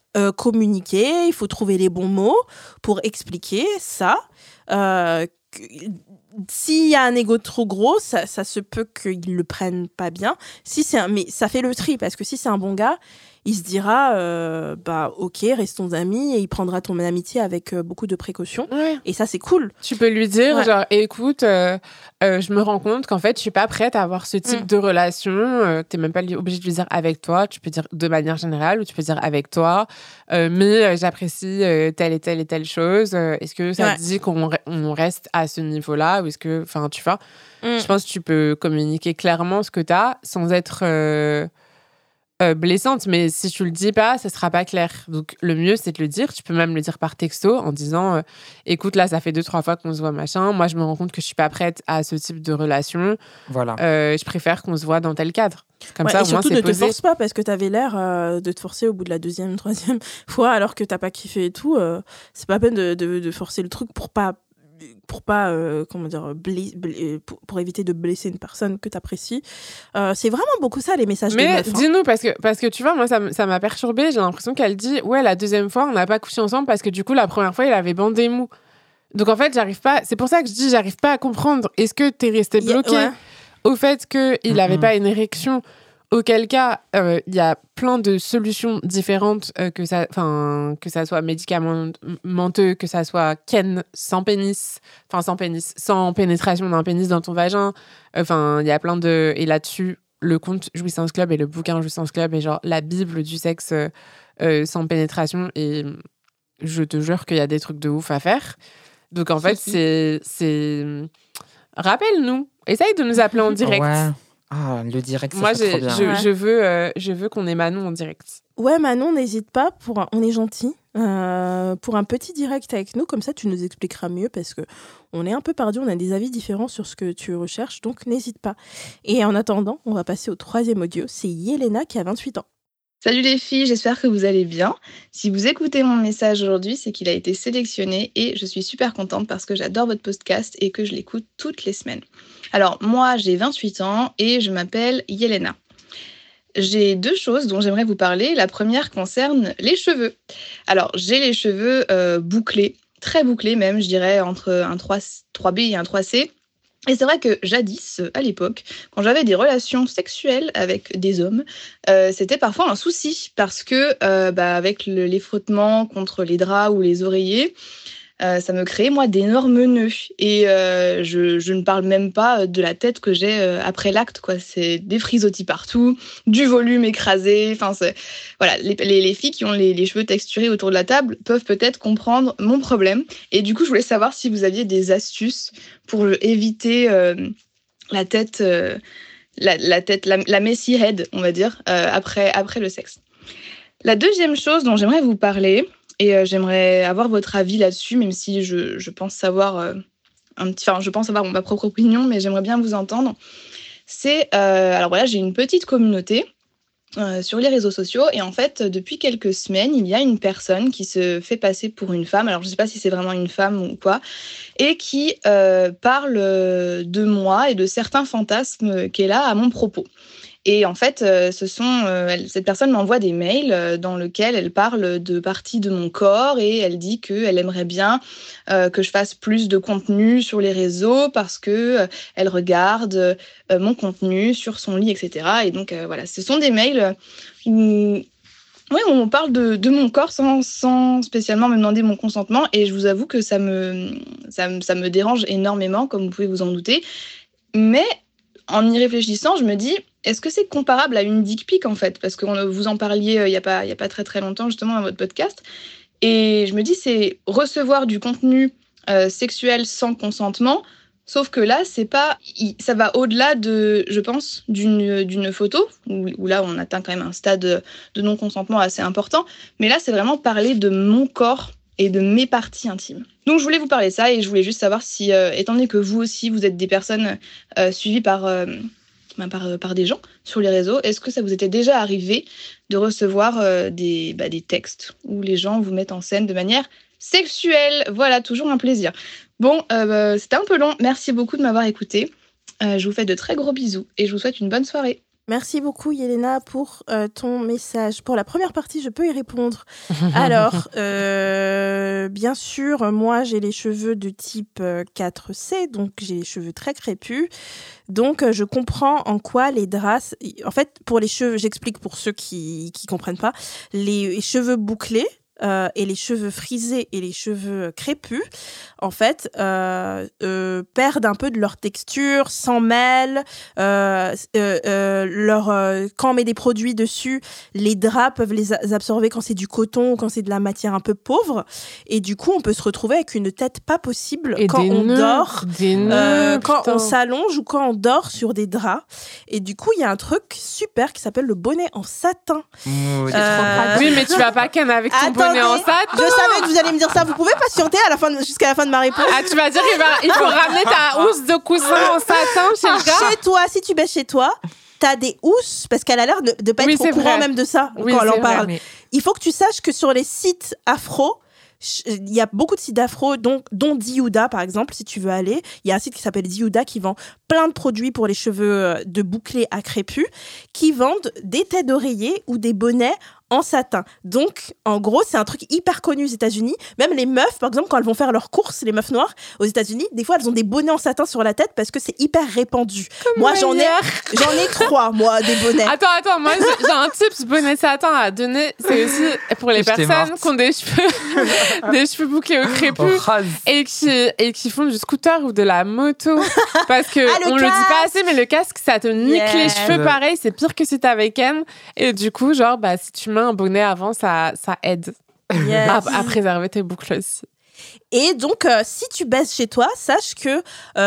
communiquer, il faut trouver les bons mots pour expliquer ça. s'il y a un ego trop gros, ça se peut qu'ils le prennent pas bien. Mais ça fait le tri, parce que si c'est un bon gars, il se dira ok, restons amis, et il prendra ton amitié avec beaucoup de précautions. Ouais. Et ça, c'est cool. Tu peux lui dire, genre, écoute, je me rends compte qu'en fait, je suis pas prête à avoir ce type de relation. T'es même pas obligé de lui dire avec toi. Tu peux dire de manière générale, ou tu peux dire avec toi. Mais j'apprécie telle et telle et telle chose. Est-ce que ça te dit qu'on reste à ce niveau-là, ou est-ce que, enfin, tu vois, je pense que tu peux communiquer clairement ce que t'as sans être blessante, mais si tu le dis pas, ça sera pas clair. Donc le mieux, c'est de le dire. Tu peux même le dire par texto en disant écoute, là, ça fait 2-3 fois qu'on se voit, machin. Moi, je me rends compte que je suis pas prête à ce type de relation. Voilà. Je préfère qu'on se voit dans tel cadre. Comme ça, et au moins, surtout, c'est ne posé. te force pas, parce que t'avais l'air de te forcer au bout de la 2e, 3e fois, alors que t'as pas kiffé et tout. C'est pas peine de forcer le truc pour pas pour éviter de blesser une personne que t'apprécies. C'est vraiment beaucoup ça, les messages de meufs. Mais dis-nous, parce que tu vois, moi, ça m'a perturbée. J'ai l'impression qu'elle dit ouais, la 2e fois, on n'a pas couché ensemble parce que du coup, la première fois, il avait bandé mou. Donc en fait, j'arrive pas. C'est pour ça que je dis, j'arrive pas à comprendre. Est-ce que t'es resté bloqué au fait qu'il n'avait pas une érection? Auquel cas, il y a plein de solutions différentes, que ça soit médicamenteux, que ça soit ken sans pénis, sans pénétration d'un pénis dans ton vagin. Il y a plein de... Et là-dessus, le compte Jouissance Club et le bouquin Jouissance Club est genre la bible du sexe sans pénétration. Et je te jure qu'il y a des trucs de ouf à faire. Donc en fait, c'est... Rappelle-nous. Essaye de nous appeler en direct. Ouais. Ah, le direct, ça moi, serait trop bien. Je veux qu'on ait Manon en direct. Ouais, Manon, n'hésite pas. On est gentil. Pour un petit direct avec nous, comme ça, tu nous expliqueras mieux, parce que on est un peu perdu, on a des avis différents sur ce que tu recherches, donc n'hésite pas. Et en attendant, on va passer au 3e audio. C'est Yelena qui a 28 ans. Salut les filles, j'espère que vous allez bien. Si vous écoutez mon message aujourd'hui, c'est qu'il a été sélectionné et je suis super contente parce que j'adore votre podcast et que je l'écoute toutes les semaines. Alors moi, j'ai 28 ans et je m'appelle Yelena. J'ai 2 choses dont j'aimerais vous parler. La première concerne les cheveux. Alors j'ai les cheveux bouclés, très bouclés même, je dirais entre un 3B et un 3C. Et c'est vrai que jadis, à l'époque, quand j'avais des relations sexuelles avec des hommes, c'était parfois un souci parce que avec les frottements contre les draps ou les oreillers, ça me créait, moi, d'énormes nœuds. Et je ne parle même pas de la tête que j'ai après l'acte, quoi. C'est des frisottis partout, du volume écrasé. Enfin, voilà, les filles qui ont les cheveux texturés autour de la table peuvent peut-être comprendre mon problème. Et du coup, je voulais savoir si vous aviez des astuces pour éviter la tête, la messy head, on va dire, après le sexe. La deuxième chose dont j'aimerais vous parler, et j'aimerais avoir votre avis là-dessus, même si je pense savoir je pense avoir ma propre opinion, mais j'aimerais bien vous entendre. C'est, alors voilà, j'ai une petite communauté sur les réseaux sociaux, et en fait, depuis quelques semaines, il y a une personne qui se fait passer pour une femme, alors je ne sais pas si c'est vraiment une femme ou quoi, et qui parle de moi et de certains fantasmes qu'elle a à mon propos. Et en fait, cette personne m'envoie des mails dans lesquels elle parle de parties de mon corps et elle dit qu'elle aimerait bien que je fasse plus de contenu sur les réseaux parce qu'elle regarde mon contenu sur son lit, etc. Et donc, voilà, ce sont des mails où on parle de mon corps sans spécialement me demander mon consentement. Et je vous avoue que ça me dérange énormément, comme vous pouvez vous en douter. Mais en y réfléchissant, je me dis... Est-ce que c'est comparable à une dick pic, en fait? Parce que vous en parliez il y a pas très très longtemps, justement, dans votre podcast. Et je me dis, c'est recevoir du contenu sexuel sans consentement, sauf que là, ça va au-delà de, je pense, d'une photo, où là, on atteint quand même un stade de non-consentement assez important. Mais là, c'est vraiment parler de mon corps et de mes parties intimes. Donc, je voulais vous parler de ça et je voulais juste savoir si, étant donné que vous aussi, vous êtes des personnes suivies par des gens sur les réseaux, est-ce que ça vous était déjà arrivé de recevoir des textes où les gens vous mettent en scène de manière sexuelle? Voilà, toujours un plaisir. Bon, c'était un peu long. Merci beaucoup de m'avoir écouté. Je vous fais de très gros bisous et je vous souhaite une bonne soirée. Merci beaucoup, Yelena, pour ton message. Pour la première partie, je peux y répondre. Alors, bien sûr, moi, j'ai les cheveux de type 4C, donc j'ai les cheveux très crépus. Donc, je comprends en quoi les draps... En fait, pour les cheveux, j'explique pour ceux qui ne comprennent pas, les cheveux bouclés, et les cheveux frisés et les cheveux crépus, en fait, perdent un peu de leur texture, s'en mêlent. Quand on met des produits dessus, les draps peuvent les absorber quand c'est du coton ou quand c'est de la matière un peu pauvre. Et du coup, on peut se retrouver avec une tête pas possible et quand on dort, quand on s'allonge ou quand on dort sur des draps. Et du coup, il y a un truc super qui s'appelle le bonnet en satin. Oui, mais tu vas pas ken avec ton bonnet en satin. Je savais que vous allez me dire ça. Vous pouvez patienter jusqu'à la fin de ma réponse. Ah, tu vas dire il faut ramener ta housse de coussin en satin chez le gars. Chez toi, si tu baisses chez toi, t'as des housses, parce qu'elle a l'air de pas être au courant même de ça quand elle en parle. Mais... Il faut que tu saches que sur les sites afro, il y a beaucoup de sites d'afro, dont Diouda, par exemple, si tu veux aller. Il y a un site qui s'appelle Diouda qui vend plein de produits pour les cheveux de bouclés à crépus, qui vendent des têtes d'oreiller ou des bonnets en satin. Donc, en gros, c'est un truc hyper connu aux États-Unis. Même les meufs, par exemple, quand elles vont faire leurs courses, les meufs noires, aux États-Unis, des fois, elles ont des bonnets en satin sur la tête parce que c'est hyper répandu. Moi, j'en ai 3, moi, des bonnets. Attends, moi, j'ai un tips bonnet satin à donner. C'est aussi pour les personnes qui ont des cheveux bouclés au crépus et qui font du scooter ou de la moto. Parce que on le dit pas assez, mais le casque, ça te nique les cheveux. Pareil, c'est pire que si t'avais Ken. Et du coup, genre, si tu mets un bonnet avant, ça aide à préserver tes boucles aussi. Et donc, si tu baisses chez toi, sache que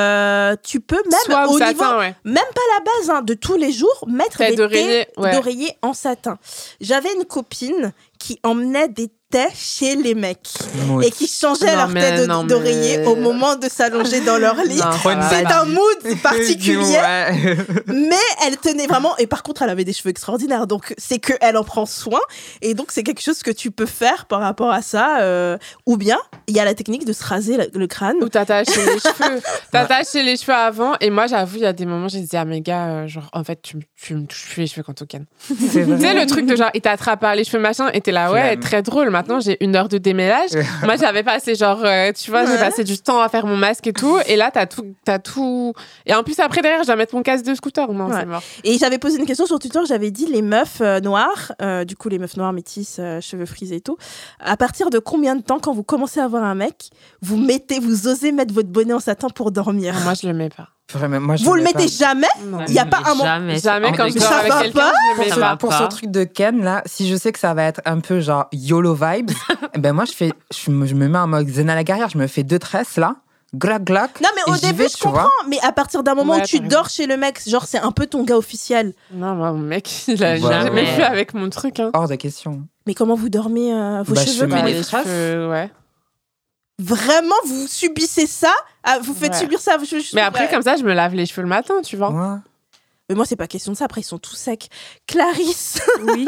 tu peux même au satin, niveau, même pas la base de tous les jours, mettre des têtes d'oreiller en satin. J'avais une copine qui emmenait des thés chez les mecs et qui changeaient leur tête d'oreiller au moment de s'allonger dans leur lit. C'est un mood particulier, mais elle tenait vraiment. Et par contre, elle avait des cheveux extraordinaires, donc c'est qu'elle en prend soin. Et donc, c'est quelque chose que tu peux faire par rapport à ça. Ou bien, il y a la technique de se raser le crâne. Ou t'attacher les cheveux. T'attacher les cheveux avant. Et moi, j'avoue, il y a des moments, j'ai dit à mes gars, genre, en fait, tu me touches les cheveux quand on ken. Tu sais, le truc de genre, il t'attrape par les cheveux, machin, et t'es là, très drôle. Maintenant, j'ai 1 heure de démêlage. Moi, j'avais passé genre, tu vois, j'ai passé du temps à faire mon masque et tout. Et là, t'as tout. Et en plus, après, derrière, je dois mettre mon casque de scooter. Non, c'est mort. Et j'avais posé une question sur Twitter. J'avais dit les meufs noires, du coup, les meufs noires métisses, cheveux frisés et tout. À partir de combien de temps, quand vous commencez à avoir un mec, vous osez mettre votre bonnet en satin pour dormir? Moi, je le mets pas. Vraiment, moi, vous le mettez jamais? Il n'y a pas un moment. Jamais quand je dors avec quelqu'un, je le mets pas. Pour ce truc de Ken, là, si je sais que ça va être un peu genre YOLO vibes, ben moi, je me mets en mode Xena la guerrière, je me fais 2 tresses, là. Glac, glac. Non, mais au début, je comprends. Mais à partir d'un moment où tu dors chez le mec, genre, c'est un peu ton gars officiel. Non, moi, mon mec, il a jamais fait avec mon truc. Hors de question. Mais comment vous dormez vos cheveux? Les cheveux, Vraiment, vous subissez ça? Vous faites subir ça à vos cheveux? Mais après, comme ça, je me lave les cheveux le matin, tu vois. Ouais. Mais moi, c'est pas question de ça. Après, ils sont tous secs. Clarisse. Oui.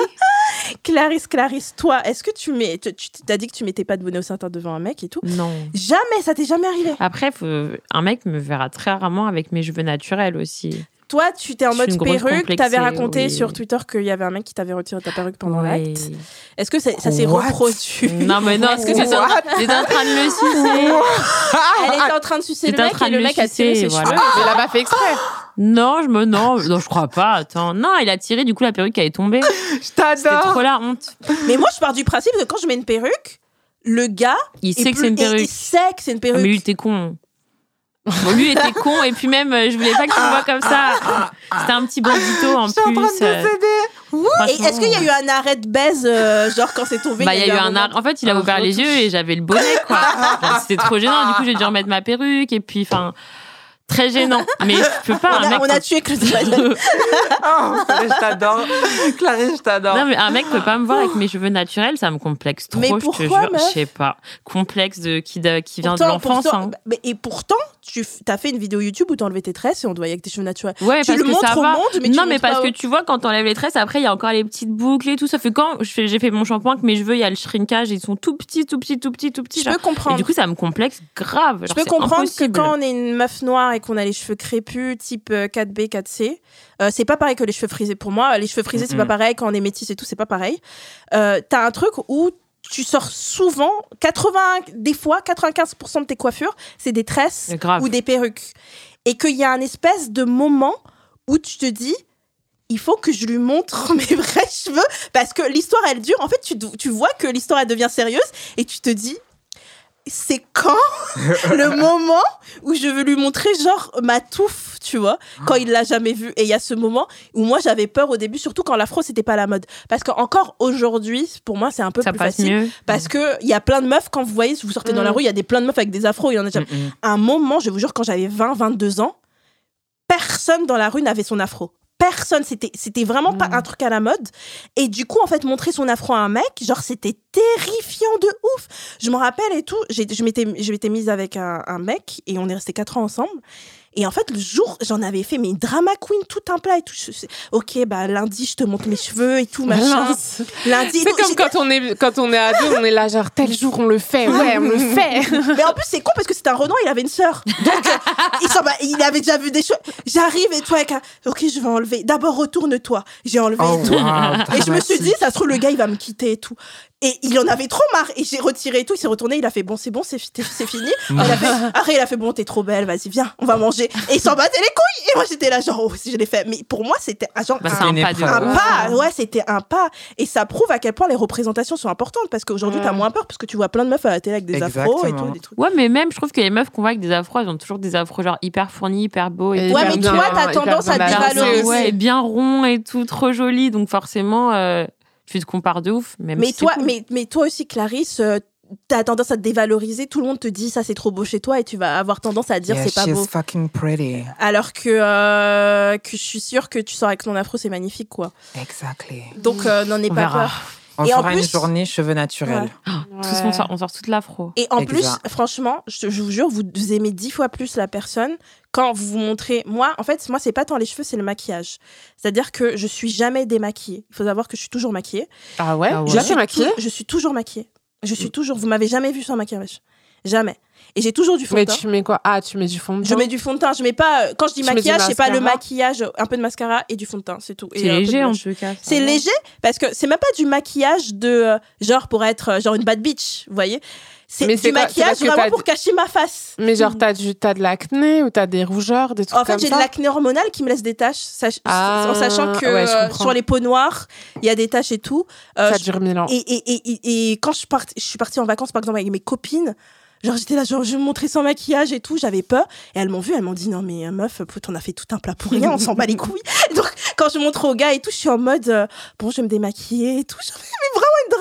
Clarisse, toi, est-ce que tu t'as dit que tu mettais pas de bonnet au satin devant un mec et tout? Non. Jamais, ça t'est jamais arrivé? Après, un mec me verra très rarement avec mes cheveux naturels aussi. Toi, tu t'es en mode perruque, t'avais raconté sur Twitter qu'il y avait un mec qui t'avait retiré ta perruque pendant l'acte. Est-ce que ça s'est reproduit? Non, mais non, est-ce que c'est ça? J'étais en train de le sucer. Elle était en train de sucer le mec et le mec a tiré ses cheveux. Mais il l'a pas fait exprès. Non, je crois pas. Attends, non, il a tiré, du coup, la perruque est tombée. Je t'adore. C'était trop la honte. Mais moi, je pars du principe que quand je mets une perruque, le gars, il sait que c'est une perruque. Il sait que c'est une perruque. Mais lui, t'es con. Bon, lui était con et puis même je voulais pas qu'il me voie comme ça. C'était un petit bandito en plus. En train de décéder. Et est-ce qu'il y a eu un arrêt de baise genre quand c'est tombé? Il y a eu un arrêt. En fait, il a ouvert les yeux et j'avais le bonnet quoi. C'était trop gênant. Du coup, j'ai dû remettre ma perruque et puis très gênant. Mais je peux pas. On a tué Claudie. Je t'adore. Clarisse, je t'adore. Non, mais un mec peut pas me voir avec mes cheveux naturels, ça me complexe trop. Mais pourquoi, je te jure. Je sais pas. Complexe qui vient de l'enfance. Et pourtant, t'as fait une vidéo YouTube où t'as enlevé tes tresses et on te voyait avec tes cheveux naturels. Ouais, tu le montres au monde, mais non, mais parce que tu vois, quand t'enlèves les tresses, après, il y a encore les petites boucles et tout. Ça fait quand j'ai fait mon shampoing, que mes cheveux, il y a le shrinkage, ils sont tout petits. Je peux comprendre. Et du coup, ça me complexe grave. Je peux comprendre que quand on est une meuf noire et qu'on a les cheveux crépus, type 4B, 4C, c'est pas pareil que les cheveux frisés. Pour moi, les cheveux frisés, c'est pas pareil. Quand on est métis et tout, c'est pas pareil. T'as un truc où tu sors souvent, des fois, 95% de tes coiffures, c'est des tresses ou des perruques. Et qu'il y a un espèce de moment où tu te dis, il faut que je lui montre mes vrais cheveux, parce que l'histoire, elle dure. En fait, tu vois que l'histoire, elle devient sérieuse, et tu te dis, c'est quand le moment où je veux lui montrer genre ma touffe, tu vois, quand il l'a jamais vue. Et il y a ce moment où moi j'avais peur au début, surtout quand l'afro c'était pas la mode, parce qu'encore aujourd'hui pour moi c'est un peu plus facile mieux. Parce que il y a plein de meufs, quand vous voyez, si vous sortez dans la rue, il y a plein de meufs avec des afros, il y en a déjà. Un moment, je vous jure, quand j'avais 20-22 ans, personne dans la rue n'avait son afro. Personne, c'était vraiment pas un truc à la mode. Et du coup, en fait, montrer son afro à un mec, genre, c'était terrifiant de ouf. Je me rappelle et tout, je m'étais mise avec un mec et on est restés 4 ans ensemble. Et en fait, le jour, j'en avais fait, mais drama queen, tout un plat et tout. Ok, bah, lundi, je te montre mes cheveux et tout, machin. Lundi. C'est comme quand on est ado, on est là, genre, tel jour, on le fait. Ouais, on le fait. Mais en plus, c'est con parce que c'était un Renoir, il avait une sœur. Donc, il avait déjà vu des choses. J'arrive et toi, avec un, ok, je vais enlever. D'abord, retourne-toi. J'ai enlevé et tout. Et je me suis dit, ça se trouve, le gars, il va me quitter et tout. Et il en avait trop marre. Et j'ai retiré et tout. Il s'est retourné. Il a fait bon, c'est fini. Après, il a fait bon, t'es trop belle. Vas-y, viens, on va manger. Et il s'en battait les couilles. Et moi, j'étais là, genre, oh, si je l'ai fait. Mais pour moi, c'était genre un pas. Ouais, c'était un pas. Et ça prouve à quel point les représentations sont importantes. Parce qu'aujourd'hui, t'as moins peur. Parce que tu vois plein de meufs à la télé avec des afros et tout. Des trucs. Ouais, mais même, je trouve que les meufs qu'on voit avec des afros, elles ont toujours des afros genre hyper fournis, hyper beaux. Ouais, mais toi, t'as tendance à te dévaloriser. Ouais, bien rond et tout, trop joli. Donc forcément. Tu te compares de ouf. Mais toi aussi, Clarisse, t'as tendance à te dévaloriser. Tout le monde te dit ça, c'est trop beau chez toi, et tu vas avoir tendance à dire c'est pas beau. Fucking pretty. Alors que je suis sûre que tu sors avec ton afro, c'est magnifique, quoi. Exactly. Donc n'en aie pas peur. On fera une journée cheveux naturels. Ouais. On sort toute l'afro. Et en plus, franchement, je vous jure, vous aimez 10 fois plus la personne quand vous vous montrez. Moi, c'est pas tant les cheveux, c'est le maquillage. C'est-à-dire que je suis jamais démaquillée. Il faut savoir que je suis toujours maquillée. Ah ouais, Je suis maquillée. Je suis toujours maquillée. Vous m'avez jamais vue sans maquillage. Jamais. Et j'ai toujours du fond de teint. Mais tu mets quoi ? Ah, tu mets du fond de teint. Je mets du fond de teint. Je mets pas. Quand je dis maquillage, c'est pas le maquillage, un peu de mascara et du fond de teint, c'est tout. C'est léger en tout cas. C'est léger parce que c'est même pas du maquillage de genre pour être genre une bad bitch, vous voyez. C'est du maquillage vraiment pour cacher ma face. Mais genre t'as de l'acné ou t'as des rougeurs, des trucs comme ça. En fait, j'ai de l'acné hormonal qui me laisse des taches, en sachant que sur les peaux noires, il y a des taches et tout. Ça dure 1000 ans. Et quand je suis partie en vacances par exemple avec mes copines. Genre, j'étais là, genre, je me montrais sans maquillage et tout, j'avais peur. Et elles m'ont vu, elles m'ont dit, non, mais meuf, on a fait tout un plat pour rien, on s'en bat les couilles. Donc, quand je montre aux gars et tout, je suis en mode, bon, je vais me démaquiller et tout. Mais vraiment une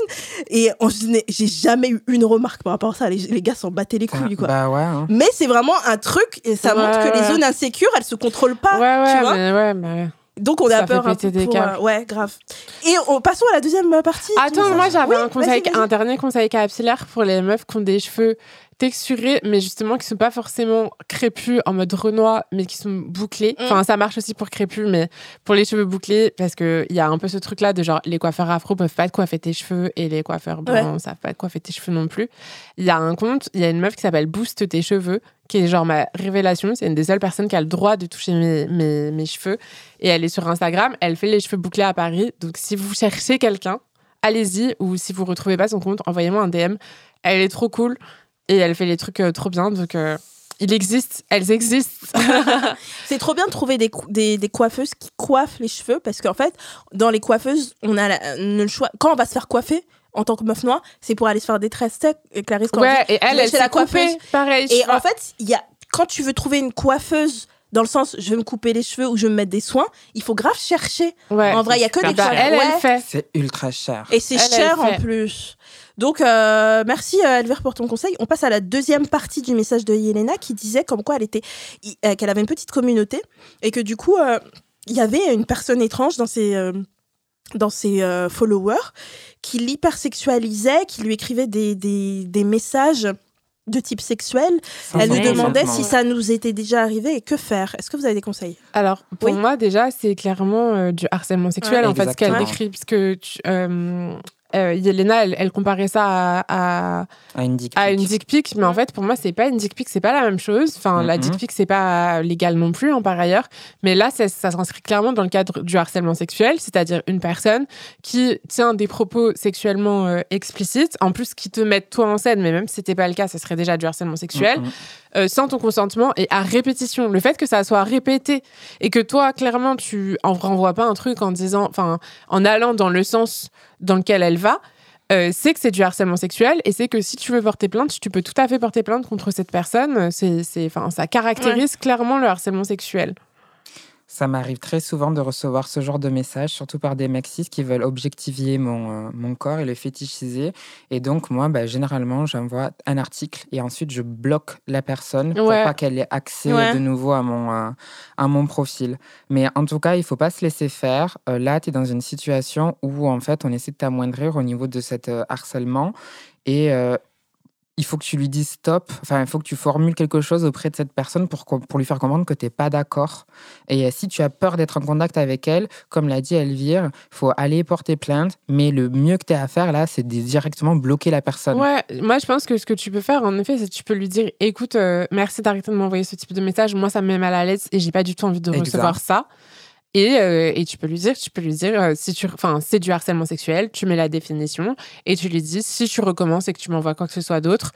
drama queen. Et j'ai jamais eu une remarque par rapport à ça. Les gars s'en battaient les couilles, quoi. Bah ouais. Hein. Mais c'est vraiment un truc, et ça montre que les zones insécures, elles se contrôlent pas. Tu vois mais donc on a peur un peu ouais, grave. Et passons à la deuxième partie. Attends, moi j'avais un dernier conseil capillaire pour les meufs qui ont des cheveux texturés, mais justement qui sont pas forcément crépus en mode Renoir, mais qui sont bouclés. Enfin, ça marche aussi pour crépus, mais pour les cheveux bouclés, parce que il y a un peu ce truc-là de genre les coiffeurs afro peuvent pas te coiffer tes cheveux et les coiffeurs blancs savent pas te coiffer tes cheveux non plus. Il y a une meuf qui s'appelle Boost tes cheveux, qui est genre ma révélation. C'est une des seules personnes qui a le droit de toucher mes cheveux. Et elle est sur Instagram. Elle fait les cheveux bouclés à Paris. Donc, si vous cherchez quelqu'un, allez-y. Ou si vous ne retrouvez pas son compte, envoyez-moi un DM. Elle est trop cool. Et elle fait les trucs trop bien. Donc, elles existent. C'est trop bien de trouver des coiffeuses qui coiffent les cheveux. Parce qu'en fait, dans les coiffeuses, on a le choix. Quand on va se faire coiffer, en tant que meuf noire, c'est pour aller se faire des tresses secs. Et Clarisse, quand et elle s'est coiffée, pareil. Et en fait, quand tu veux trouver une coiffeuse, dans le sens, je vais me couper les cheveux ou je vais me mettre des soins, il faut grave chercher. Ouais, en vrai, il y a que des coiffeurs. Elle fait. C'est ultra cher. Et c'est cher en plus. Donc, merci Elvire pour ton conseil. On passe à la deuxième partie du message de Yelena qui disait comme quoi qu'elle avait une petite communauté et que du coup, il y avait une personne étrange dans ses followers qui l'hypersexualisait, qui lui écrivait des messages de type sexuel. Elle nous demandait si ça nous était déjà arrivé et que faire. Est-ce que vous avez des conseils ? Alors, pour moi, déjà, c'est clairement du harcèlement sexuel, en fait, ce qu'elle décrit. Parce que Yelena, elle comparait ça à une dick pic, mais en fait, pour moi, c'est pas une dick pic, c'est pas la même chose. Enfin, la dick pic, c'est pas légal non plus, par ailleurs. Mais là, ça s'inscrit clairement dans le cadre du harcèlement sexuel, c'est-à-dire une personne qui tient des propos sexuellement explicites, en plus qui te mettent toi en scène, mais même si c'était pas le cas, ça serait déjà du harcèlement sexuel, sans ton consentement et à répétition. Le fait que ça soit répété et que toi, clairement, tu en renvoies pas un truc en allant dans le sens dans lequel elle va, c'est que c'est du harcèlement sexuel et c'est que si tu veux porter plainte, tu peux tout à fait porter plainte contre cette personne. Ça caractérise clairement le harcèlement sexuel. Ça m'arrive très souvent de recevoir ce genre de messages, surtout par des mecs cis qui veulent objectiver mon corps et le fétichiser. Et donc, moi, généralement, j'envoie un article et ensuite, je bloque la personne pour pas qu'elle ait accès de nouveau à mon profil. Mais en tout cas, il ne faut pas se laisser faire. Là, tu es dans une situation où, en fait, on essaie de t'amoindrir au niveau de cet harcèlement. Et il faut que tu lui dises stop. Enfin, il faut que tu formules quelque chose auprès de cette personne pour lui faire comprendre que tu n'es pas d'accord. Et si tu as peur d'être en contact avec elle, comme l'a dit Elvire, il faut aller porter plainte. Mais le mieux que tu as à faire, là, c'est de directement bloquer la personne. Ouais, moi, je pense que ce que tu peux faire, en effet, c'est que tu peux lui dire « Écoute, merci d'arrêter de m'envoyer ce type de message. Moi, ça me met mal à l'aise et j'ai pas du tout envie de recevoir ça. » Et tu peux lui dire c'est du harcèlement sexuel, tu mets la définition et tu lui dis si tu recommences et que tu m'envoies quoi que ce soit d'autre,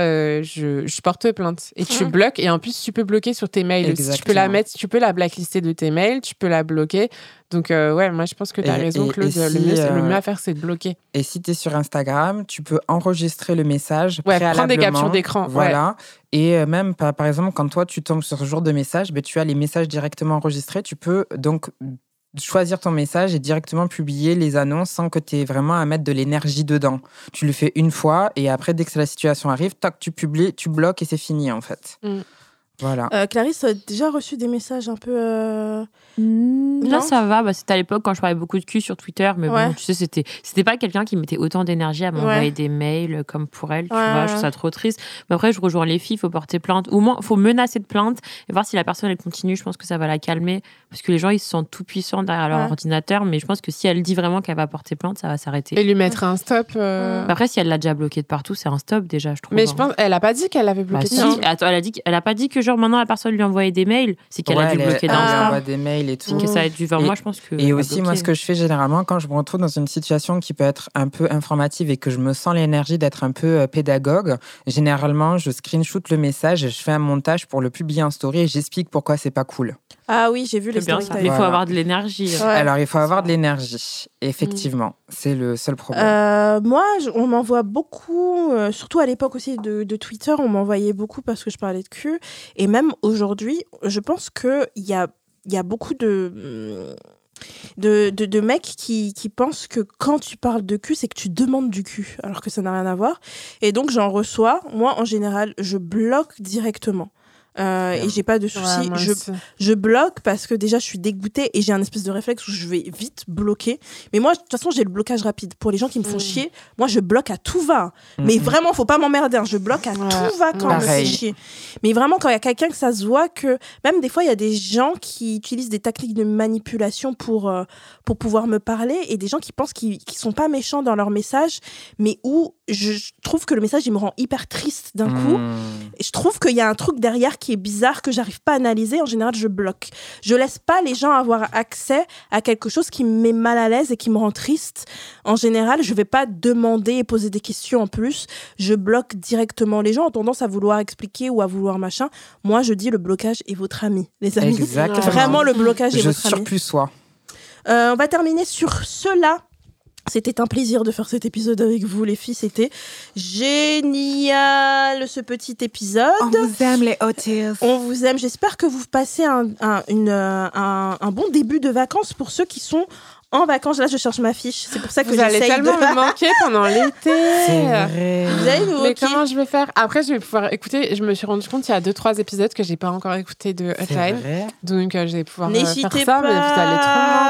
je porte plainte. Et tu bloques, et en plus tu peux bloquer sur tes mails. Tu peux la blacklister de tes mails, tu peux la bloquer. Donc moi je pense que tu as raison, Claude. Le mieux à faire, c'est de bloquer. Et si tu es sur Instagram, tu peux enregistrer le message préalablement. Prendre des captures d'écran. Voilà. Et même, par exemple, quand toi, tu tombes sur ce genre de message, tu as les messages directement enregistrés. Tu peux donc choisir ton message et directement publier les annonces sans que tu aies vraiment à mettre de l'énergie dedans. Tu le fais une fois et après, dès que la situation arrive, tac, tu publies, tu bloques et c'est fini, en fait. Voilà. Clarisse, tu as déjà reçu des messages un peu... Là, ça va. C'était à l'époque quand je parlais beaucoup de cul sur Twitter. Mais bon, tu sais, c'était pas quelqu'un qui mettait autant d'énergie à m'envoyer des mails comme pour elle. Tu vois, je trouve ça trop triste. Mais après, je rejoins les filles, il faut porter plainte. Ou au moins, il faut menacer de plainte et voir si la personne, elle continue. Je pense que ça va la calmer. Parce que les gens, ils se sentent tout puissants derrière leur ordinateur. Mais je pense que si elle dit vraiment qu'elle va porter plainte, ça va s'arrêter. Et lui mettre un stop. Après, si elle l'a déjà bloqué de partout, c'est un stop déjà, je trouve. Mais je pense, elle a pas dit qu'elle avait bloqué. Attends, elle a pas dit que genre maintenant la personne lui envoyait des mails. C'est qu'elle a dû bloquer d'Insta. Elle envoie des mails et tout. Que ça a dû moi, je pense que. Et aussi, moi, ce que je fais généralement, quand je me retrouve dans une situation qui peut être un peu informative et que je me sens l'énergie d'être un peu pédagogue, généralement, je screenshot le message et je fais un montage pour le publier en story et j'explique pourquoi c'est pas cool. Ah oui, j'ai vu les stories. Il faut avoir de l'énergie. Alors, il faut avoir de l'énergie. Effectivement, c'est le seul problème. Moi, on m'envoie beaucoup, surtout à l'époque aussi de Twitter, on m'envoyait beaucoup parce que je parlais de cul. Et même aujourd'hui, je pense qu'il y a beaucoup de mecs qui pensent que quand tu parles de cul, c'est que tu demandes du cul, alors que ça n'a rien à voir. Et donc, j'en reçois. Moi, en général, je bloque directement. Et j'ai pas de soucis. Je bloque parce que déjà je suis dégoûtée et j'ai un espèce de réflexe où je vais vite bloquer. Mais moi, de toute façon, j'ai le blocage rapide. Pour les gens qui me font chier, moi je bloque à tout va. Mais vraiment, faut pas m'emmerder. Je bloque à tout va quand on me fait chier. Mais vraiment, quand il y a quelqu'un que ça se voit que... Même des fois, il y a des gens qui utilisent des techniques de manipulation pour pouvoir me parler et des gens qui pensent qu'ils sont pas méchants dans leur message, mais où je trouve que le message, il me rend hyper triste d'un coup. Et je trouve qu'il y a un truc derrière qui est bizarre, que j'arrive pas à analyser. En général, je bloque. Je laisse pas les gens avoir accès à quelque chose qui me met mal à l'aise et qui me rend triste. En général, je vais pas demander et poser des questions en plus. Je bloque directement. Les gens ont tendance à vouloir expliquer ou à vouloir machin. Moi, je dis le blocage est votre ami, les amis. Exactement. Vraiment, le blocage est votre ami. Je surpuissois. On va terminer sur cela. C'était un plaisir de faire cet épisode avec vous, les filles. C'était génial, ce petit épisode. On vous aime, les Otis. On vous aime. J'espère que vous passez un bon début de vacances pour ceux qui sont en vacances. Là, je cherche ma fiche. C'est pour ça que vous allez tellement me manquer pendant l'été. C'est vrai. Vous allez nous Mais comment je vais faire? Après, je vais pouvoir écouter. Je me suis rendu compte il y a 2-3 épisodes que j'ai pas encore écouté de Hotline. Donc, je vais pouvoir faire ça. Mais vous allez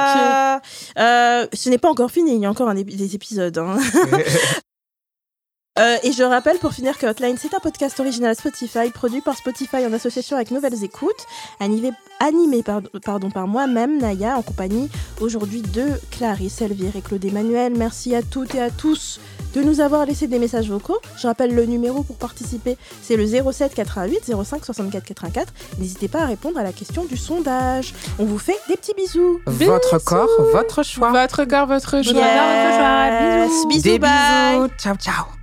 trop me manquer. Ce n'est pas encore fini. Il y a encore des épisodes. Et je rappelle pour finir que Hotline, c'est un podcast original Spotify, produit par Spotify en association avec Nouvelles Écoutes, animé par moi-même, Naya, en compagnie aujourd'hui de Clarisse, Elvire et Claude Emmanuel. Merci à toutes et à tous de nous avoir laissé des messages vocaux. Je rappelle le numéro pour participer, c'est le 07 88 05 64 84. N'hésitez pas à répondre à la question du sondage. On vous fait des petits bisous. Votre corps, votre choix. Votre corps, votre choix. Yes. Bisous, Des bye. bisous. Ciao, ciao.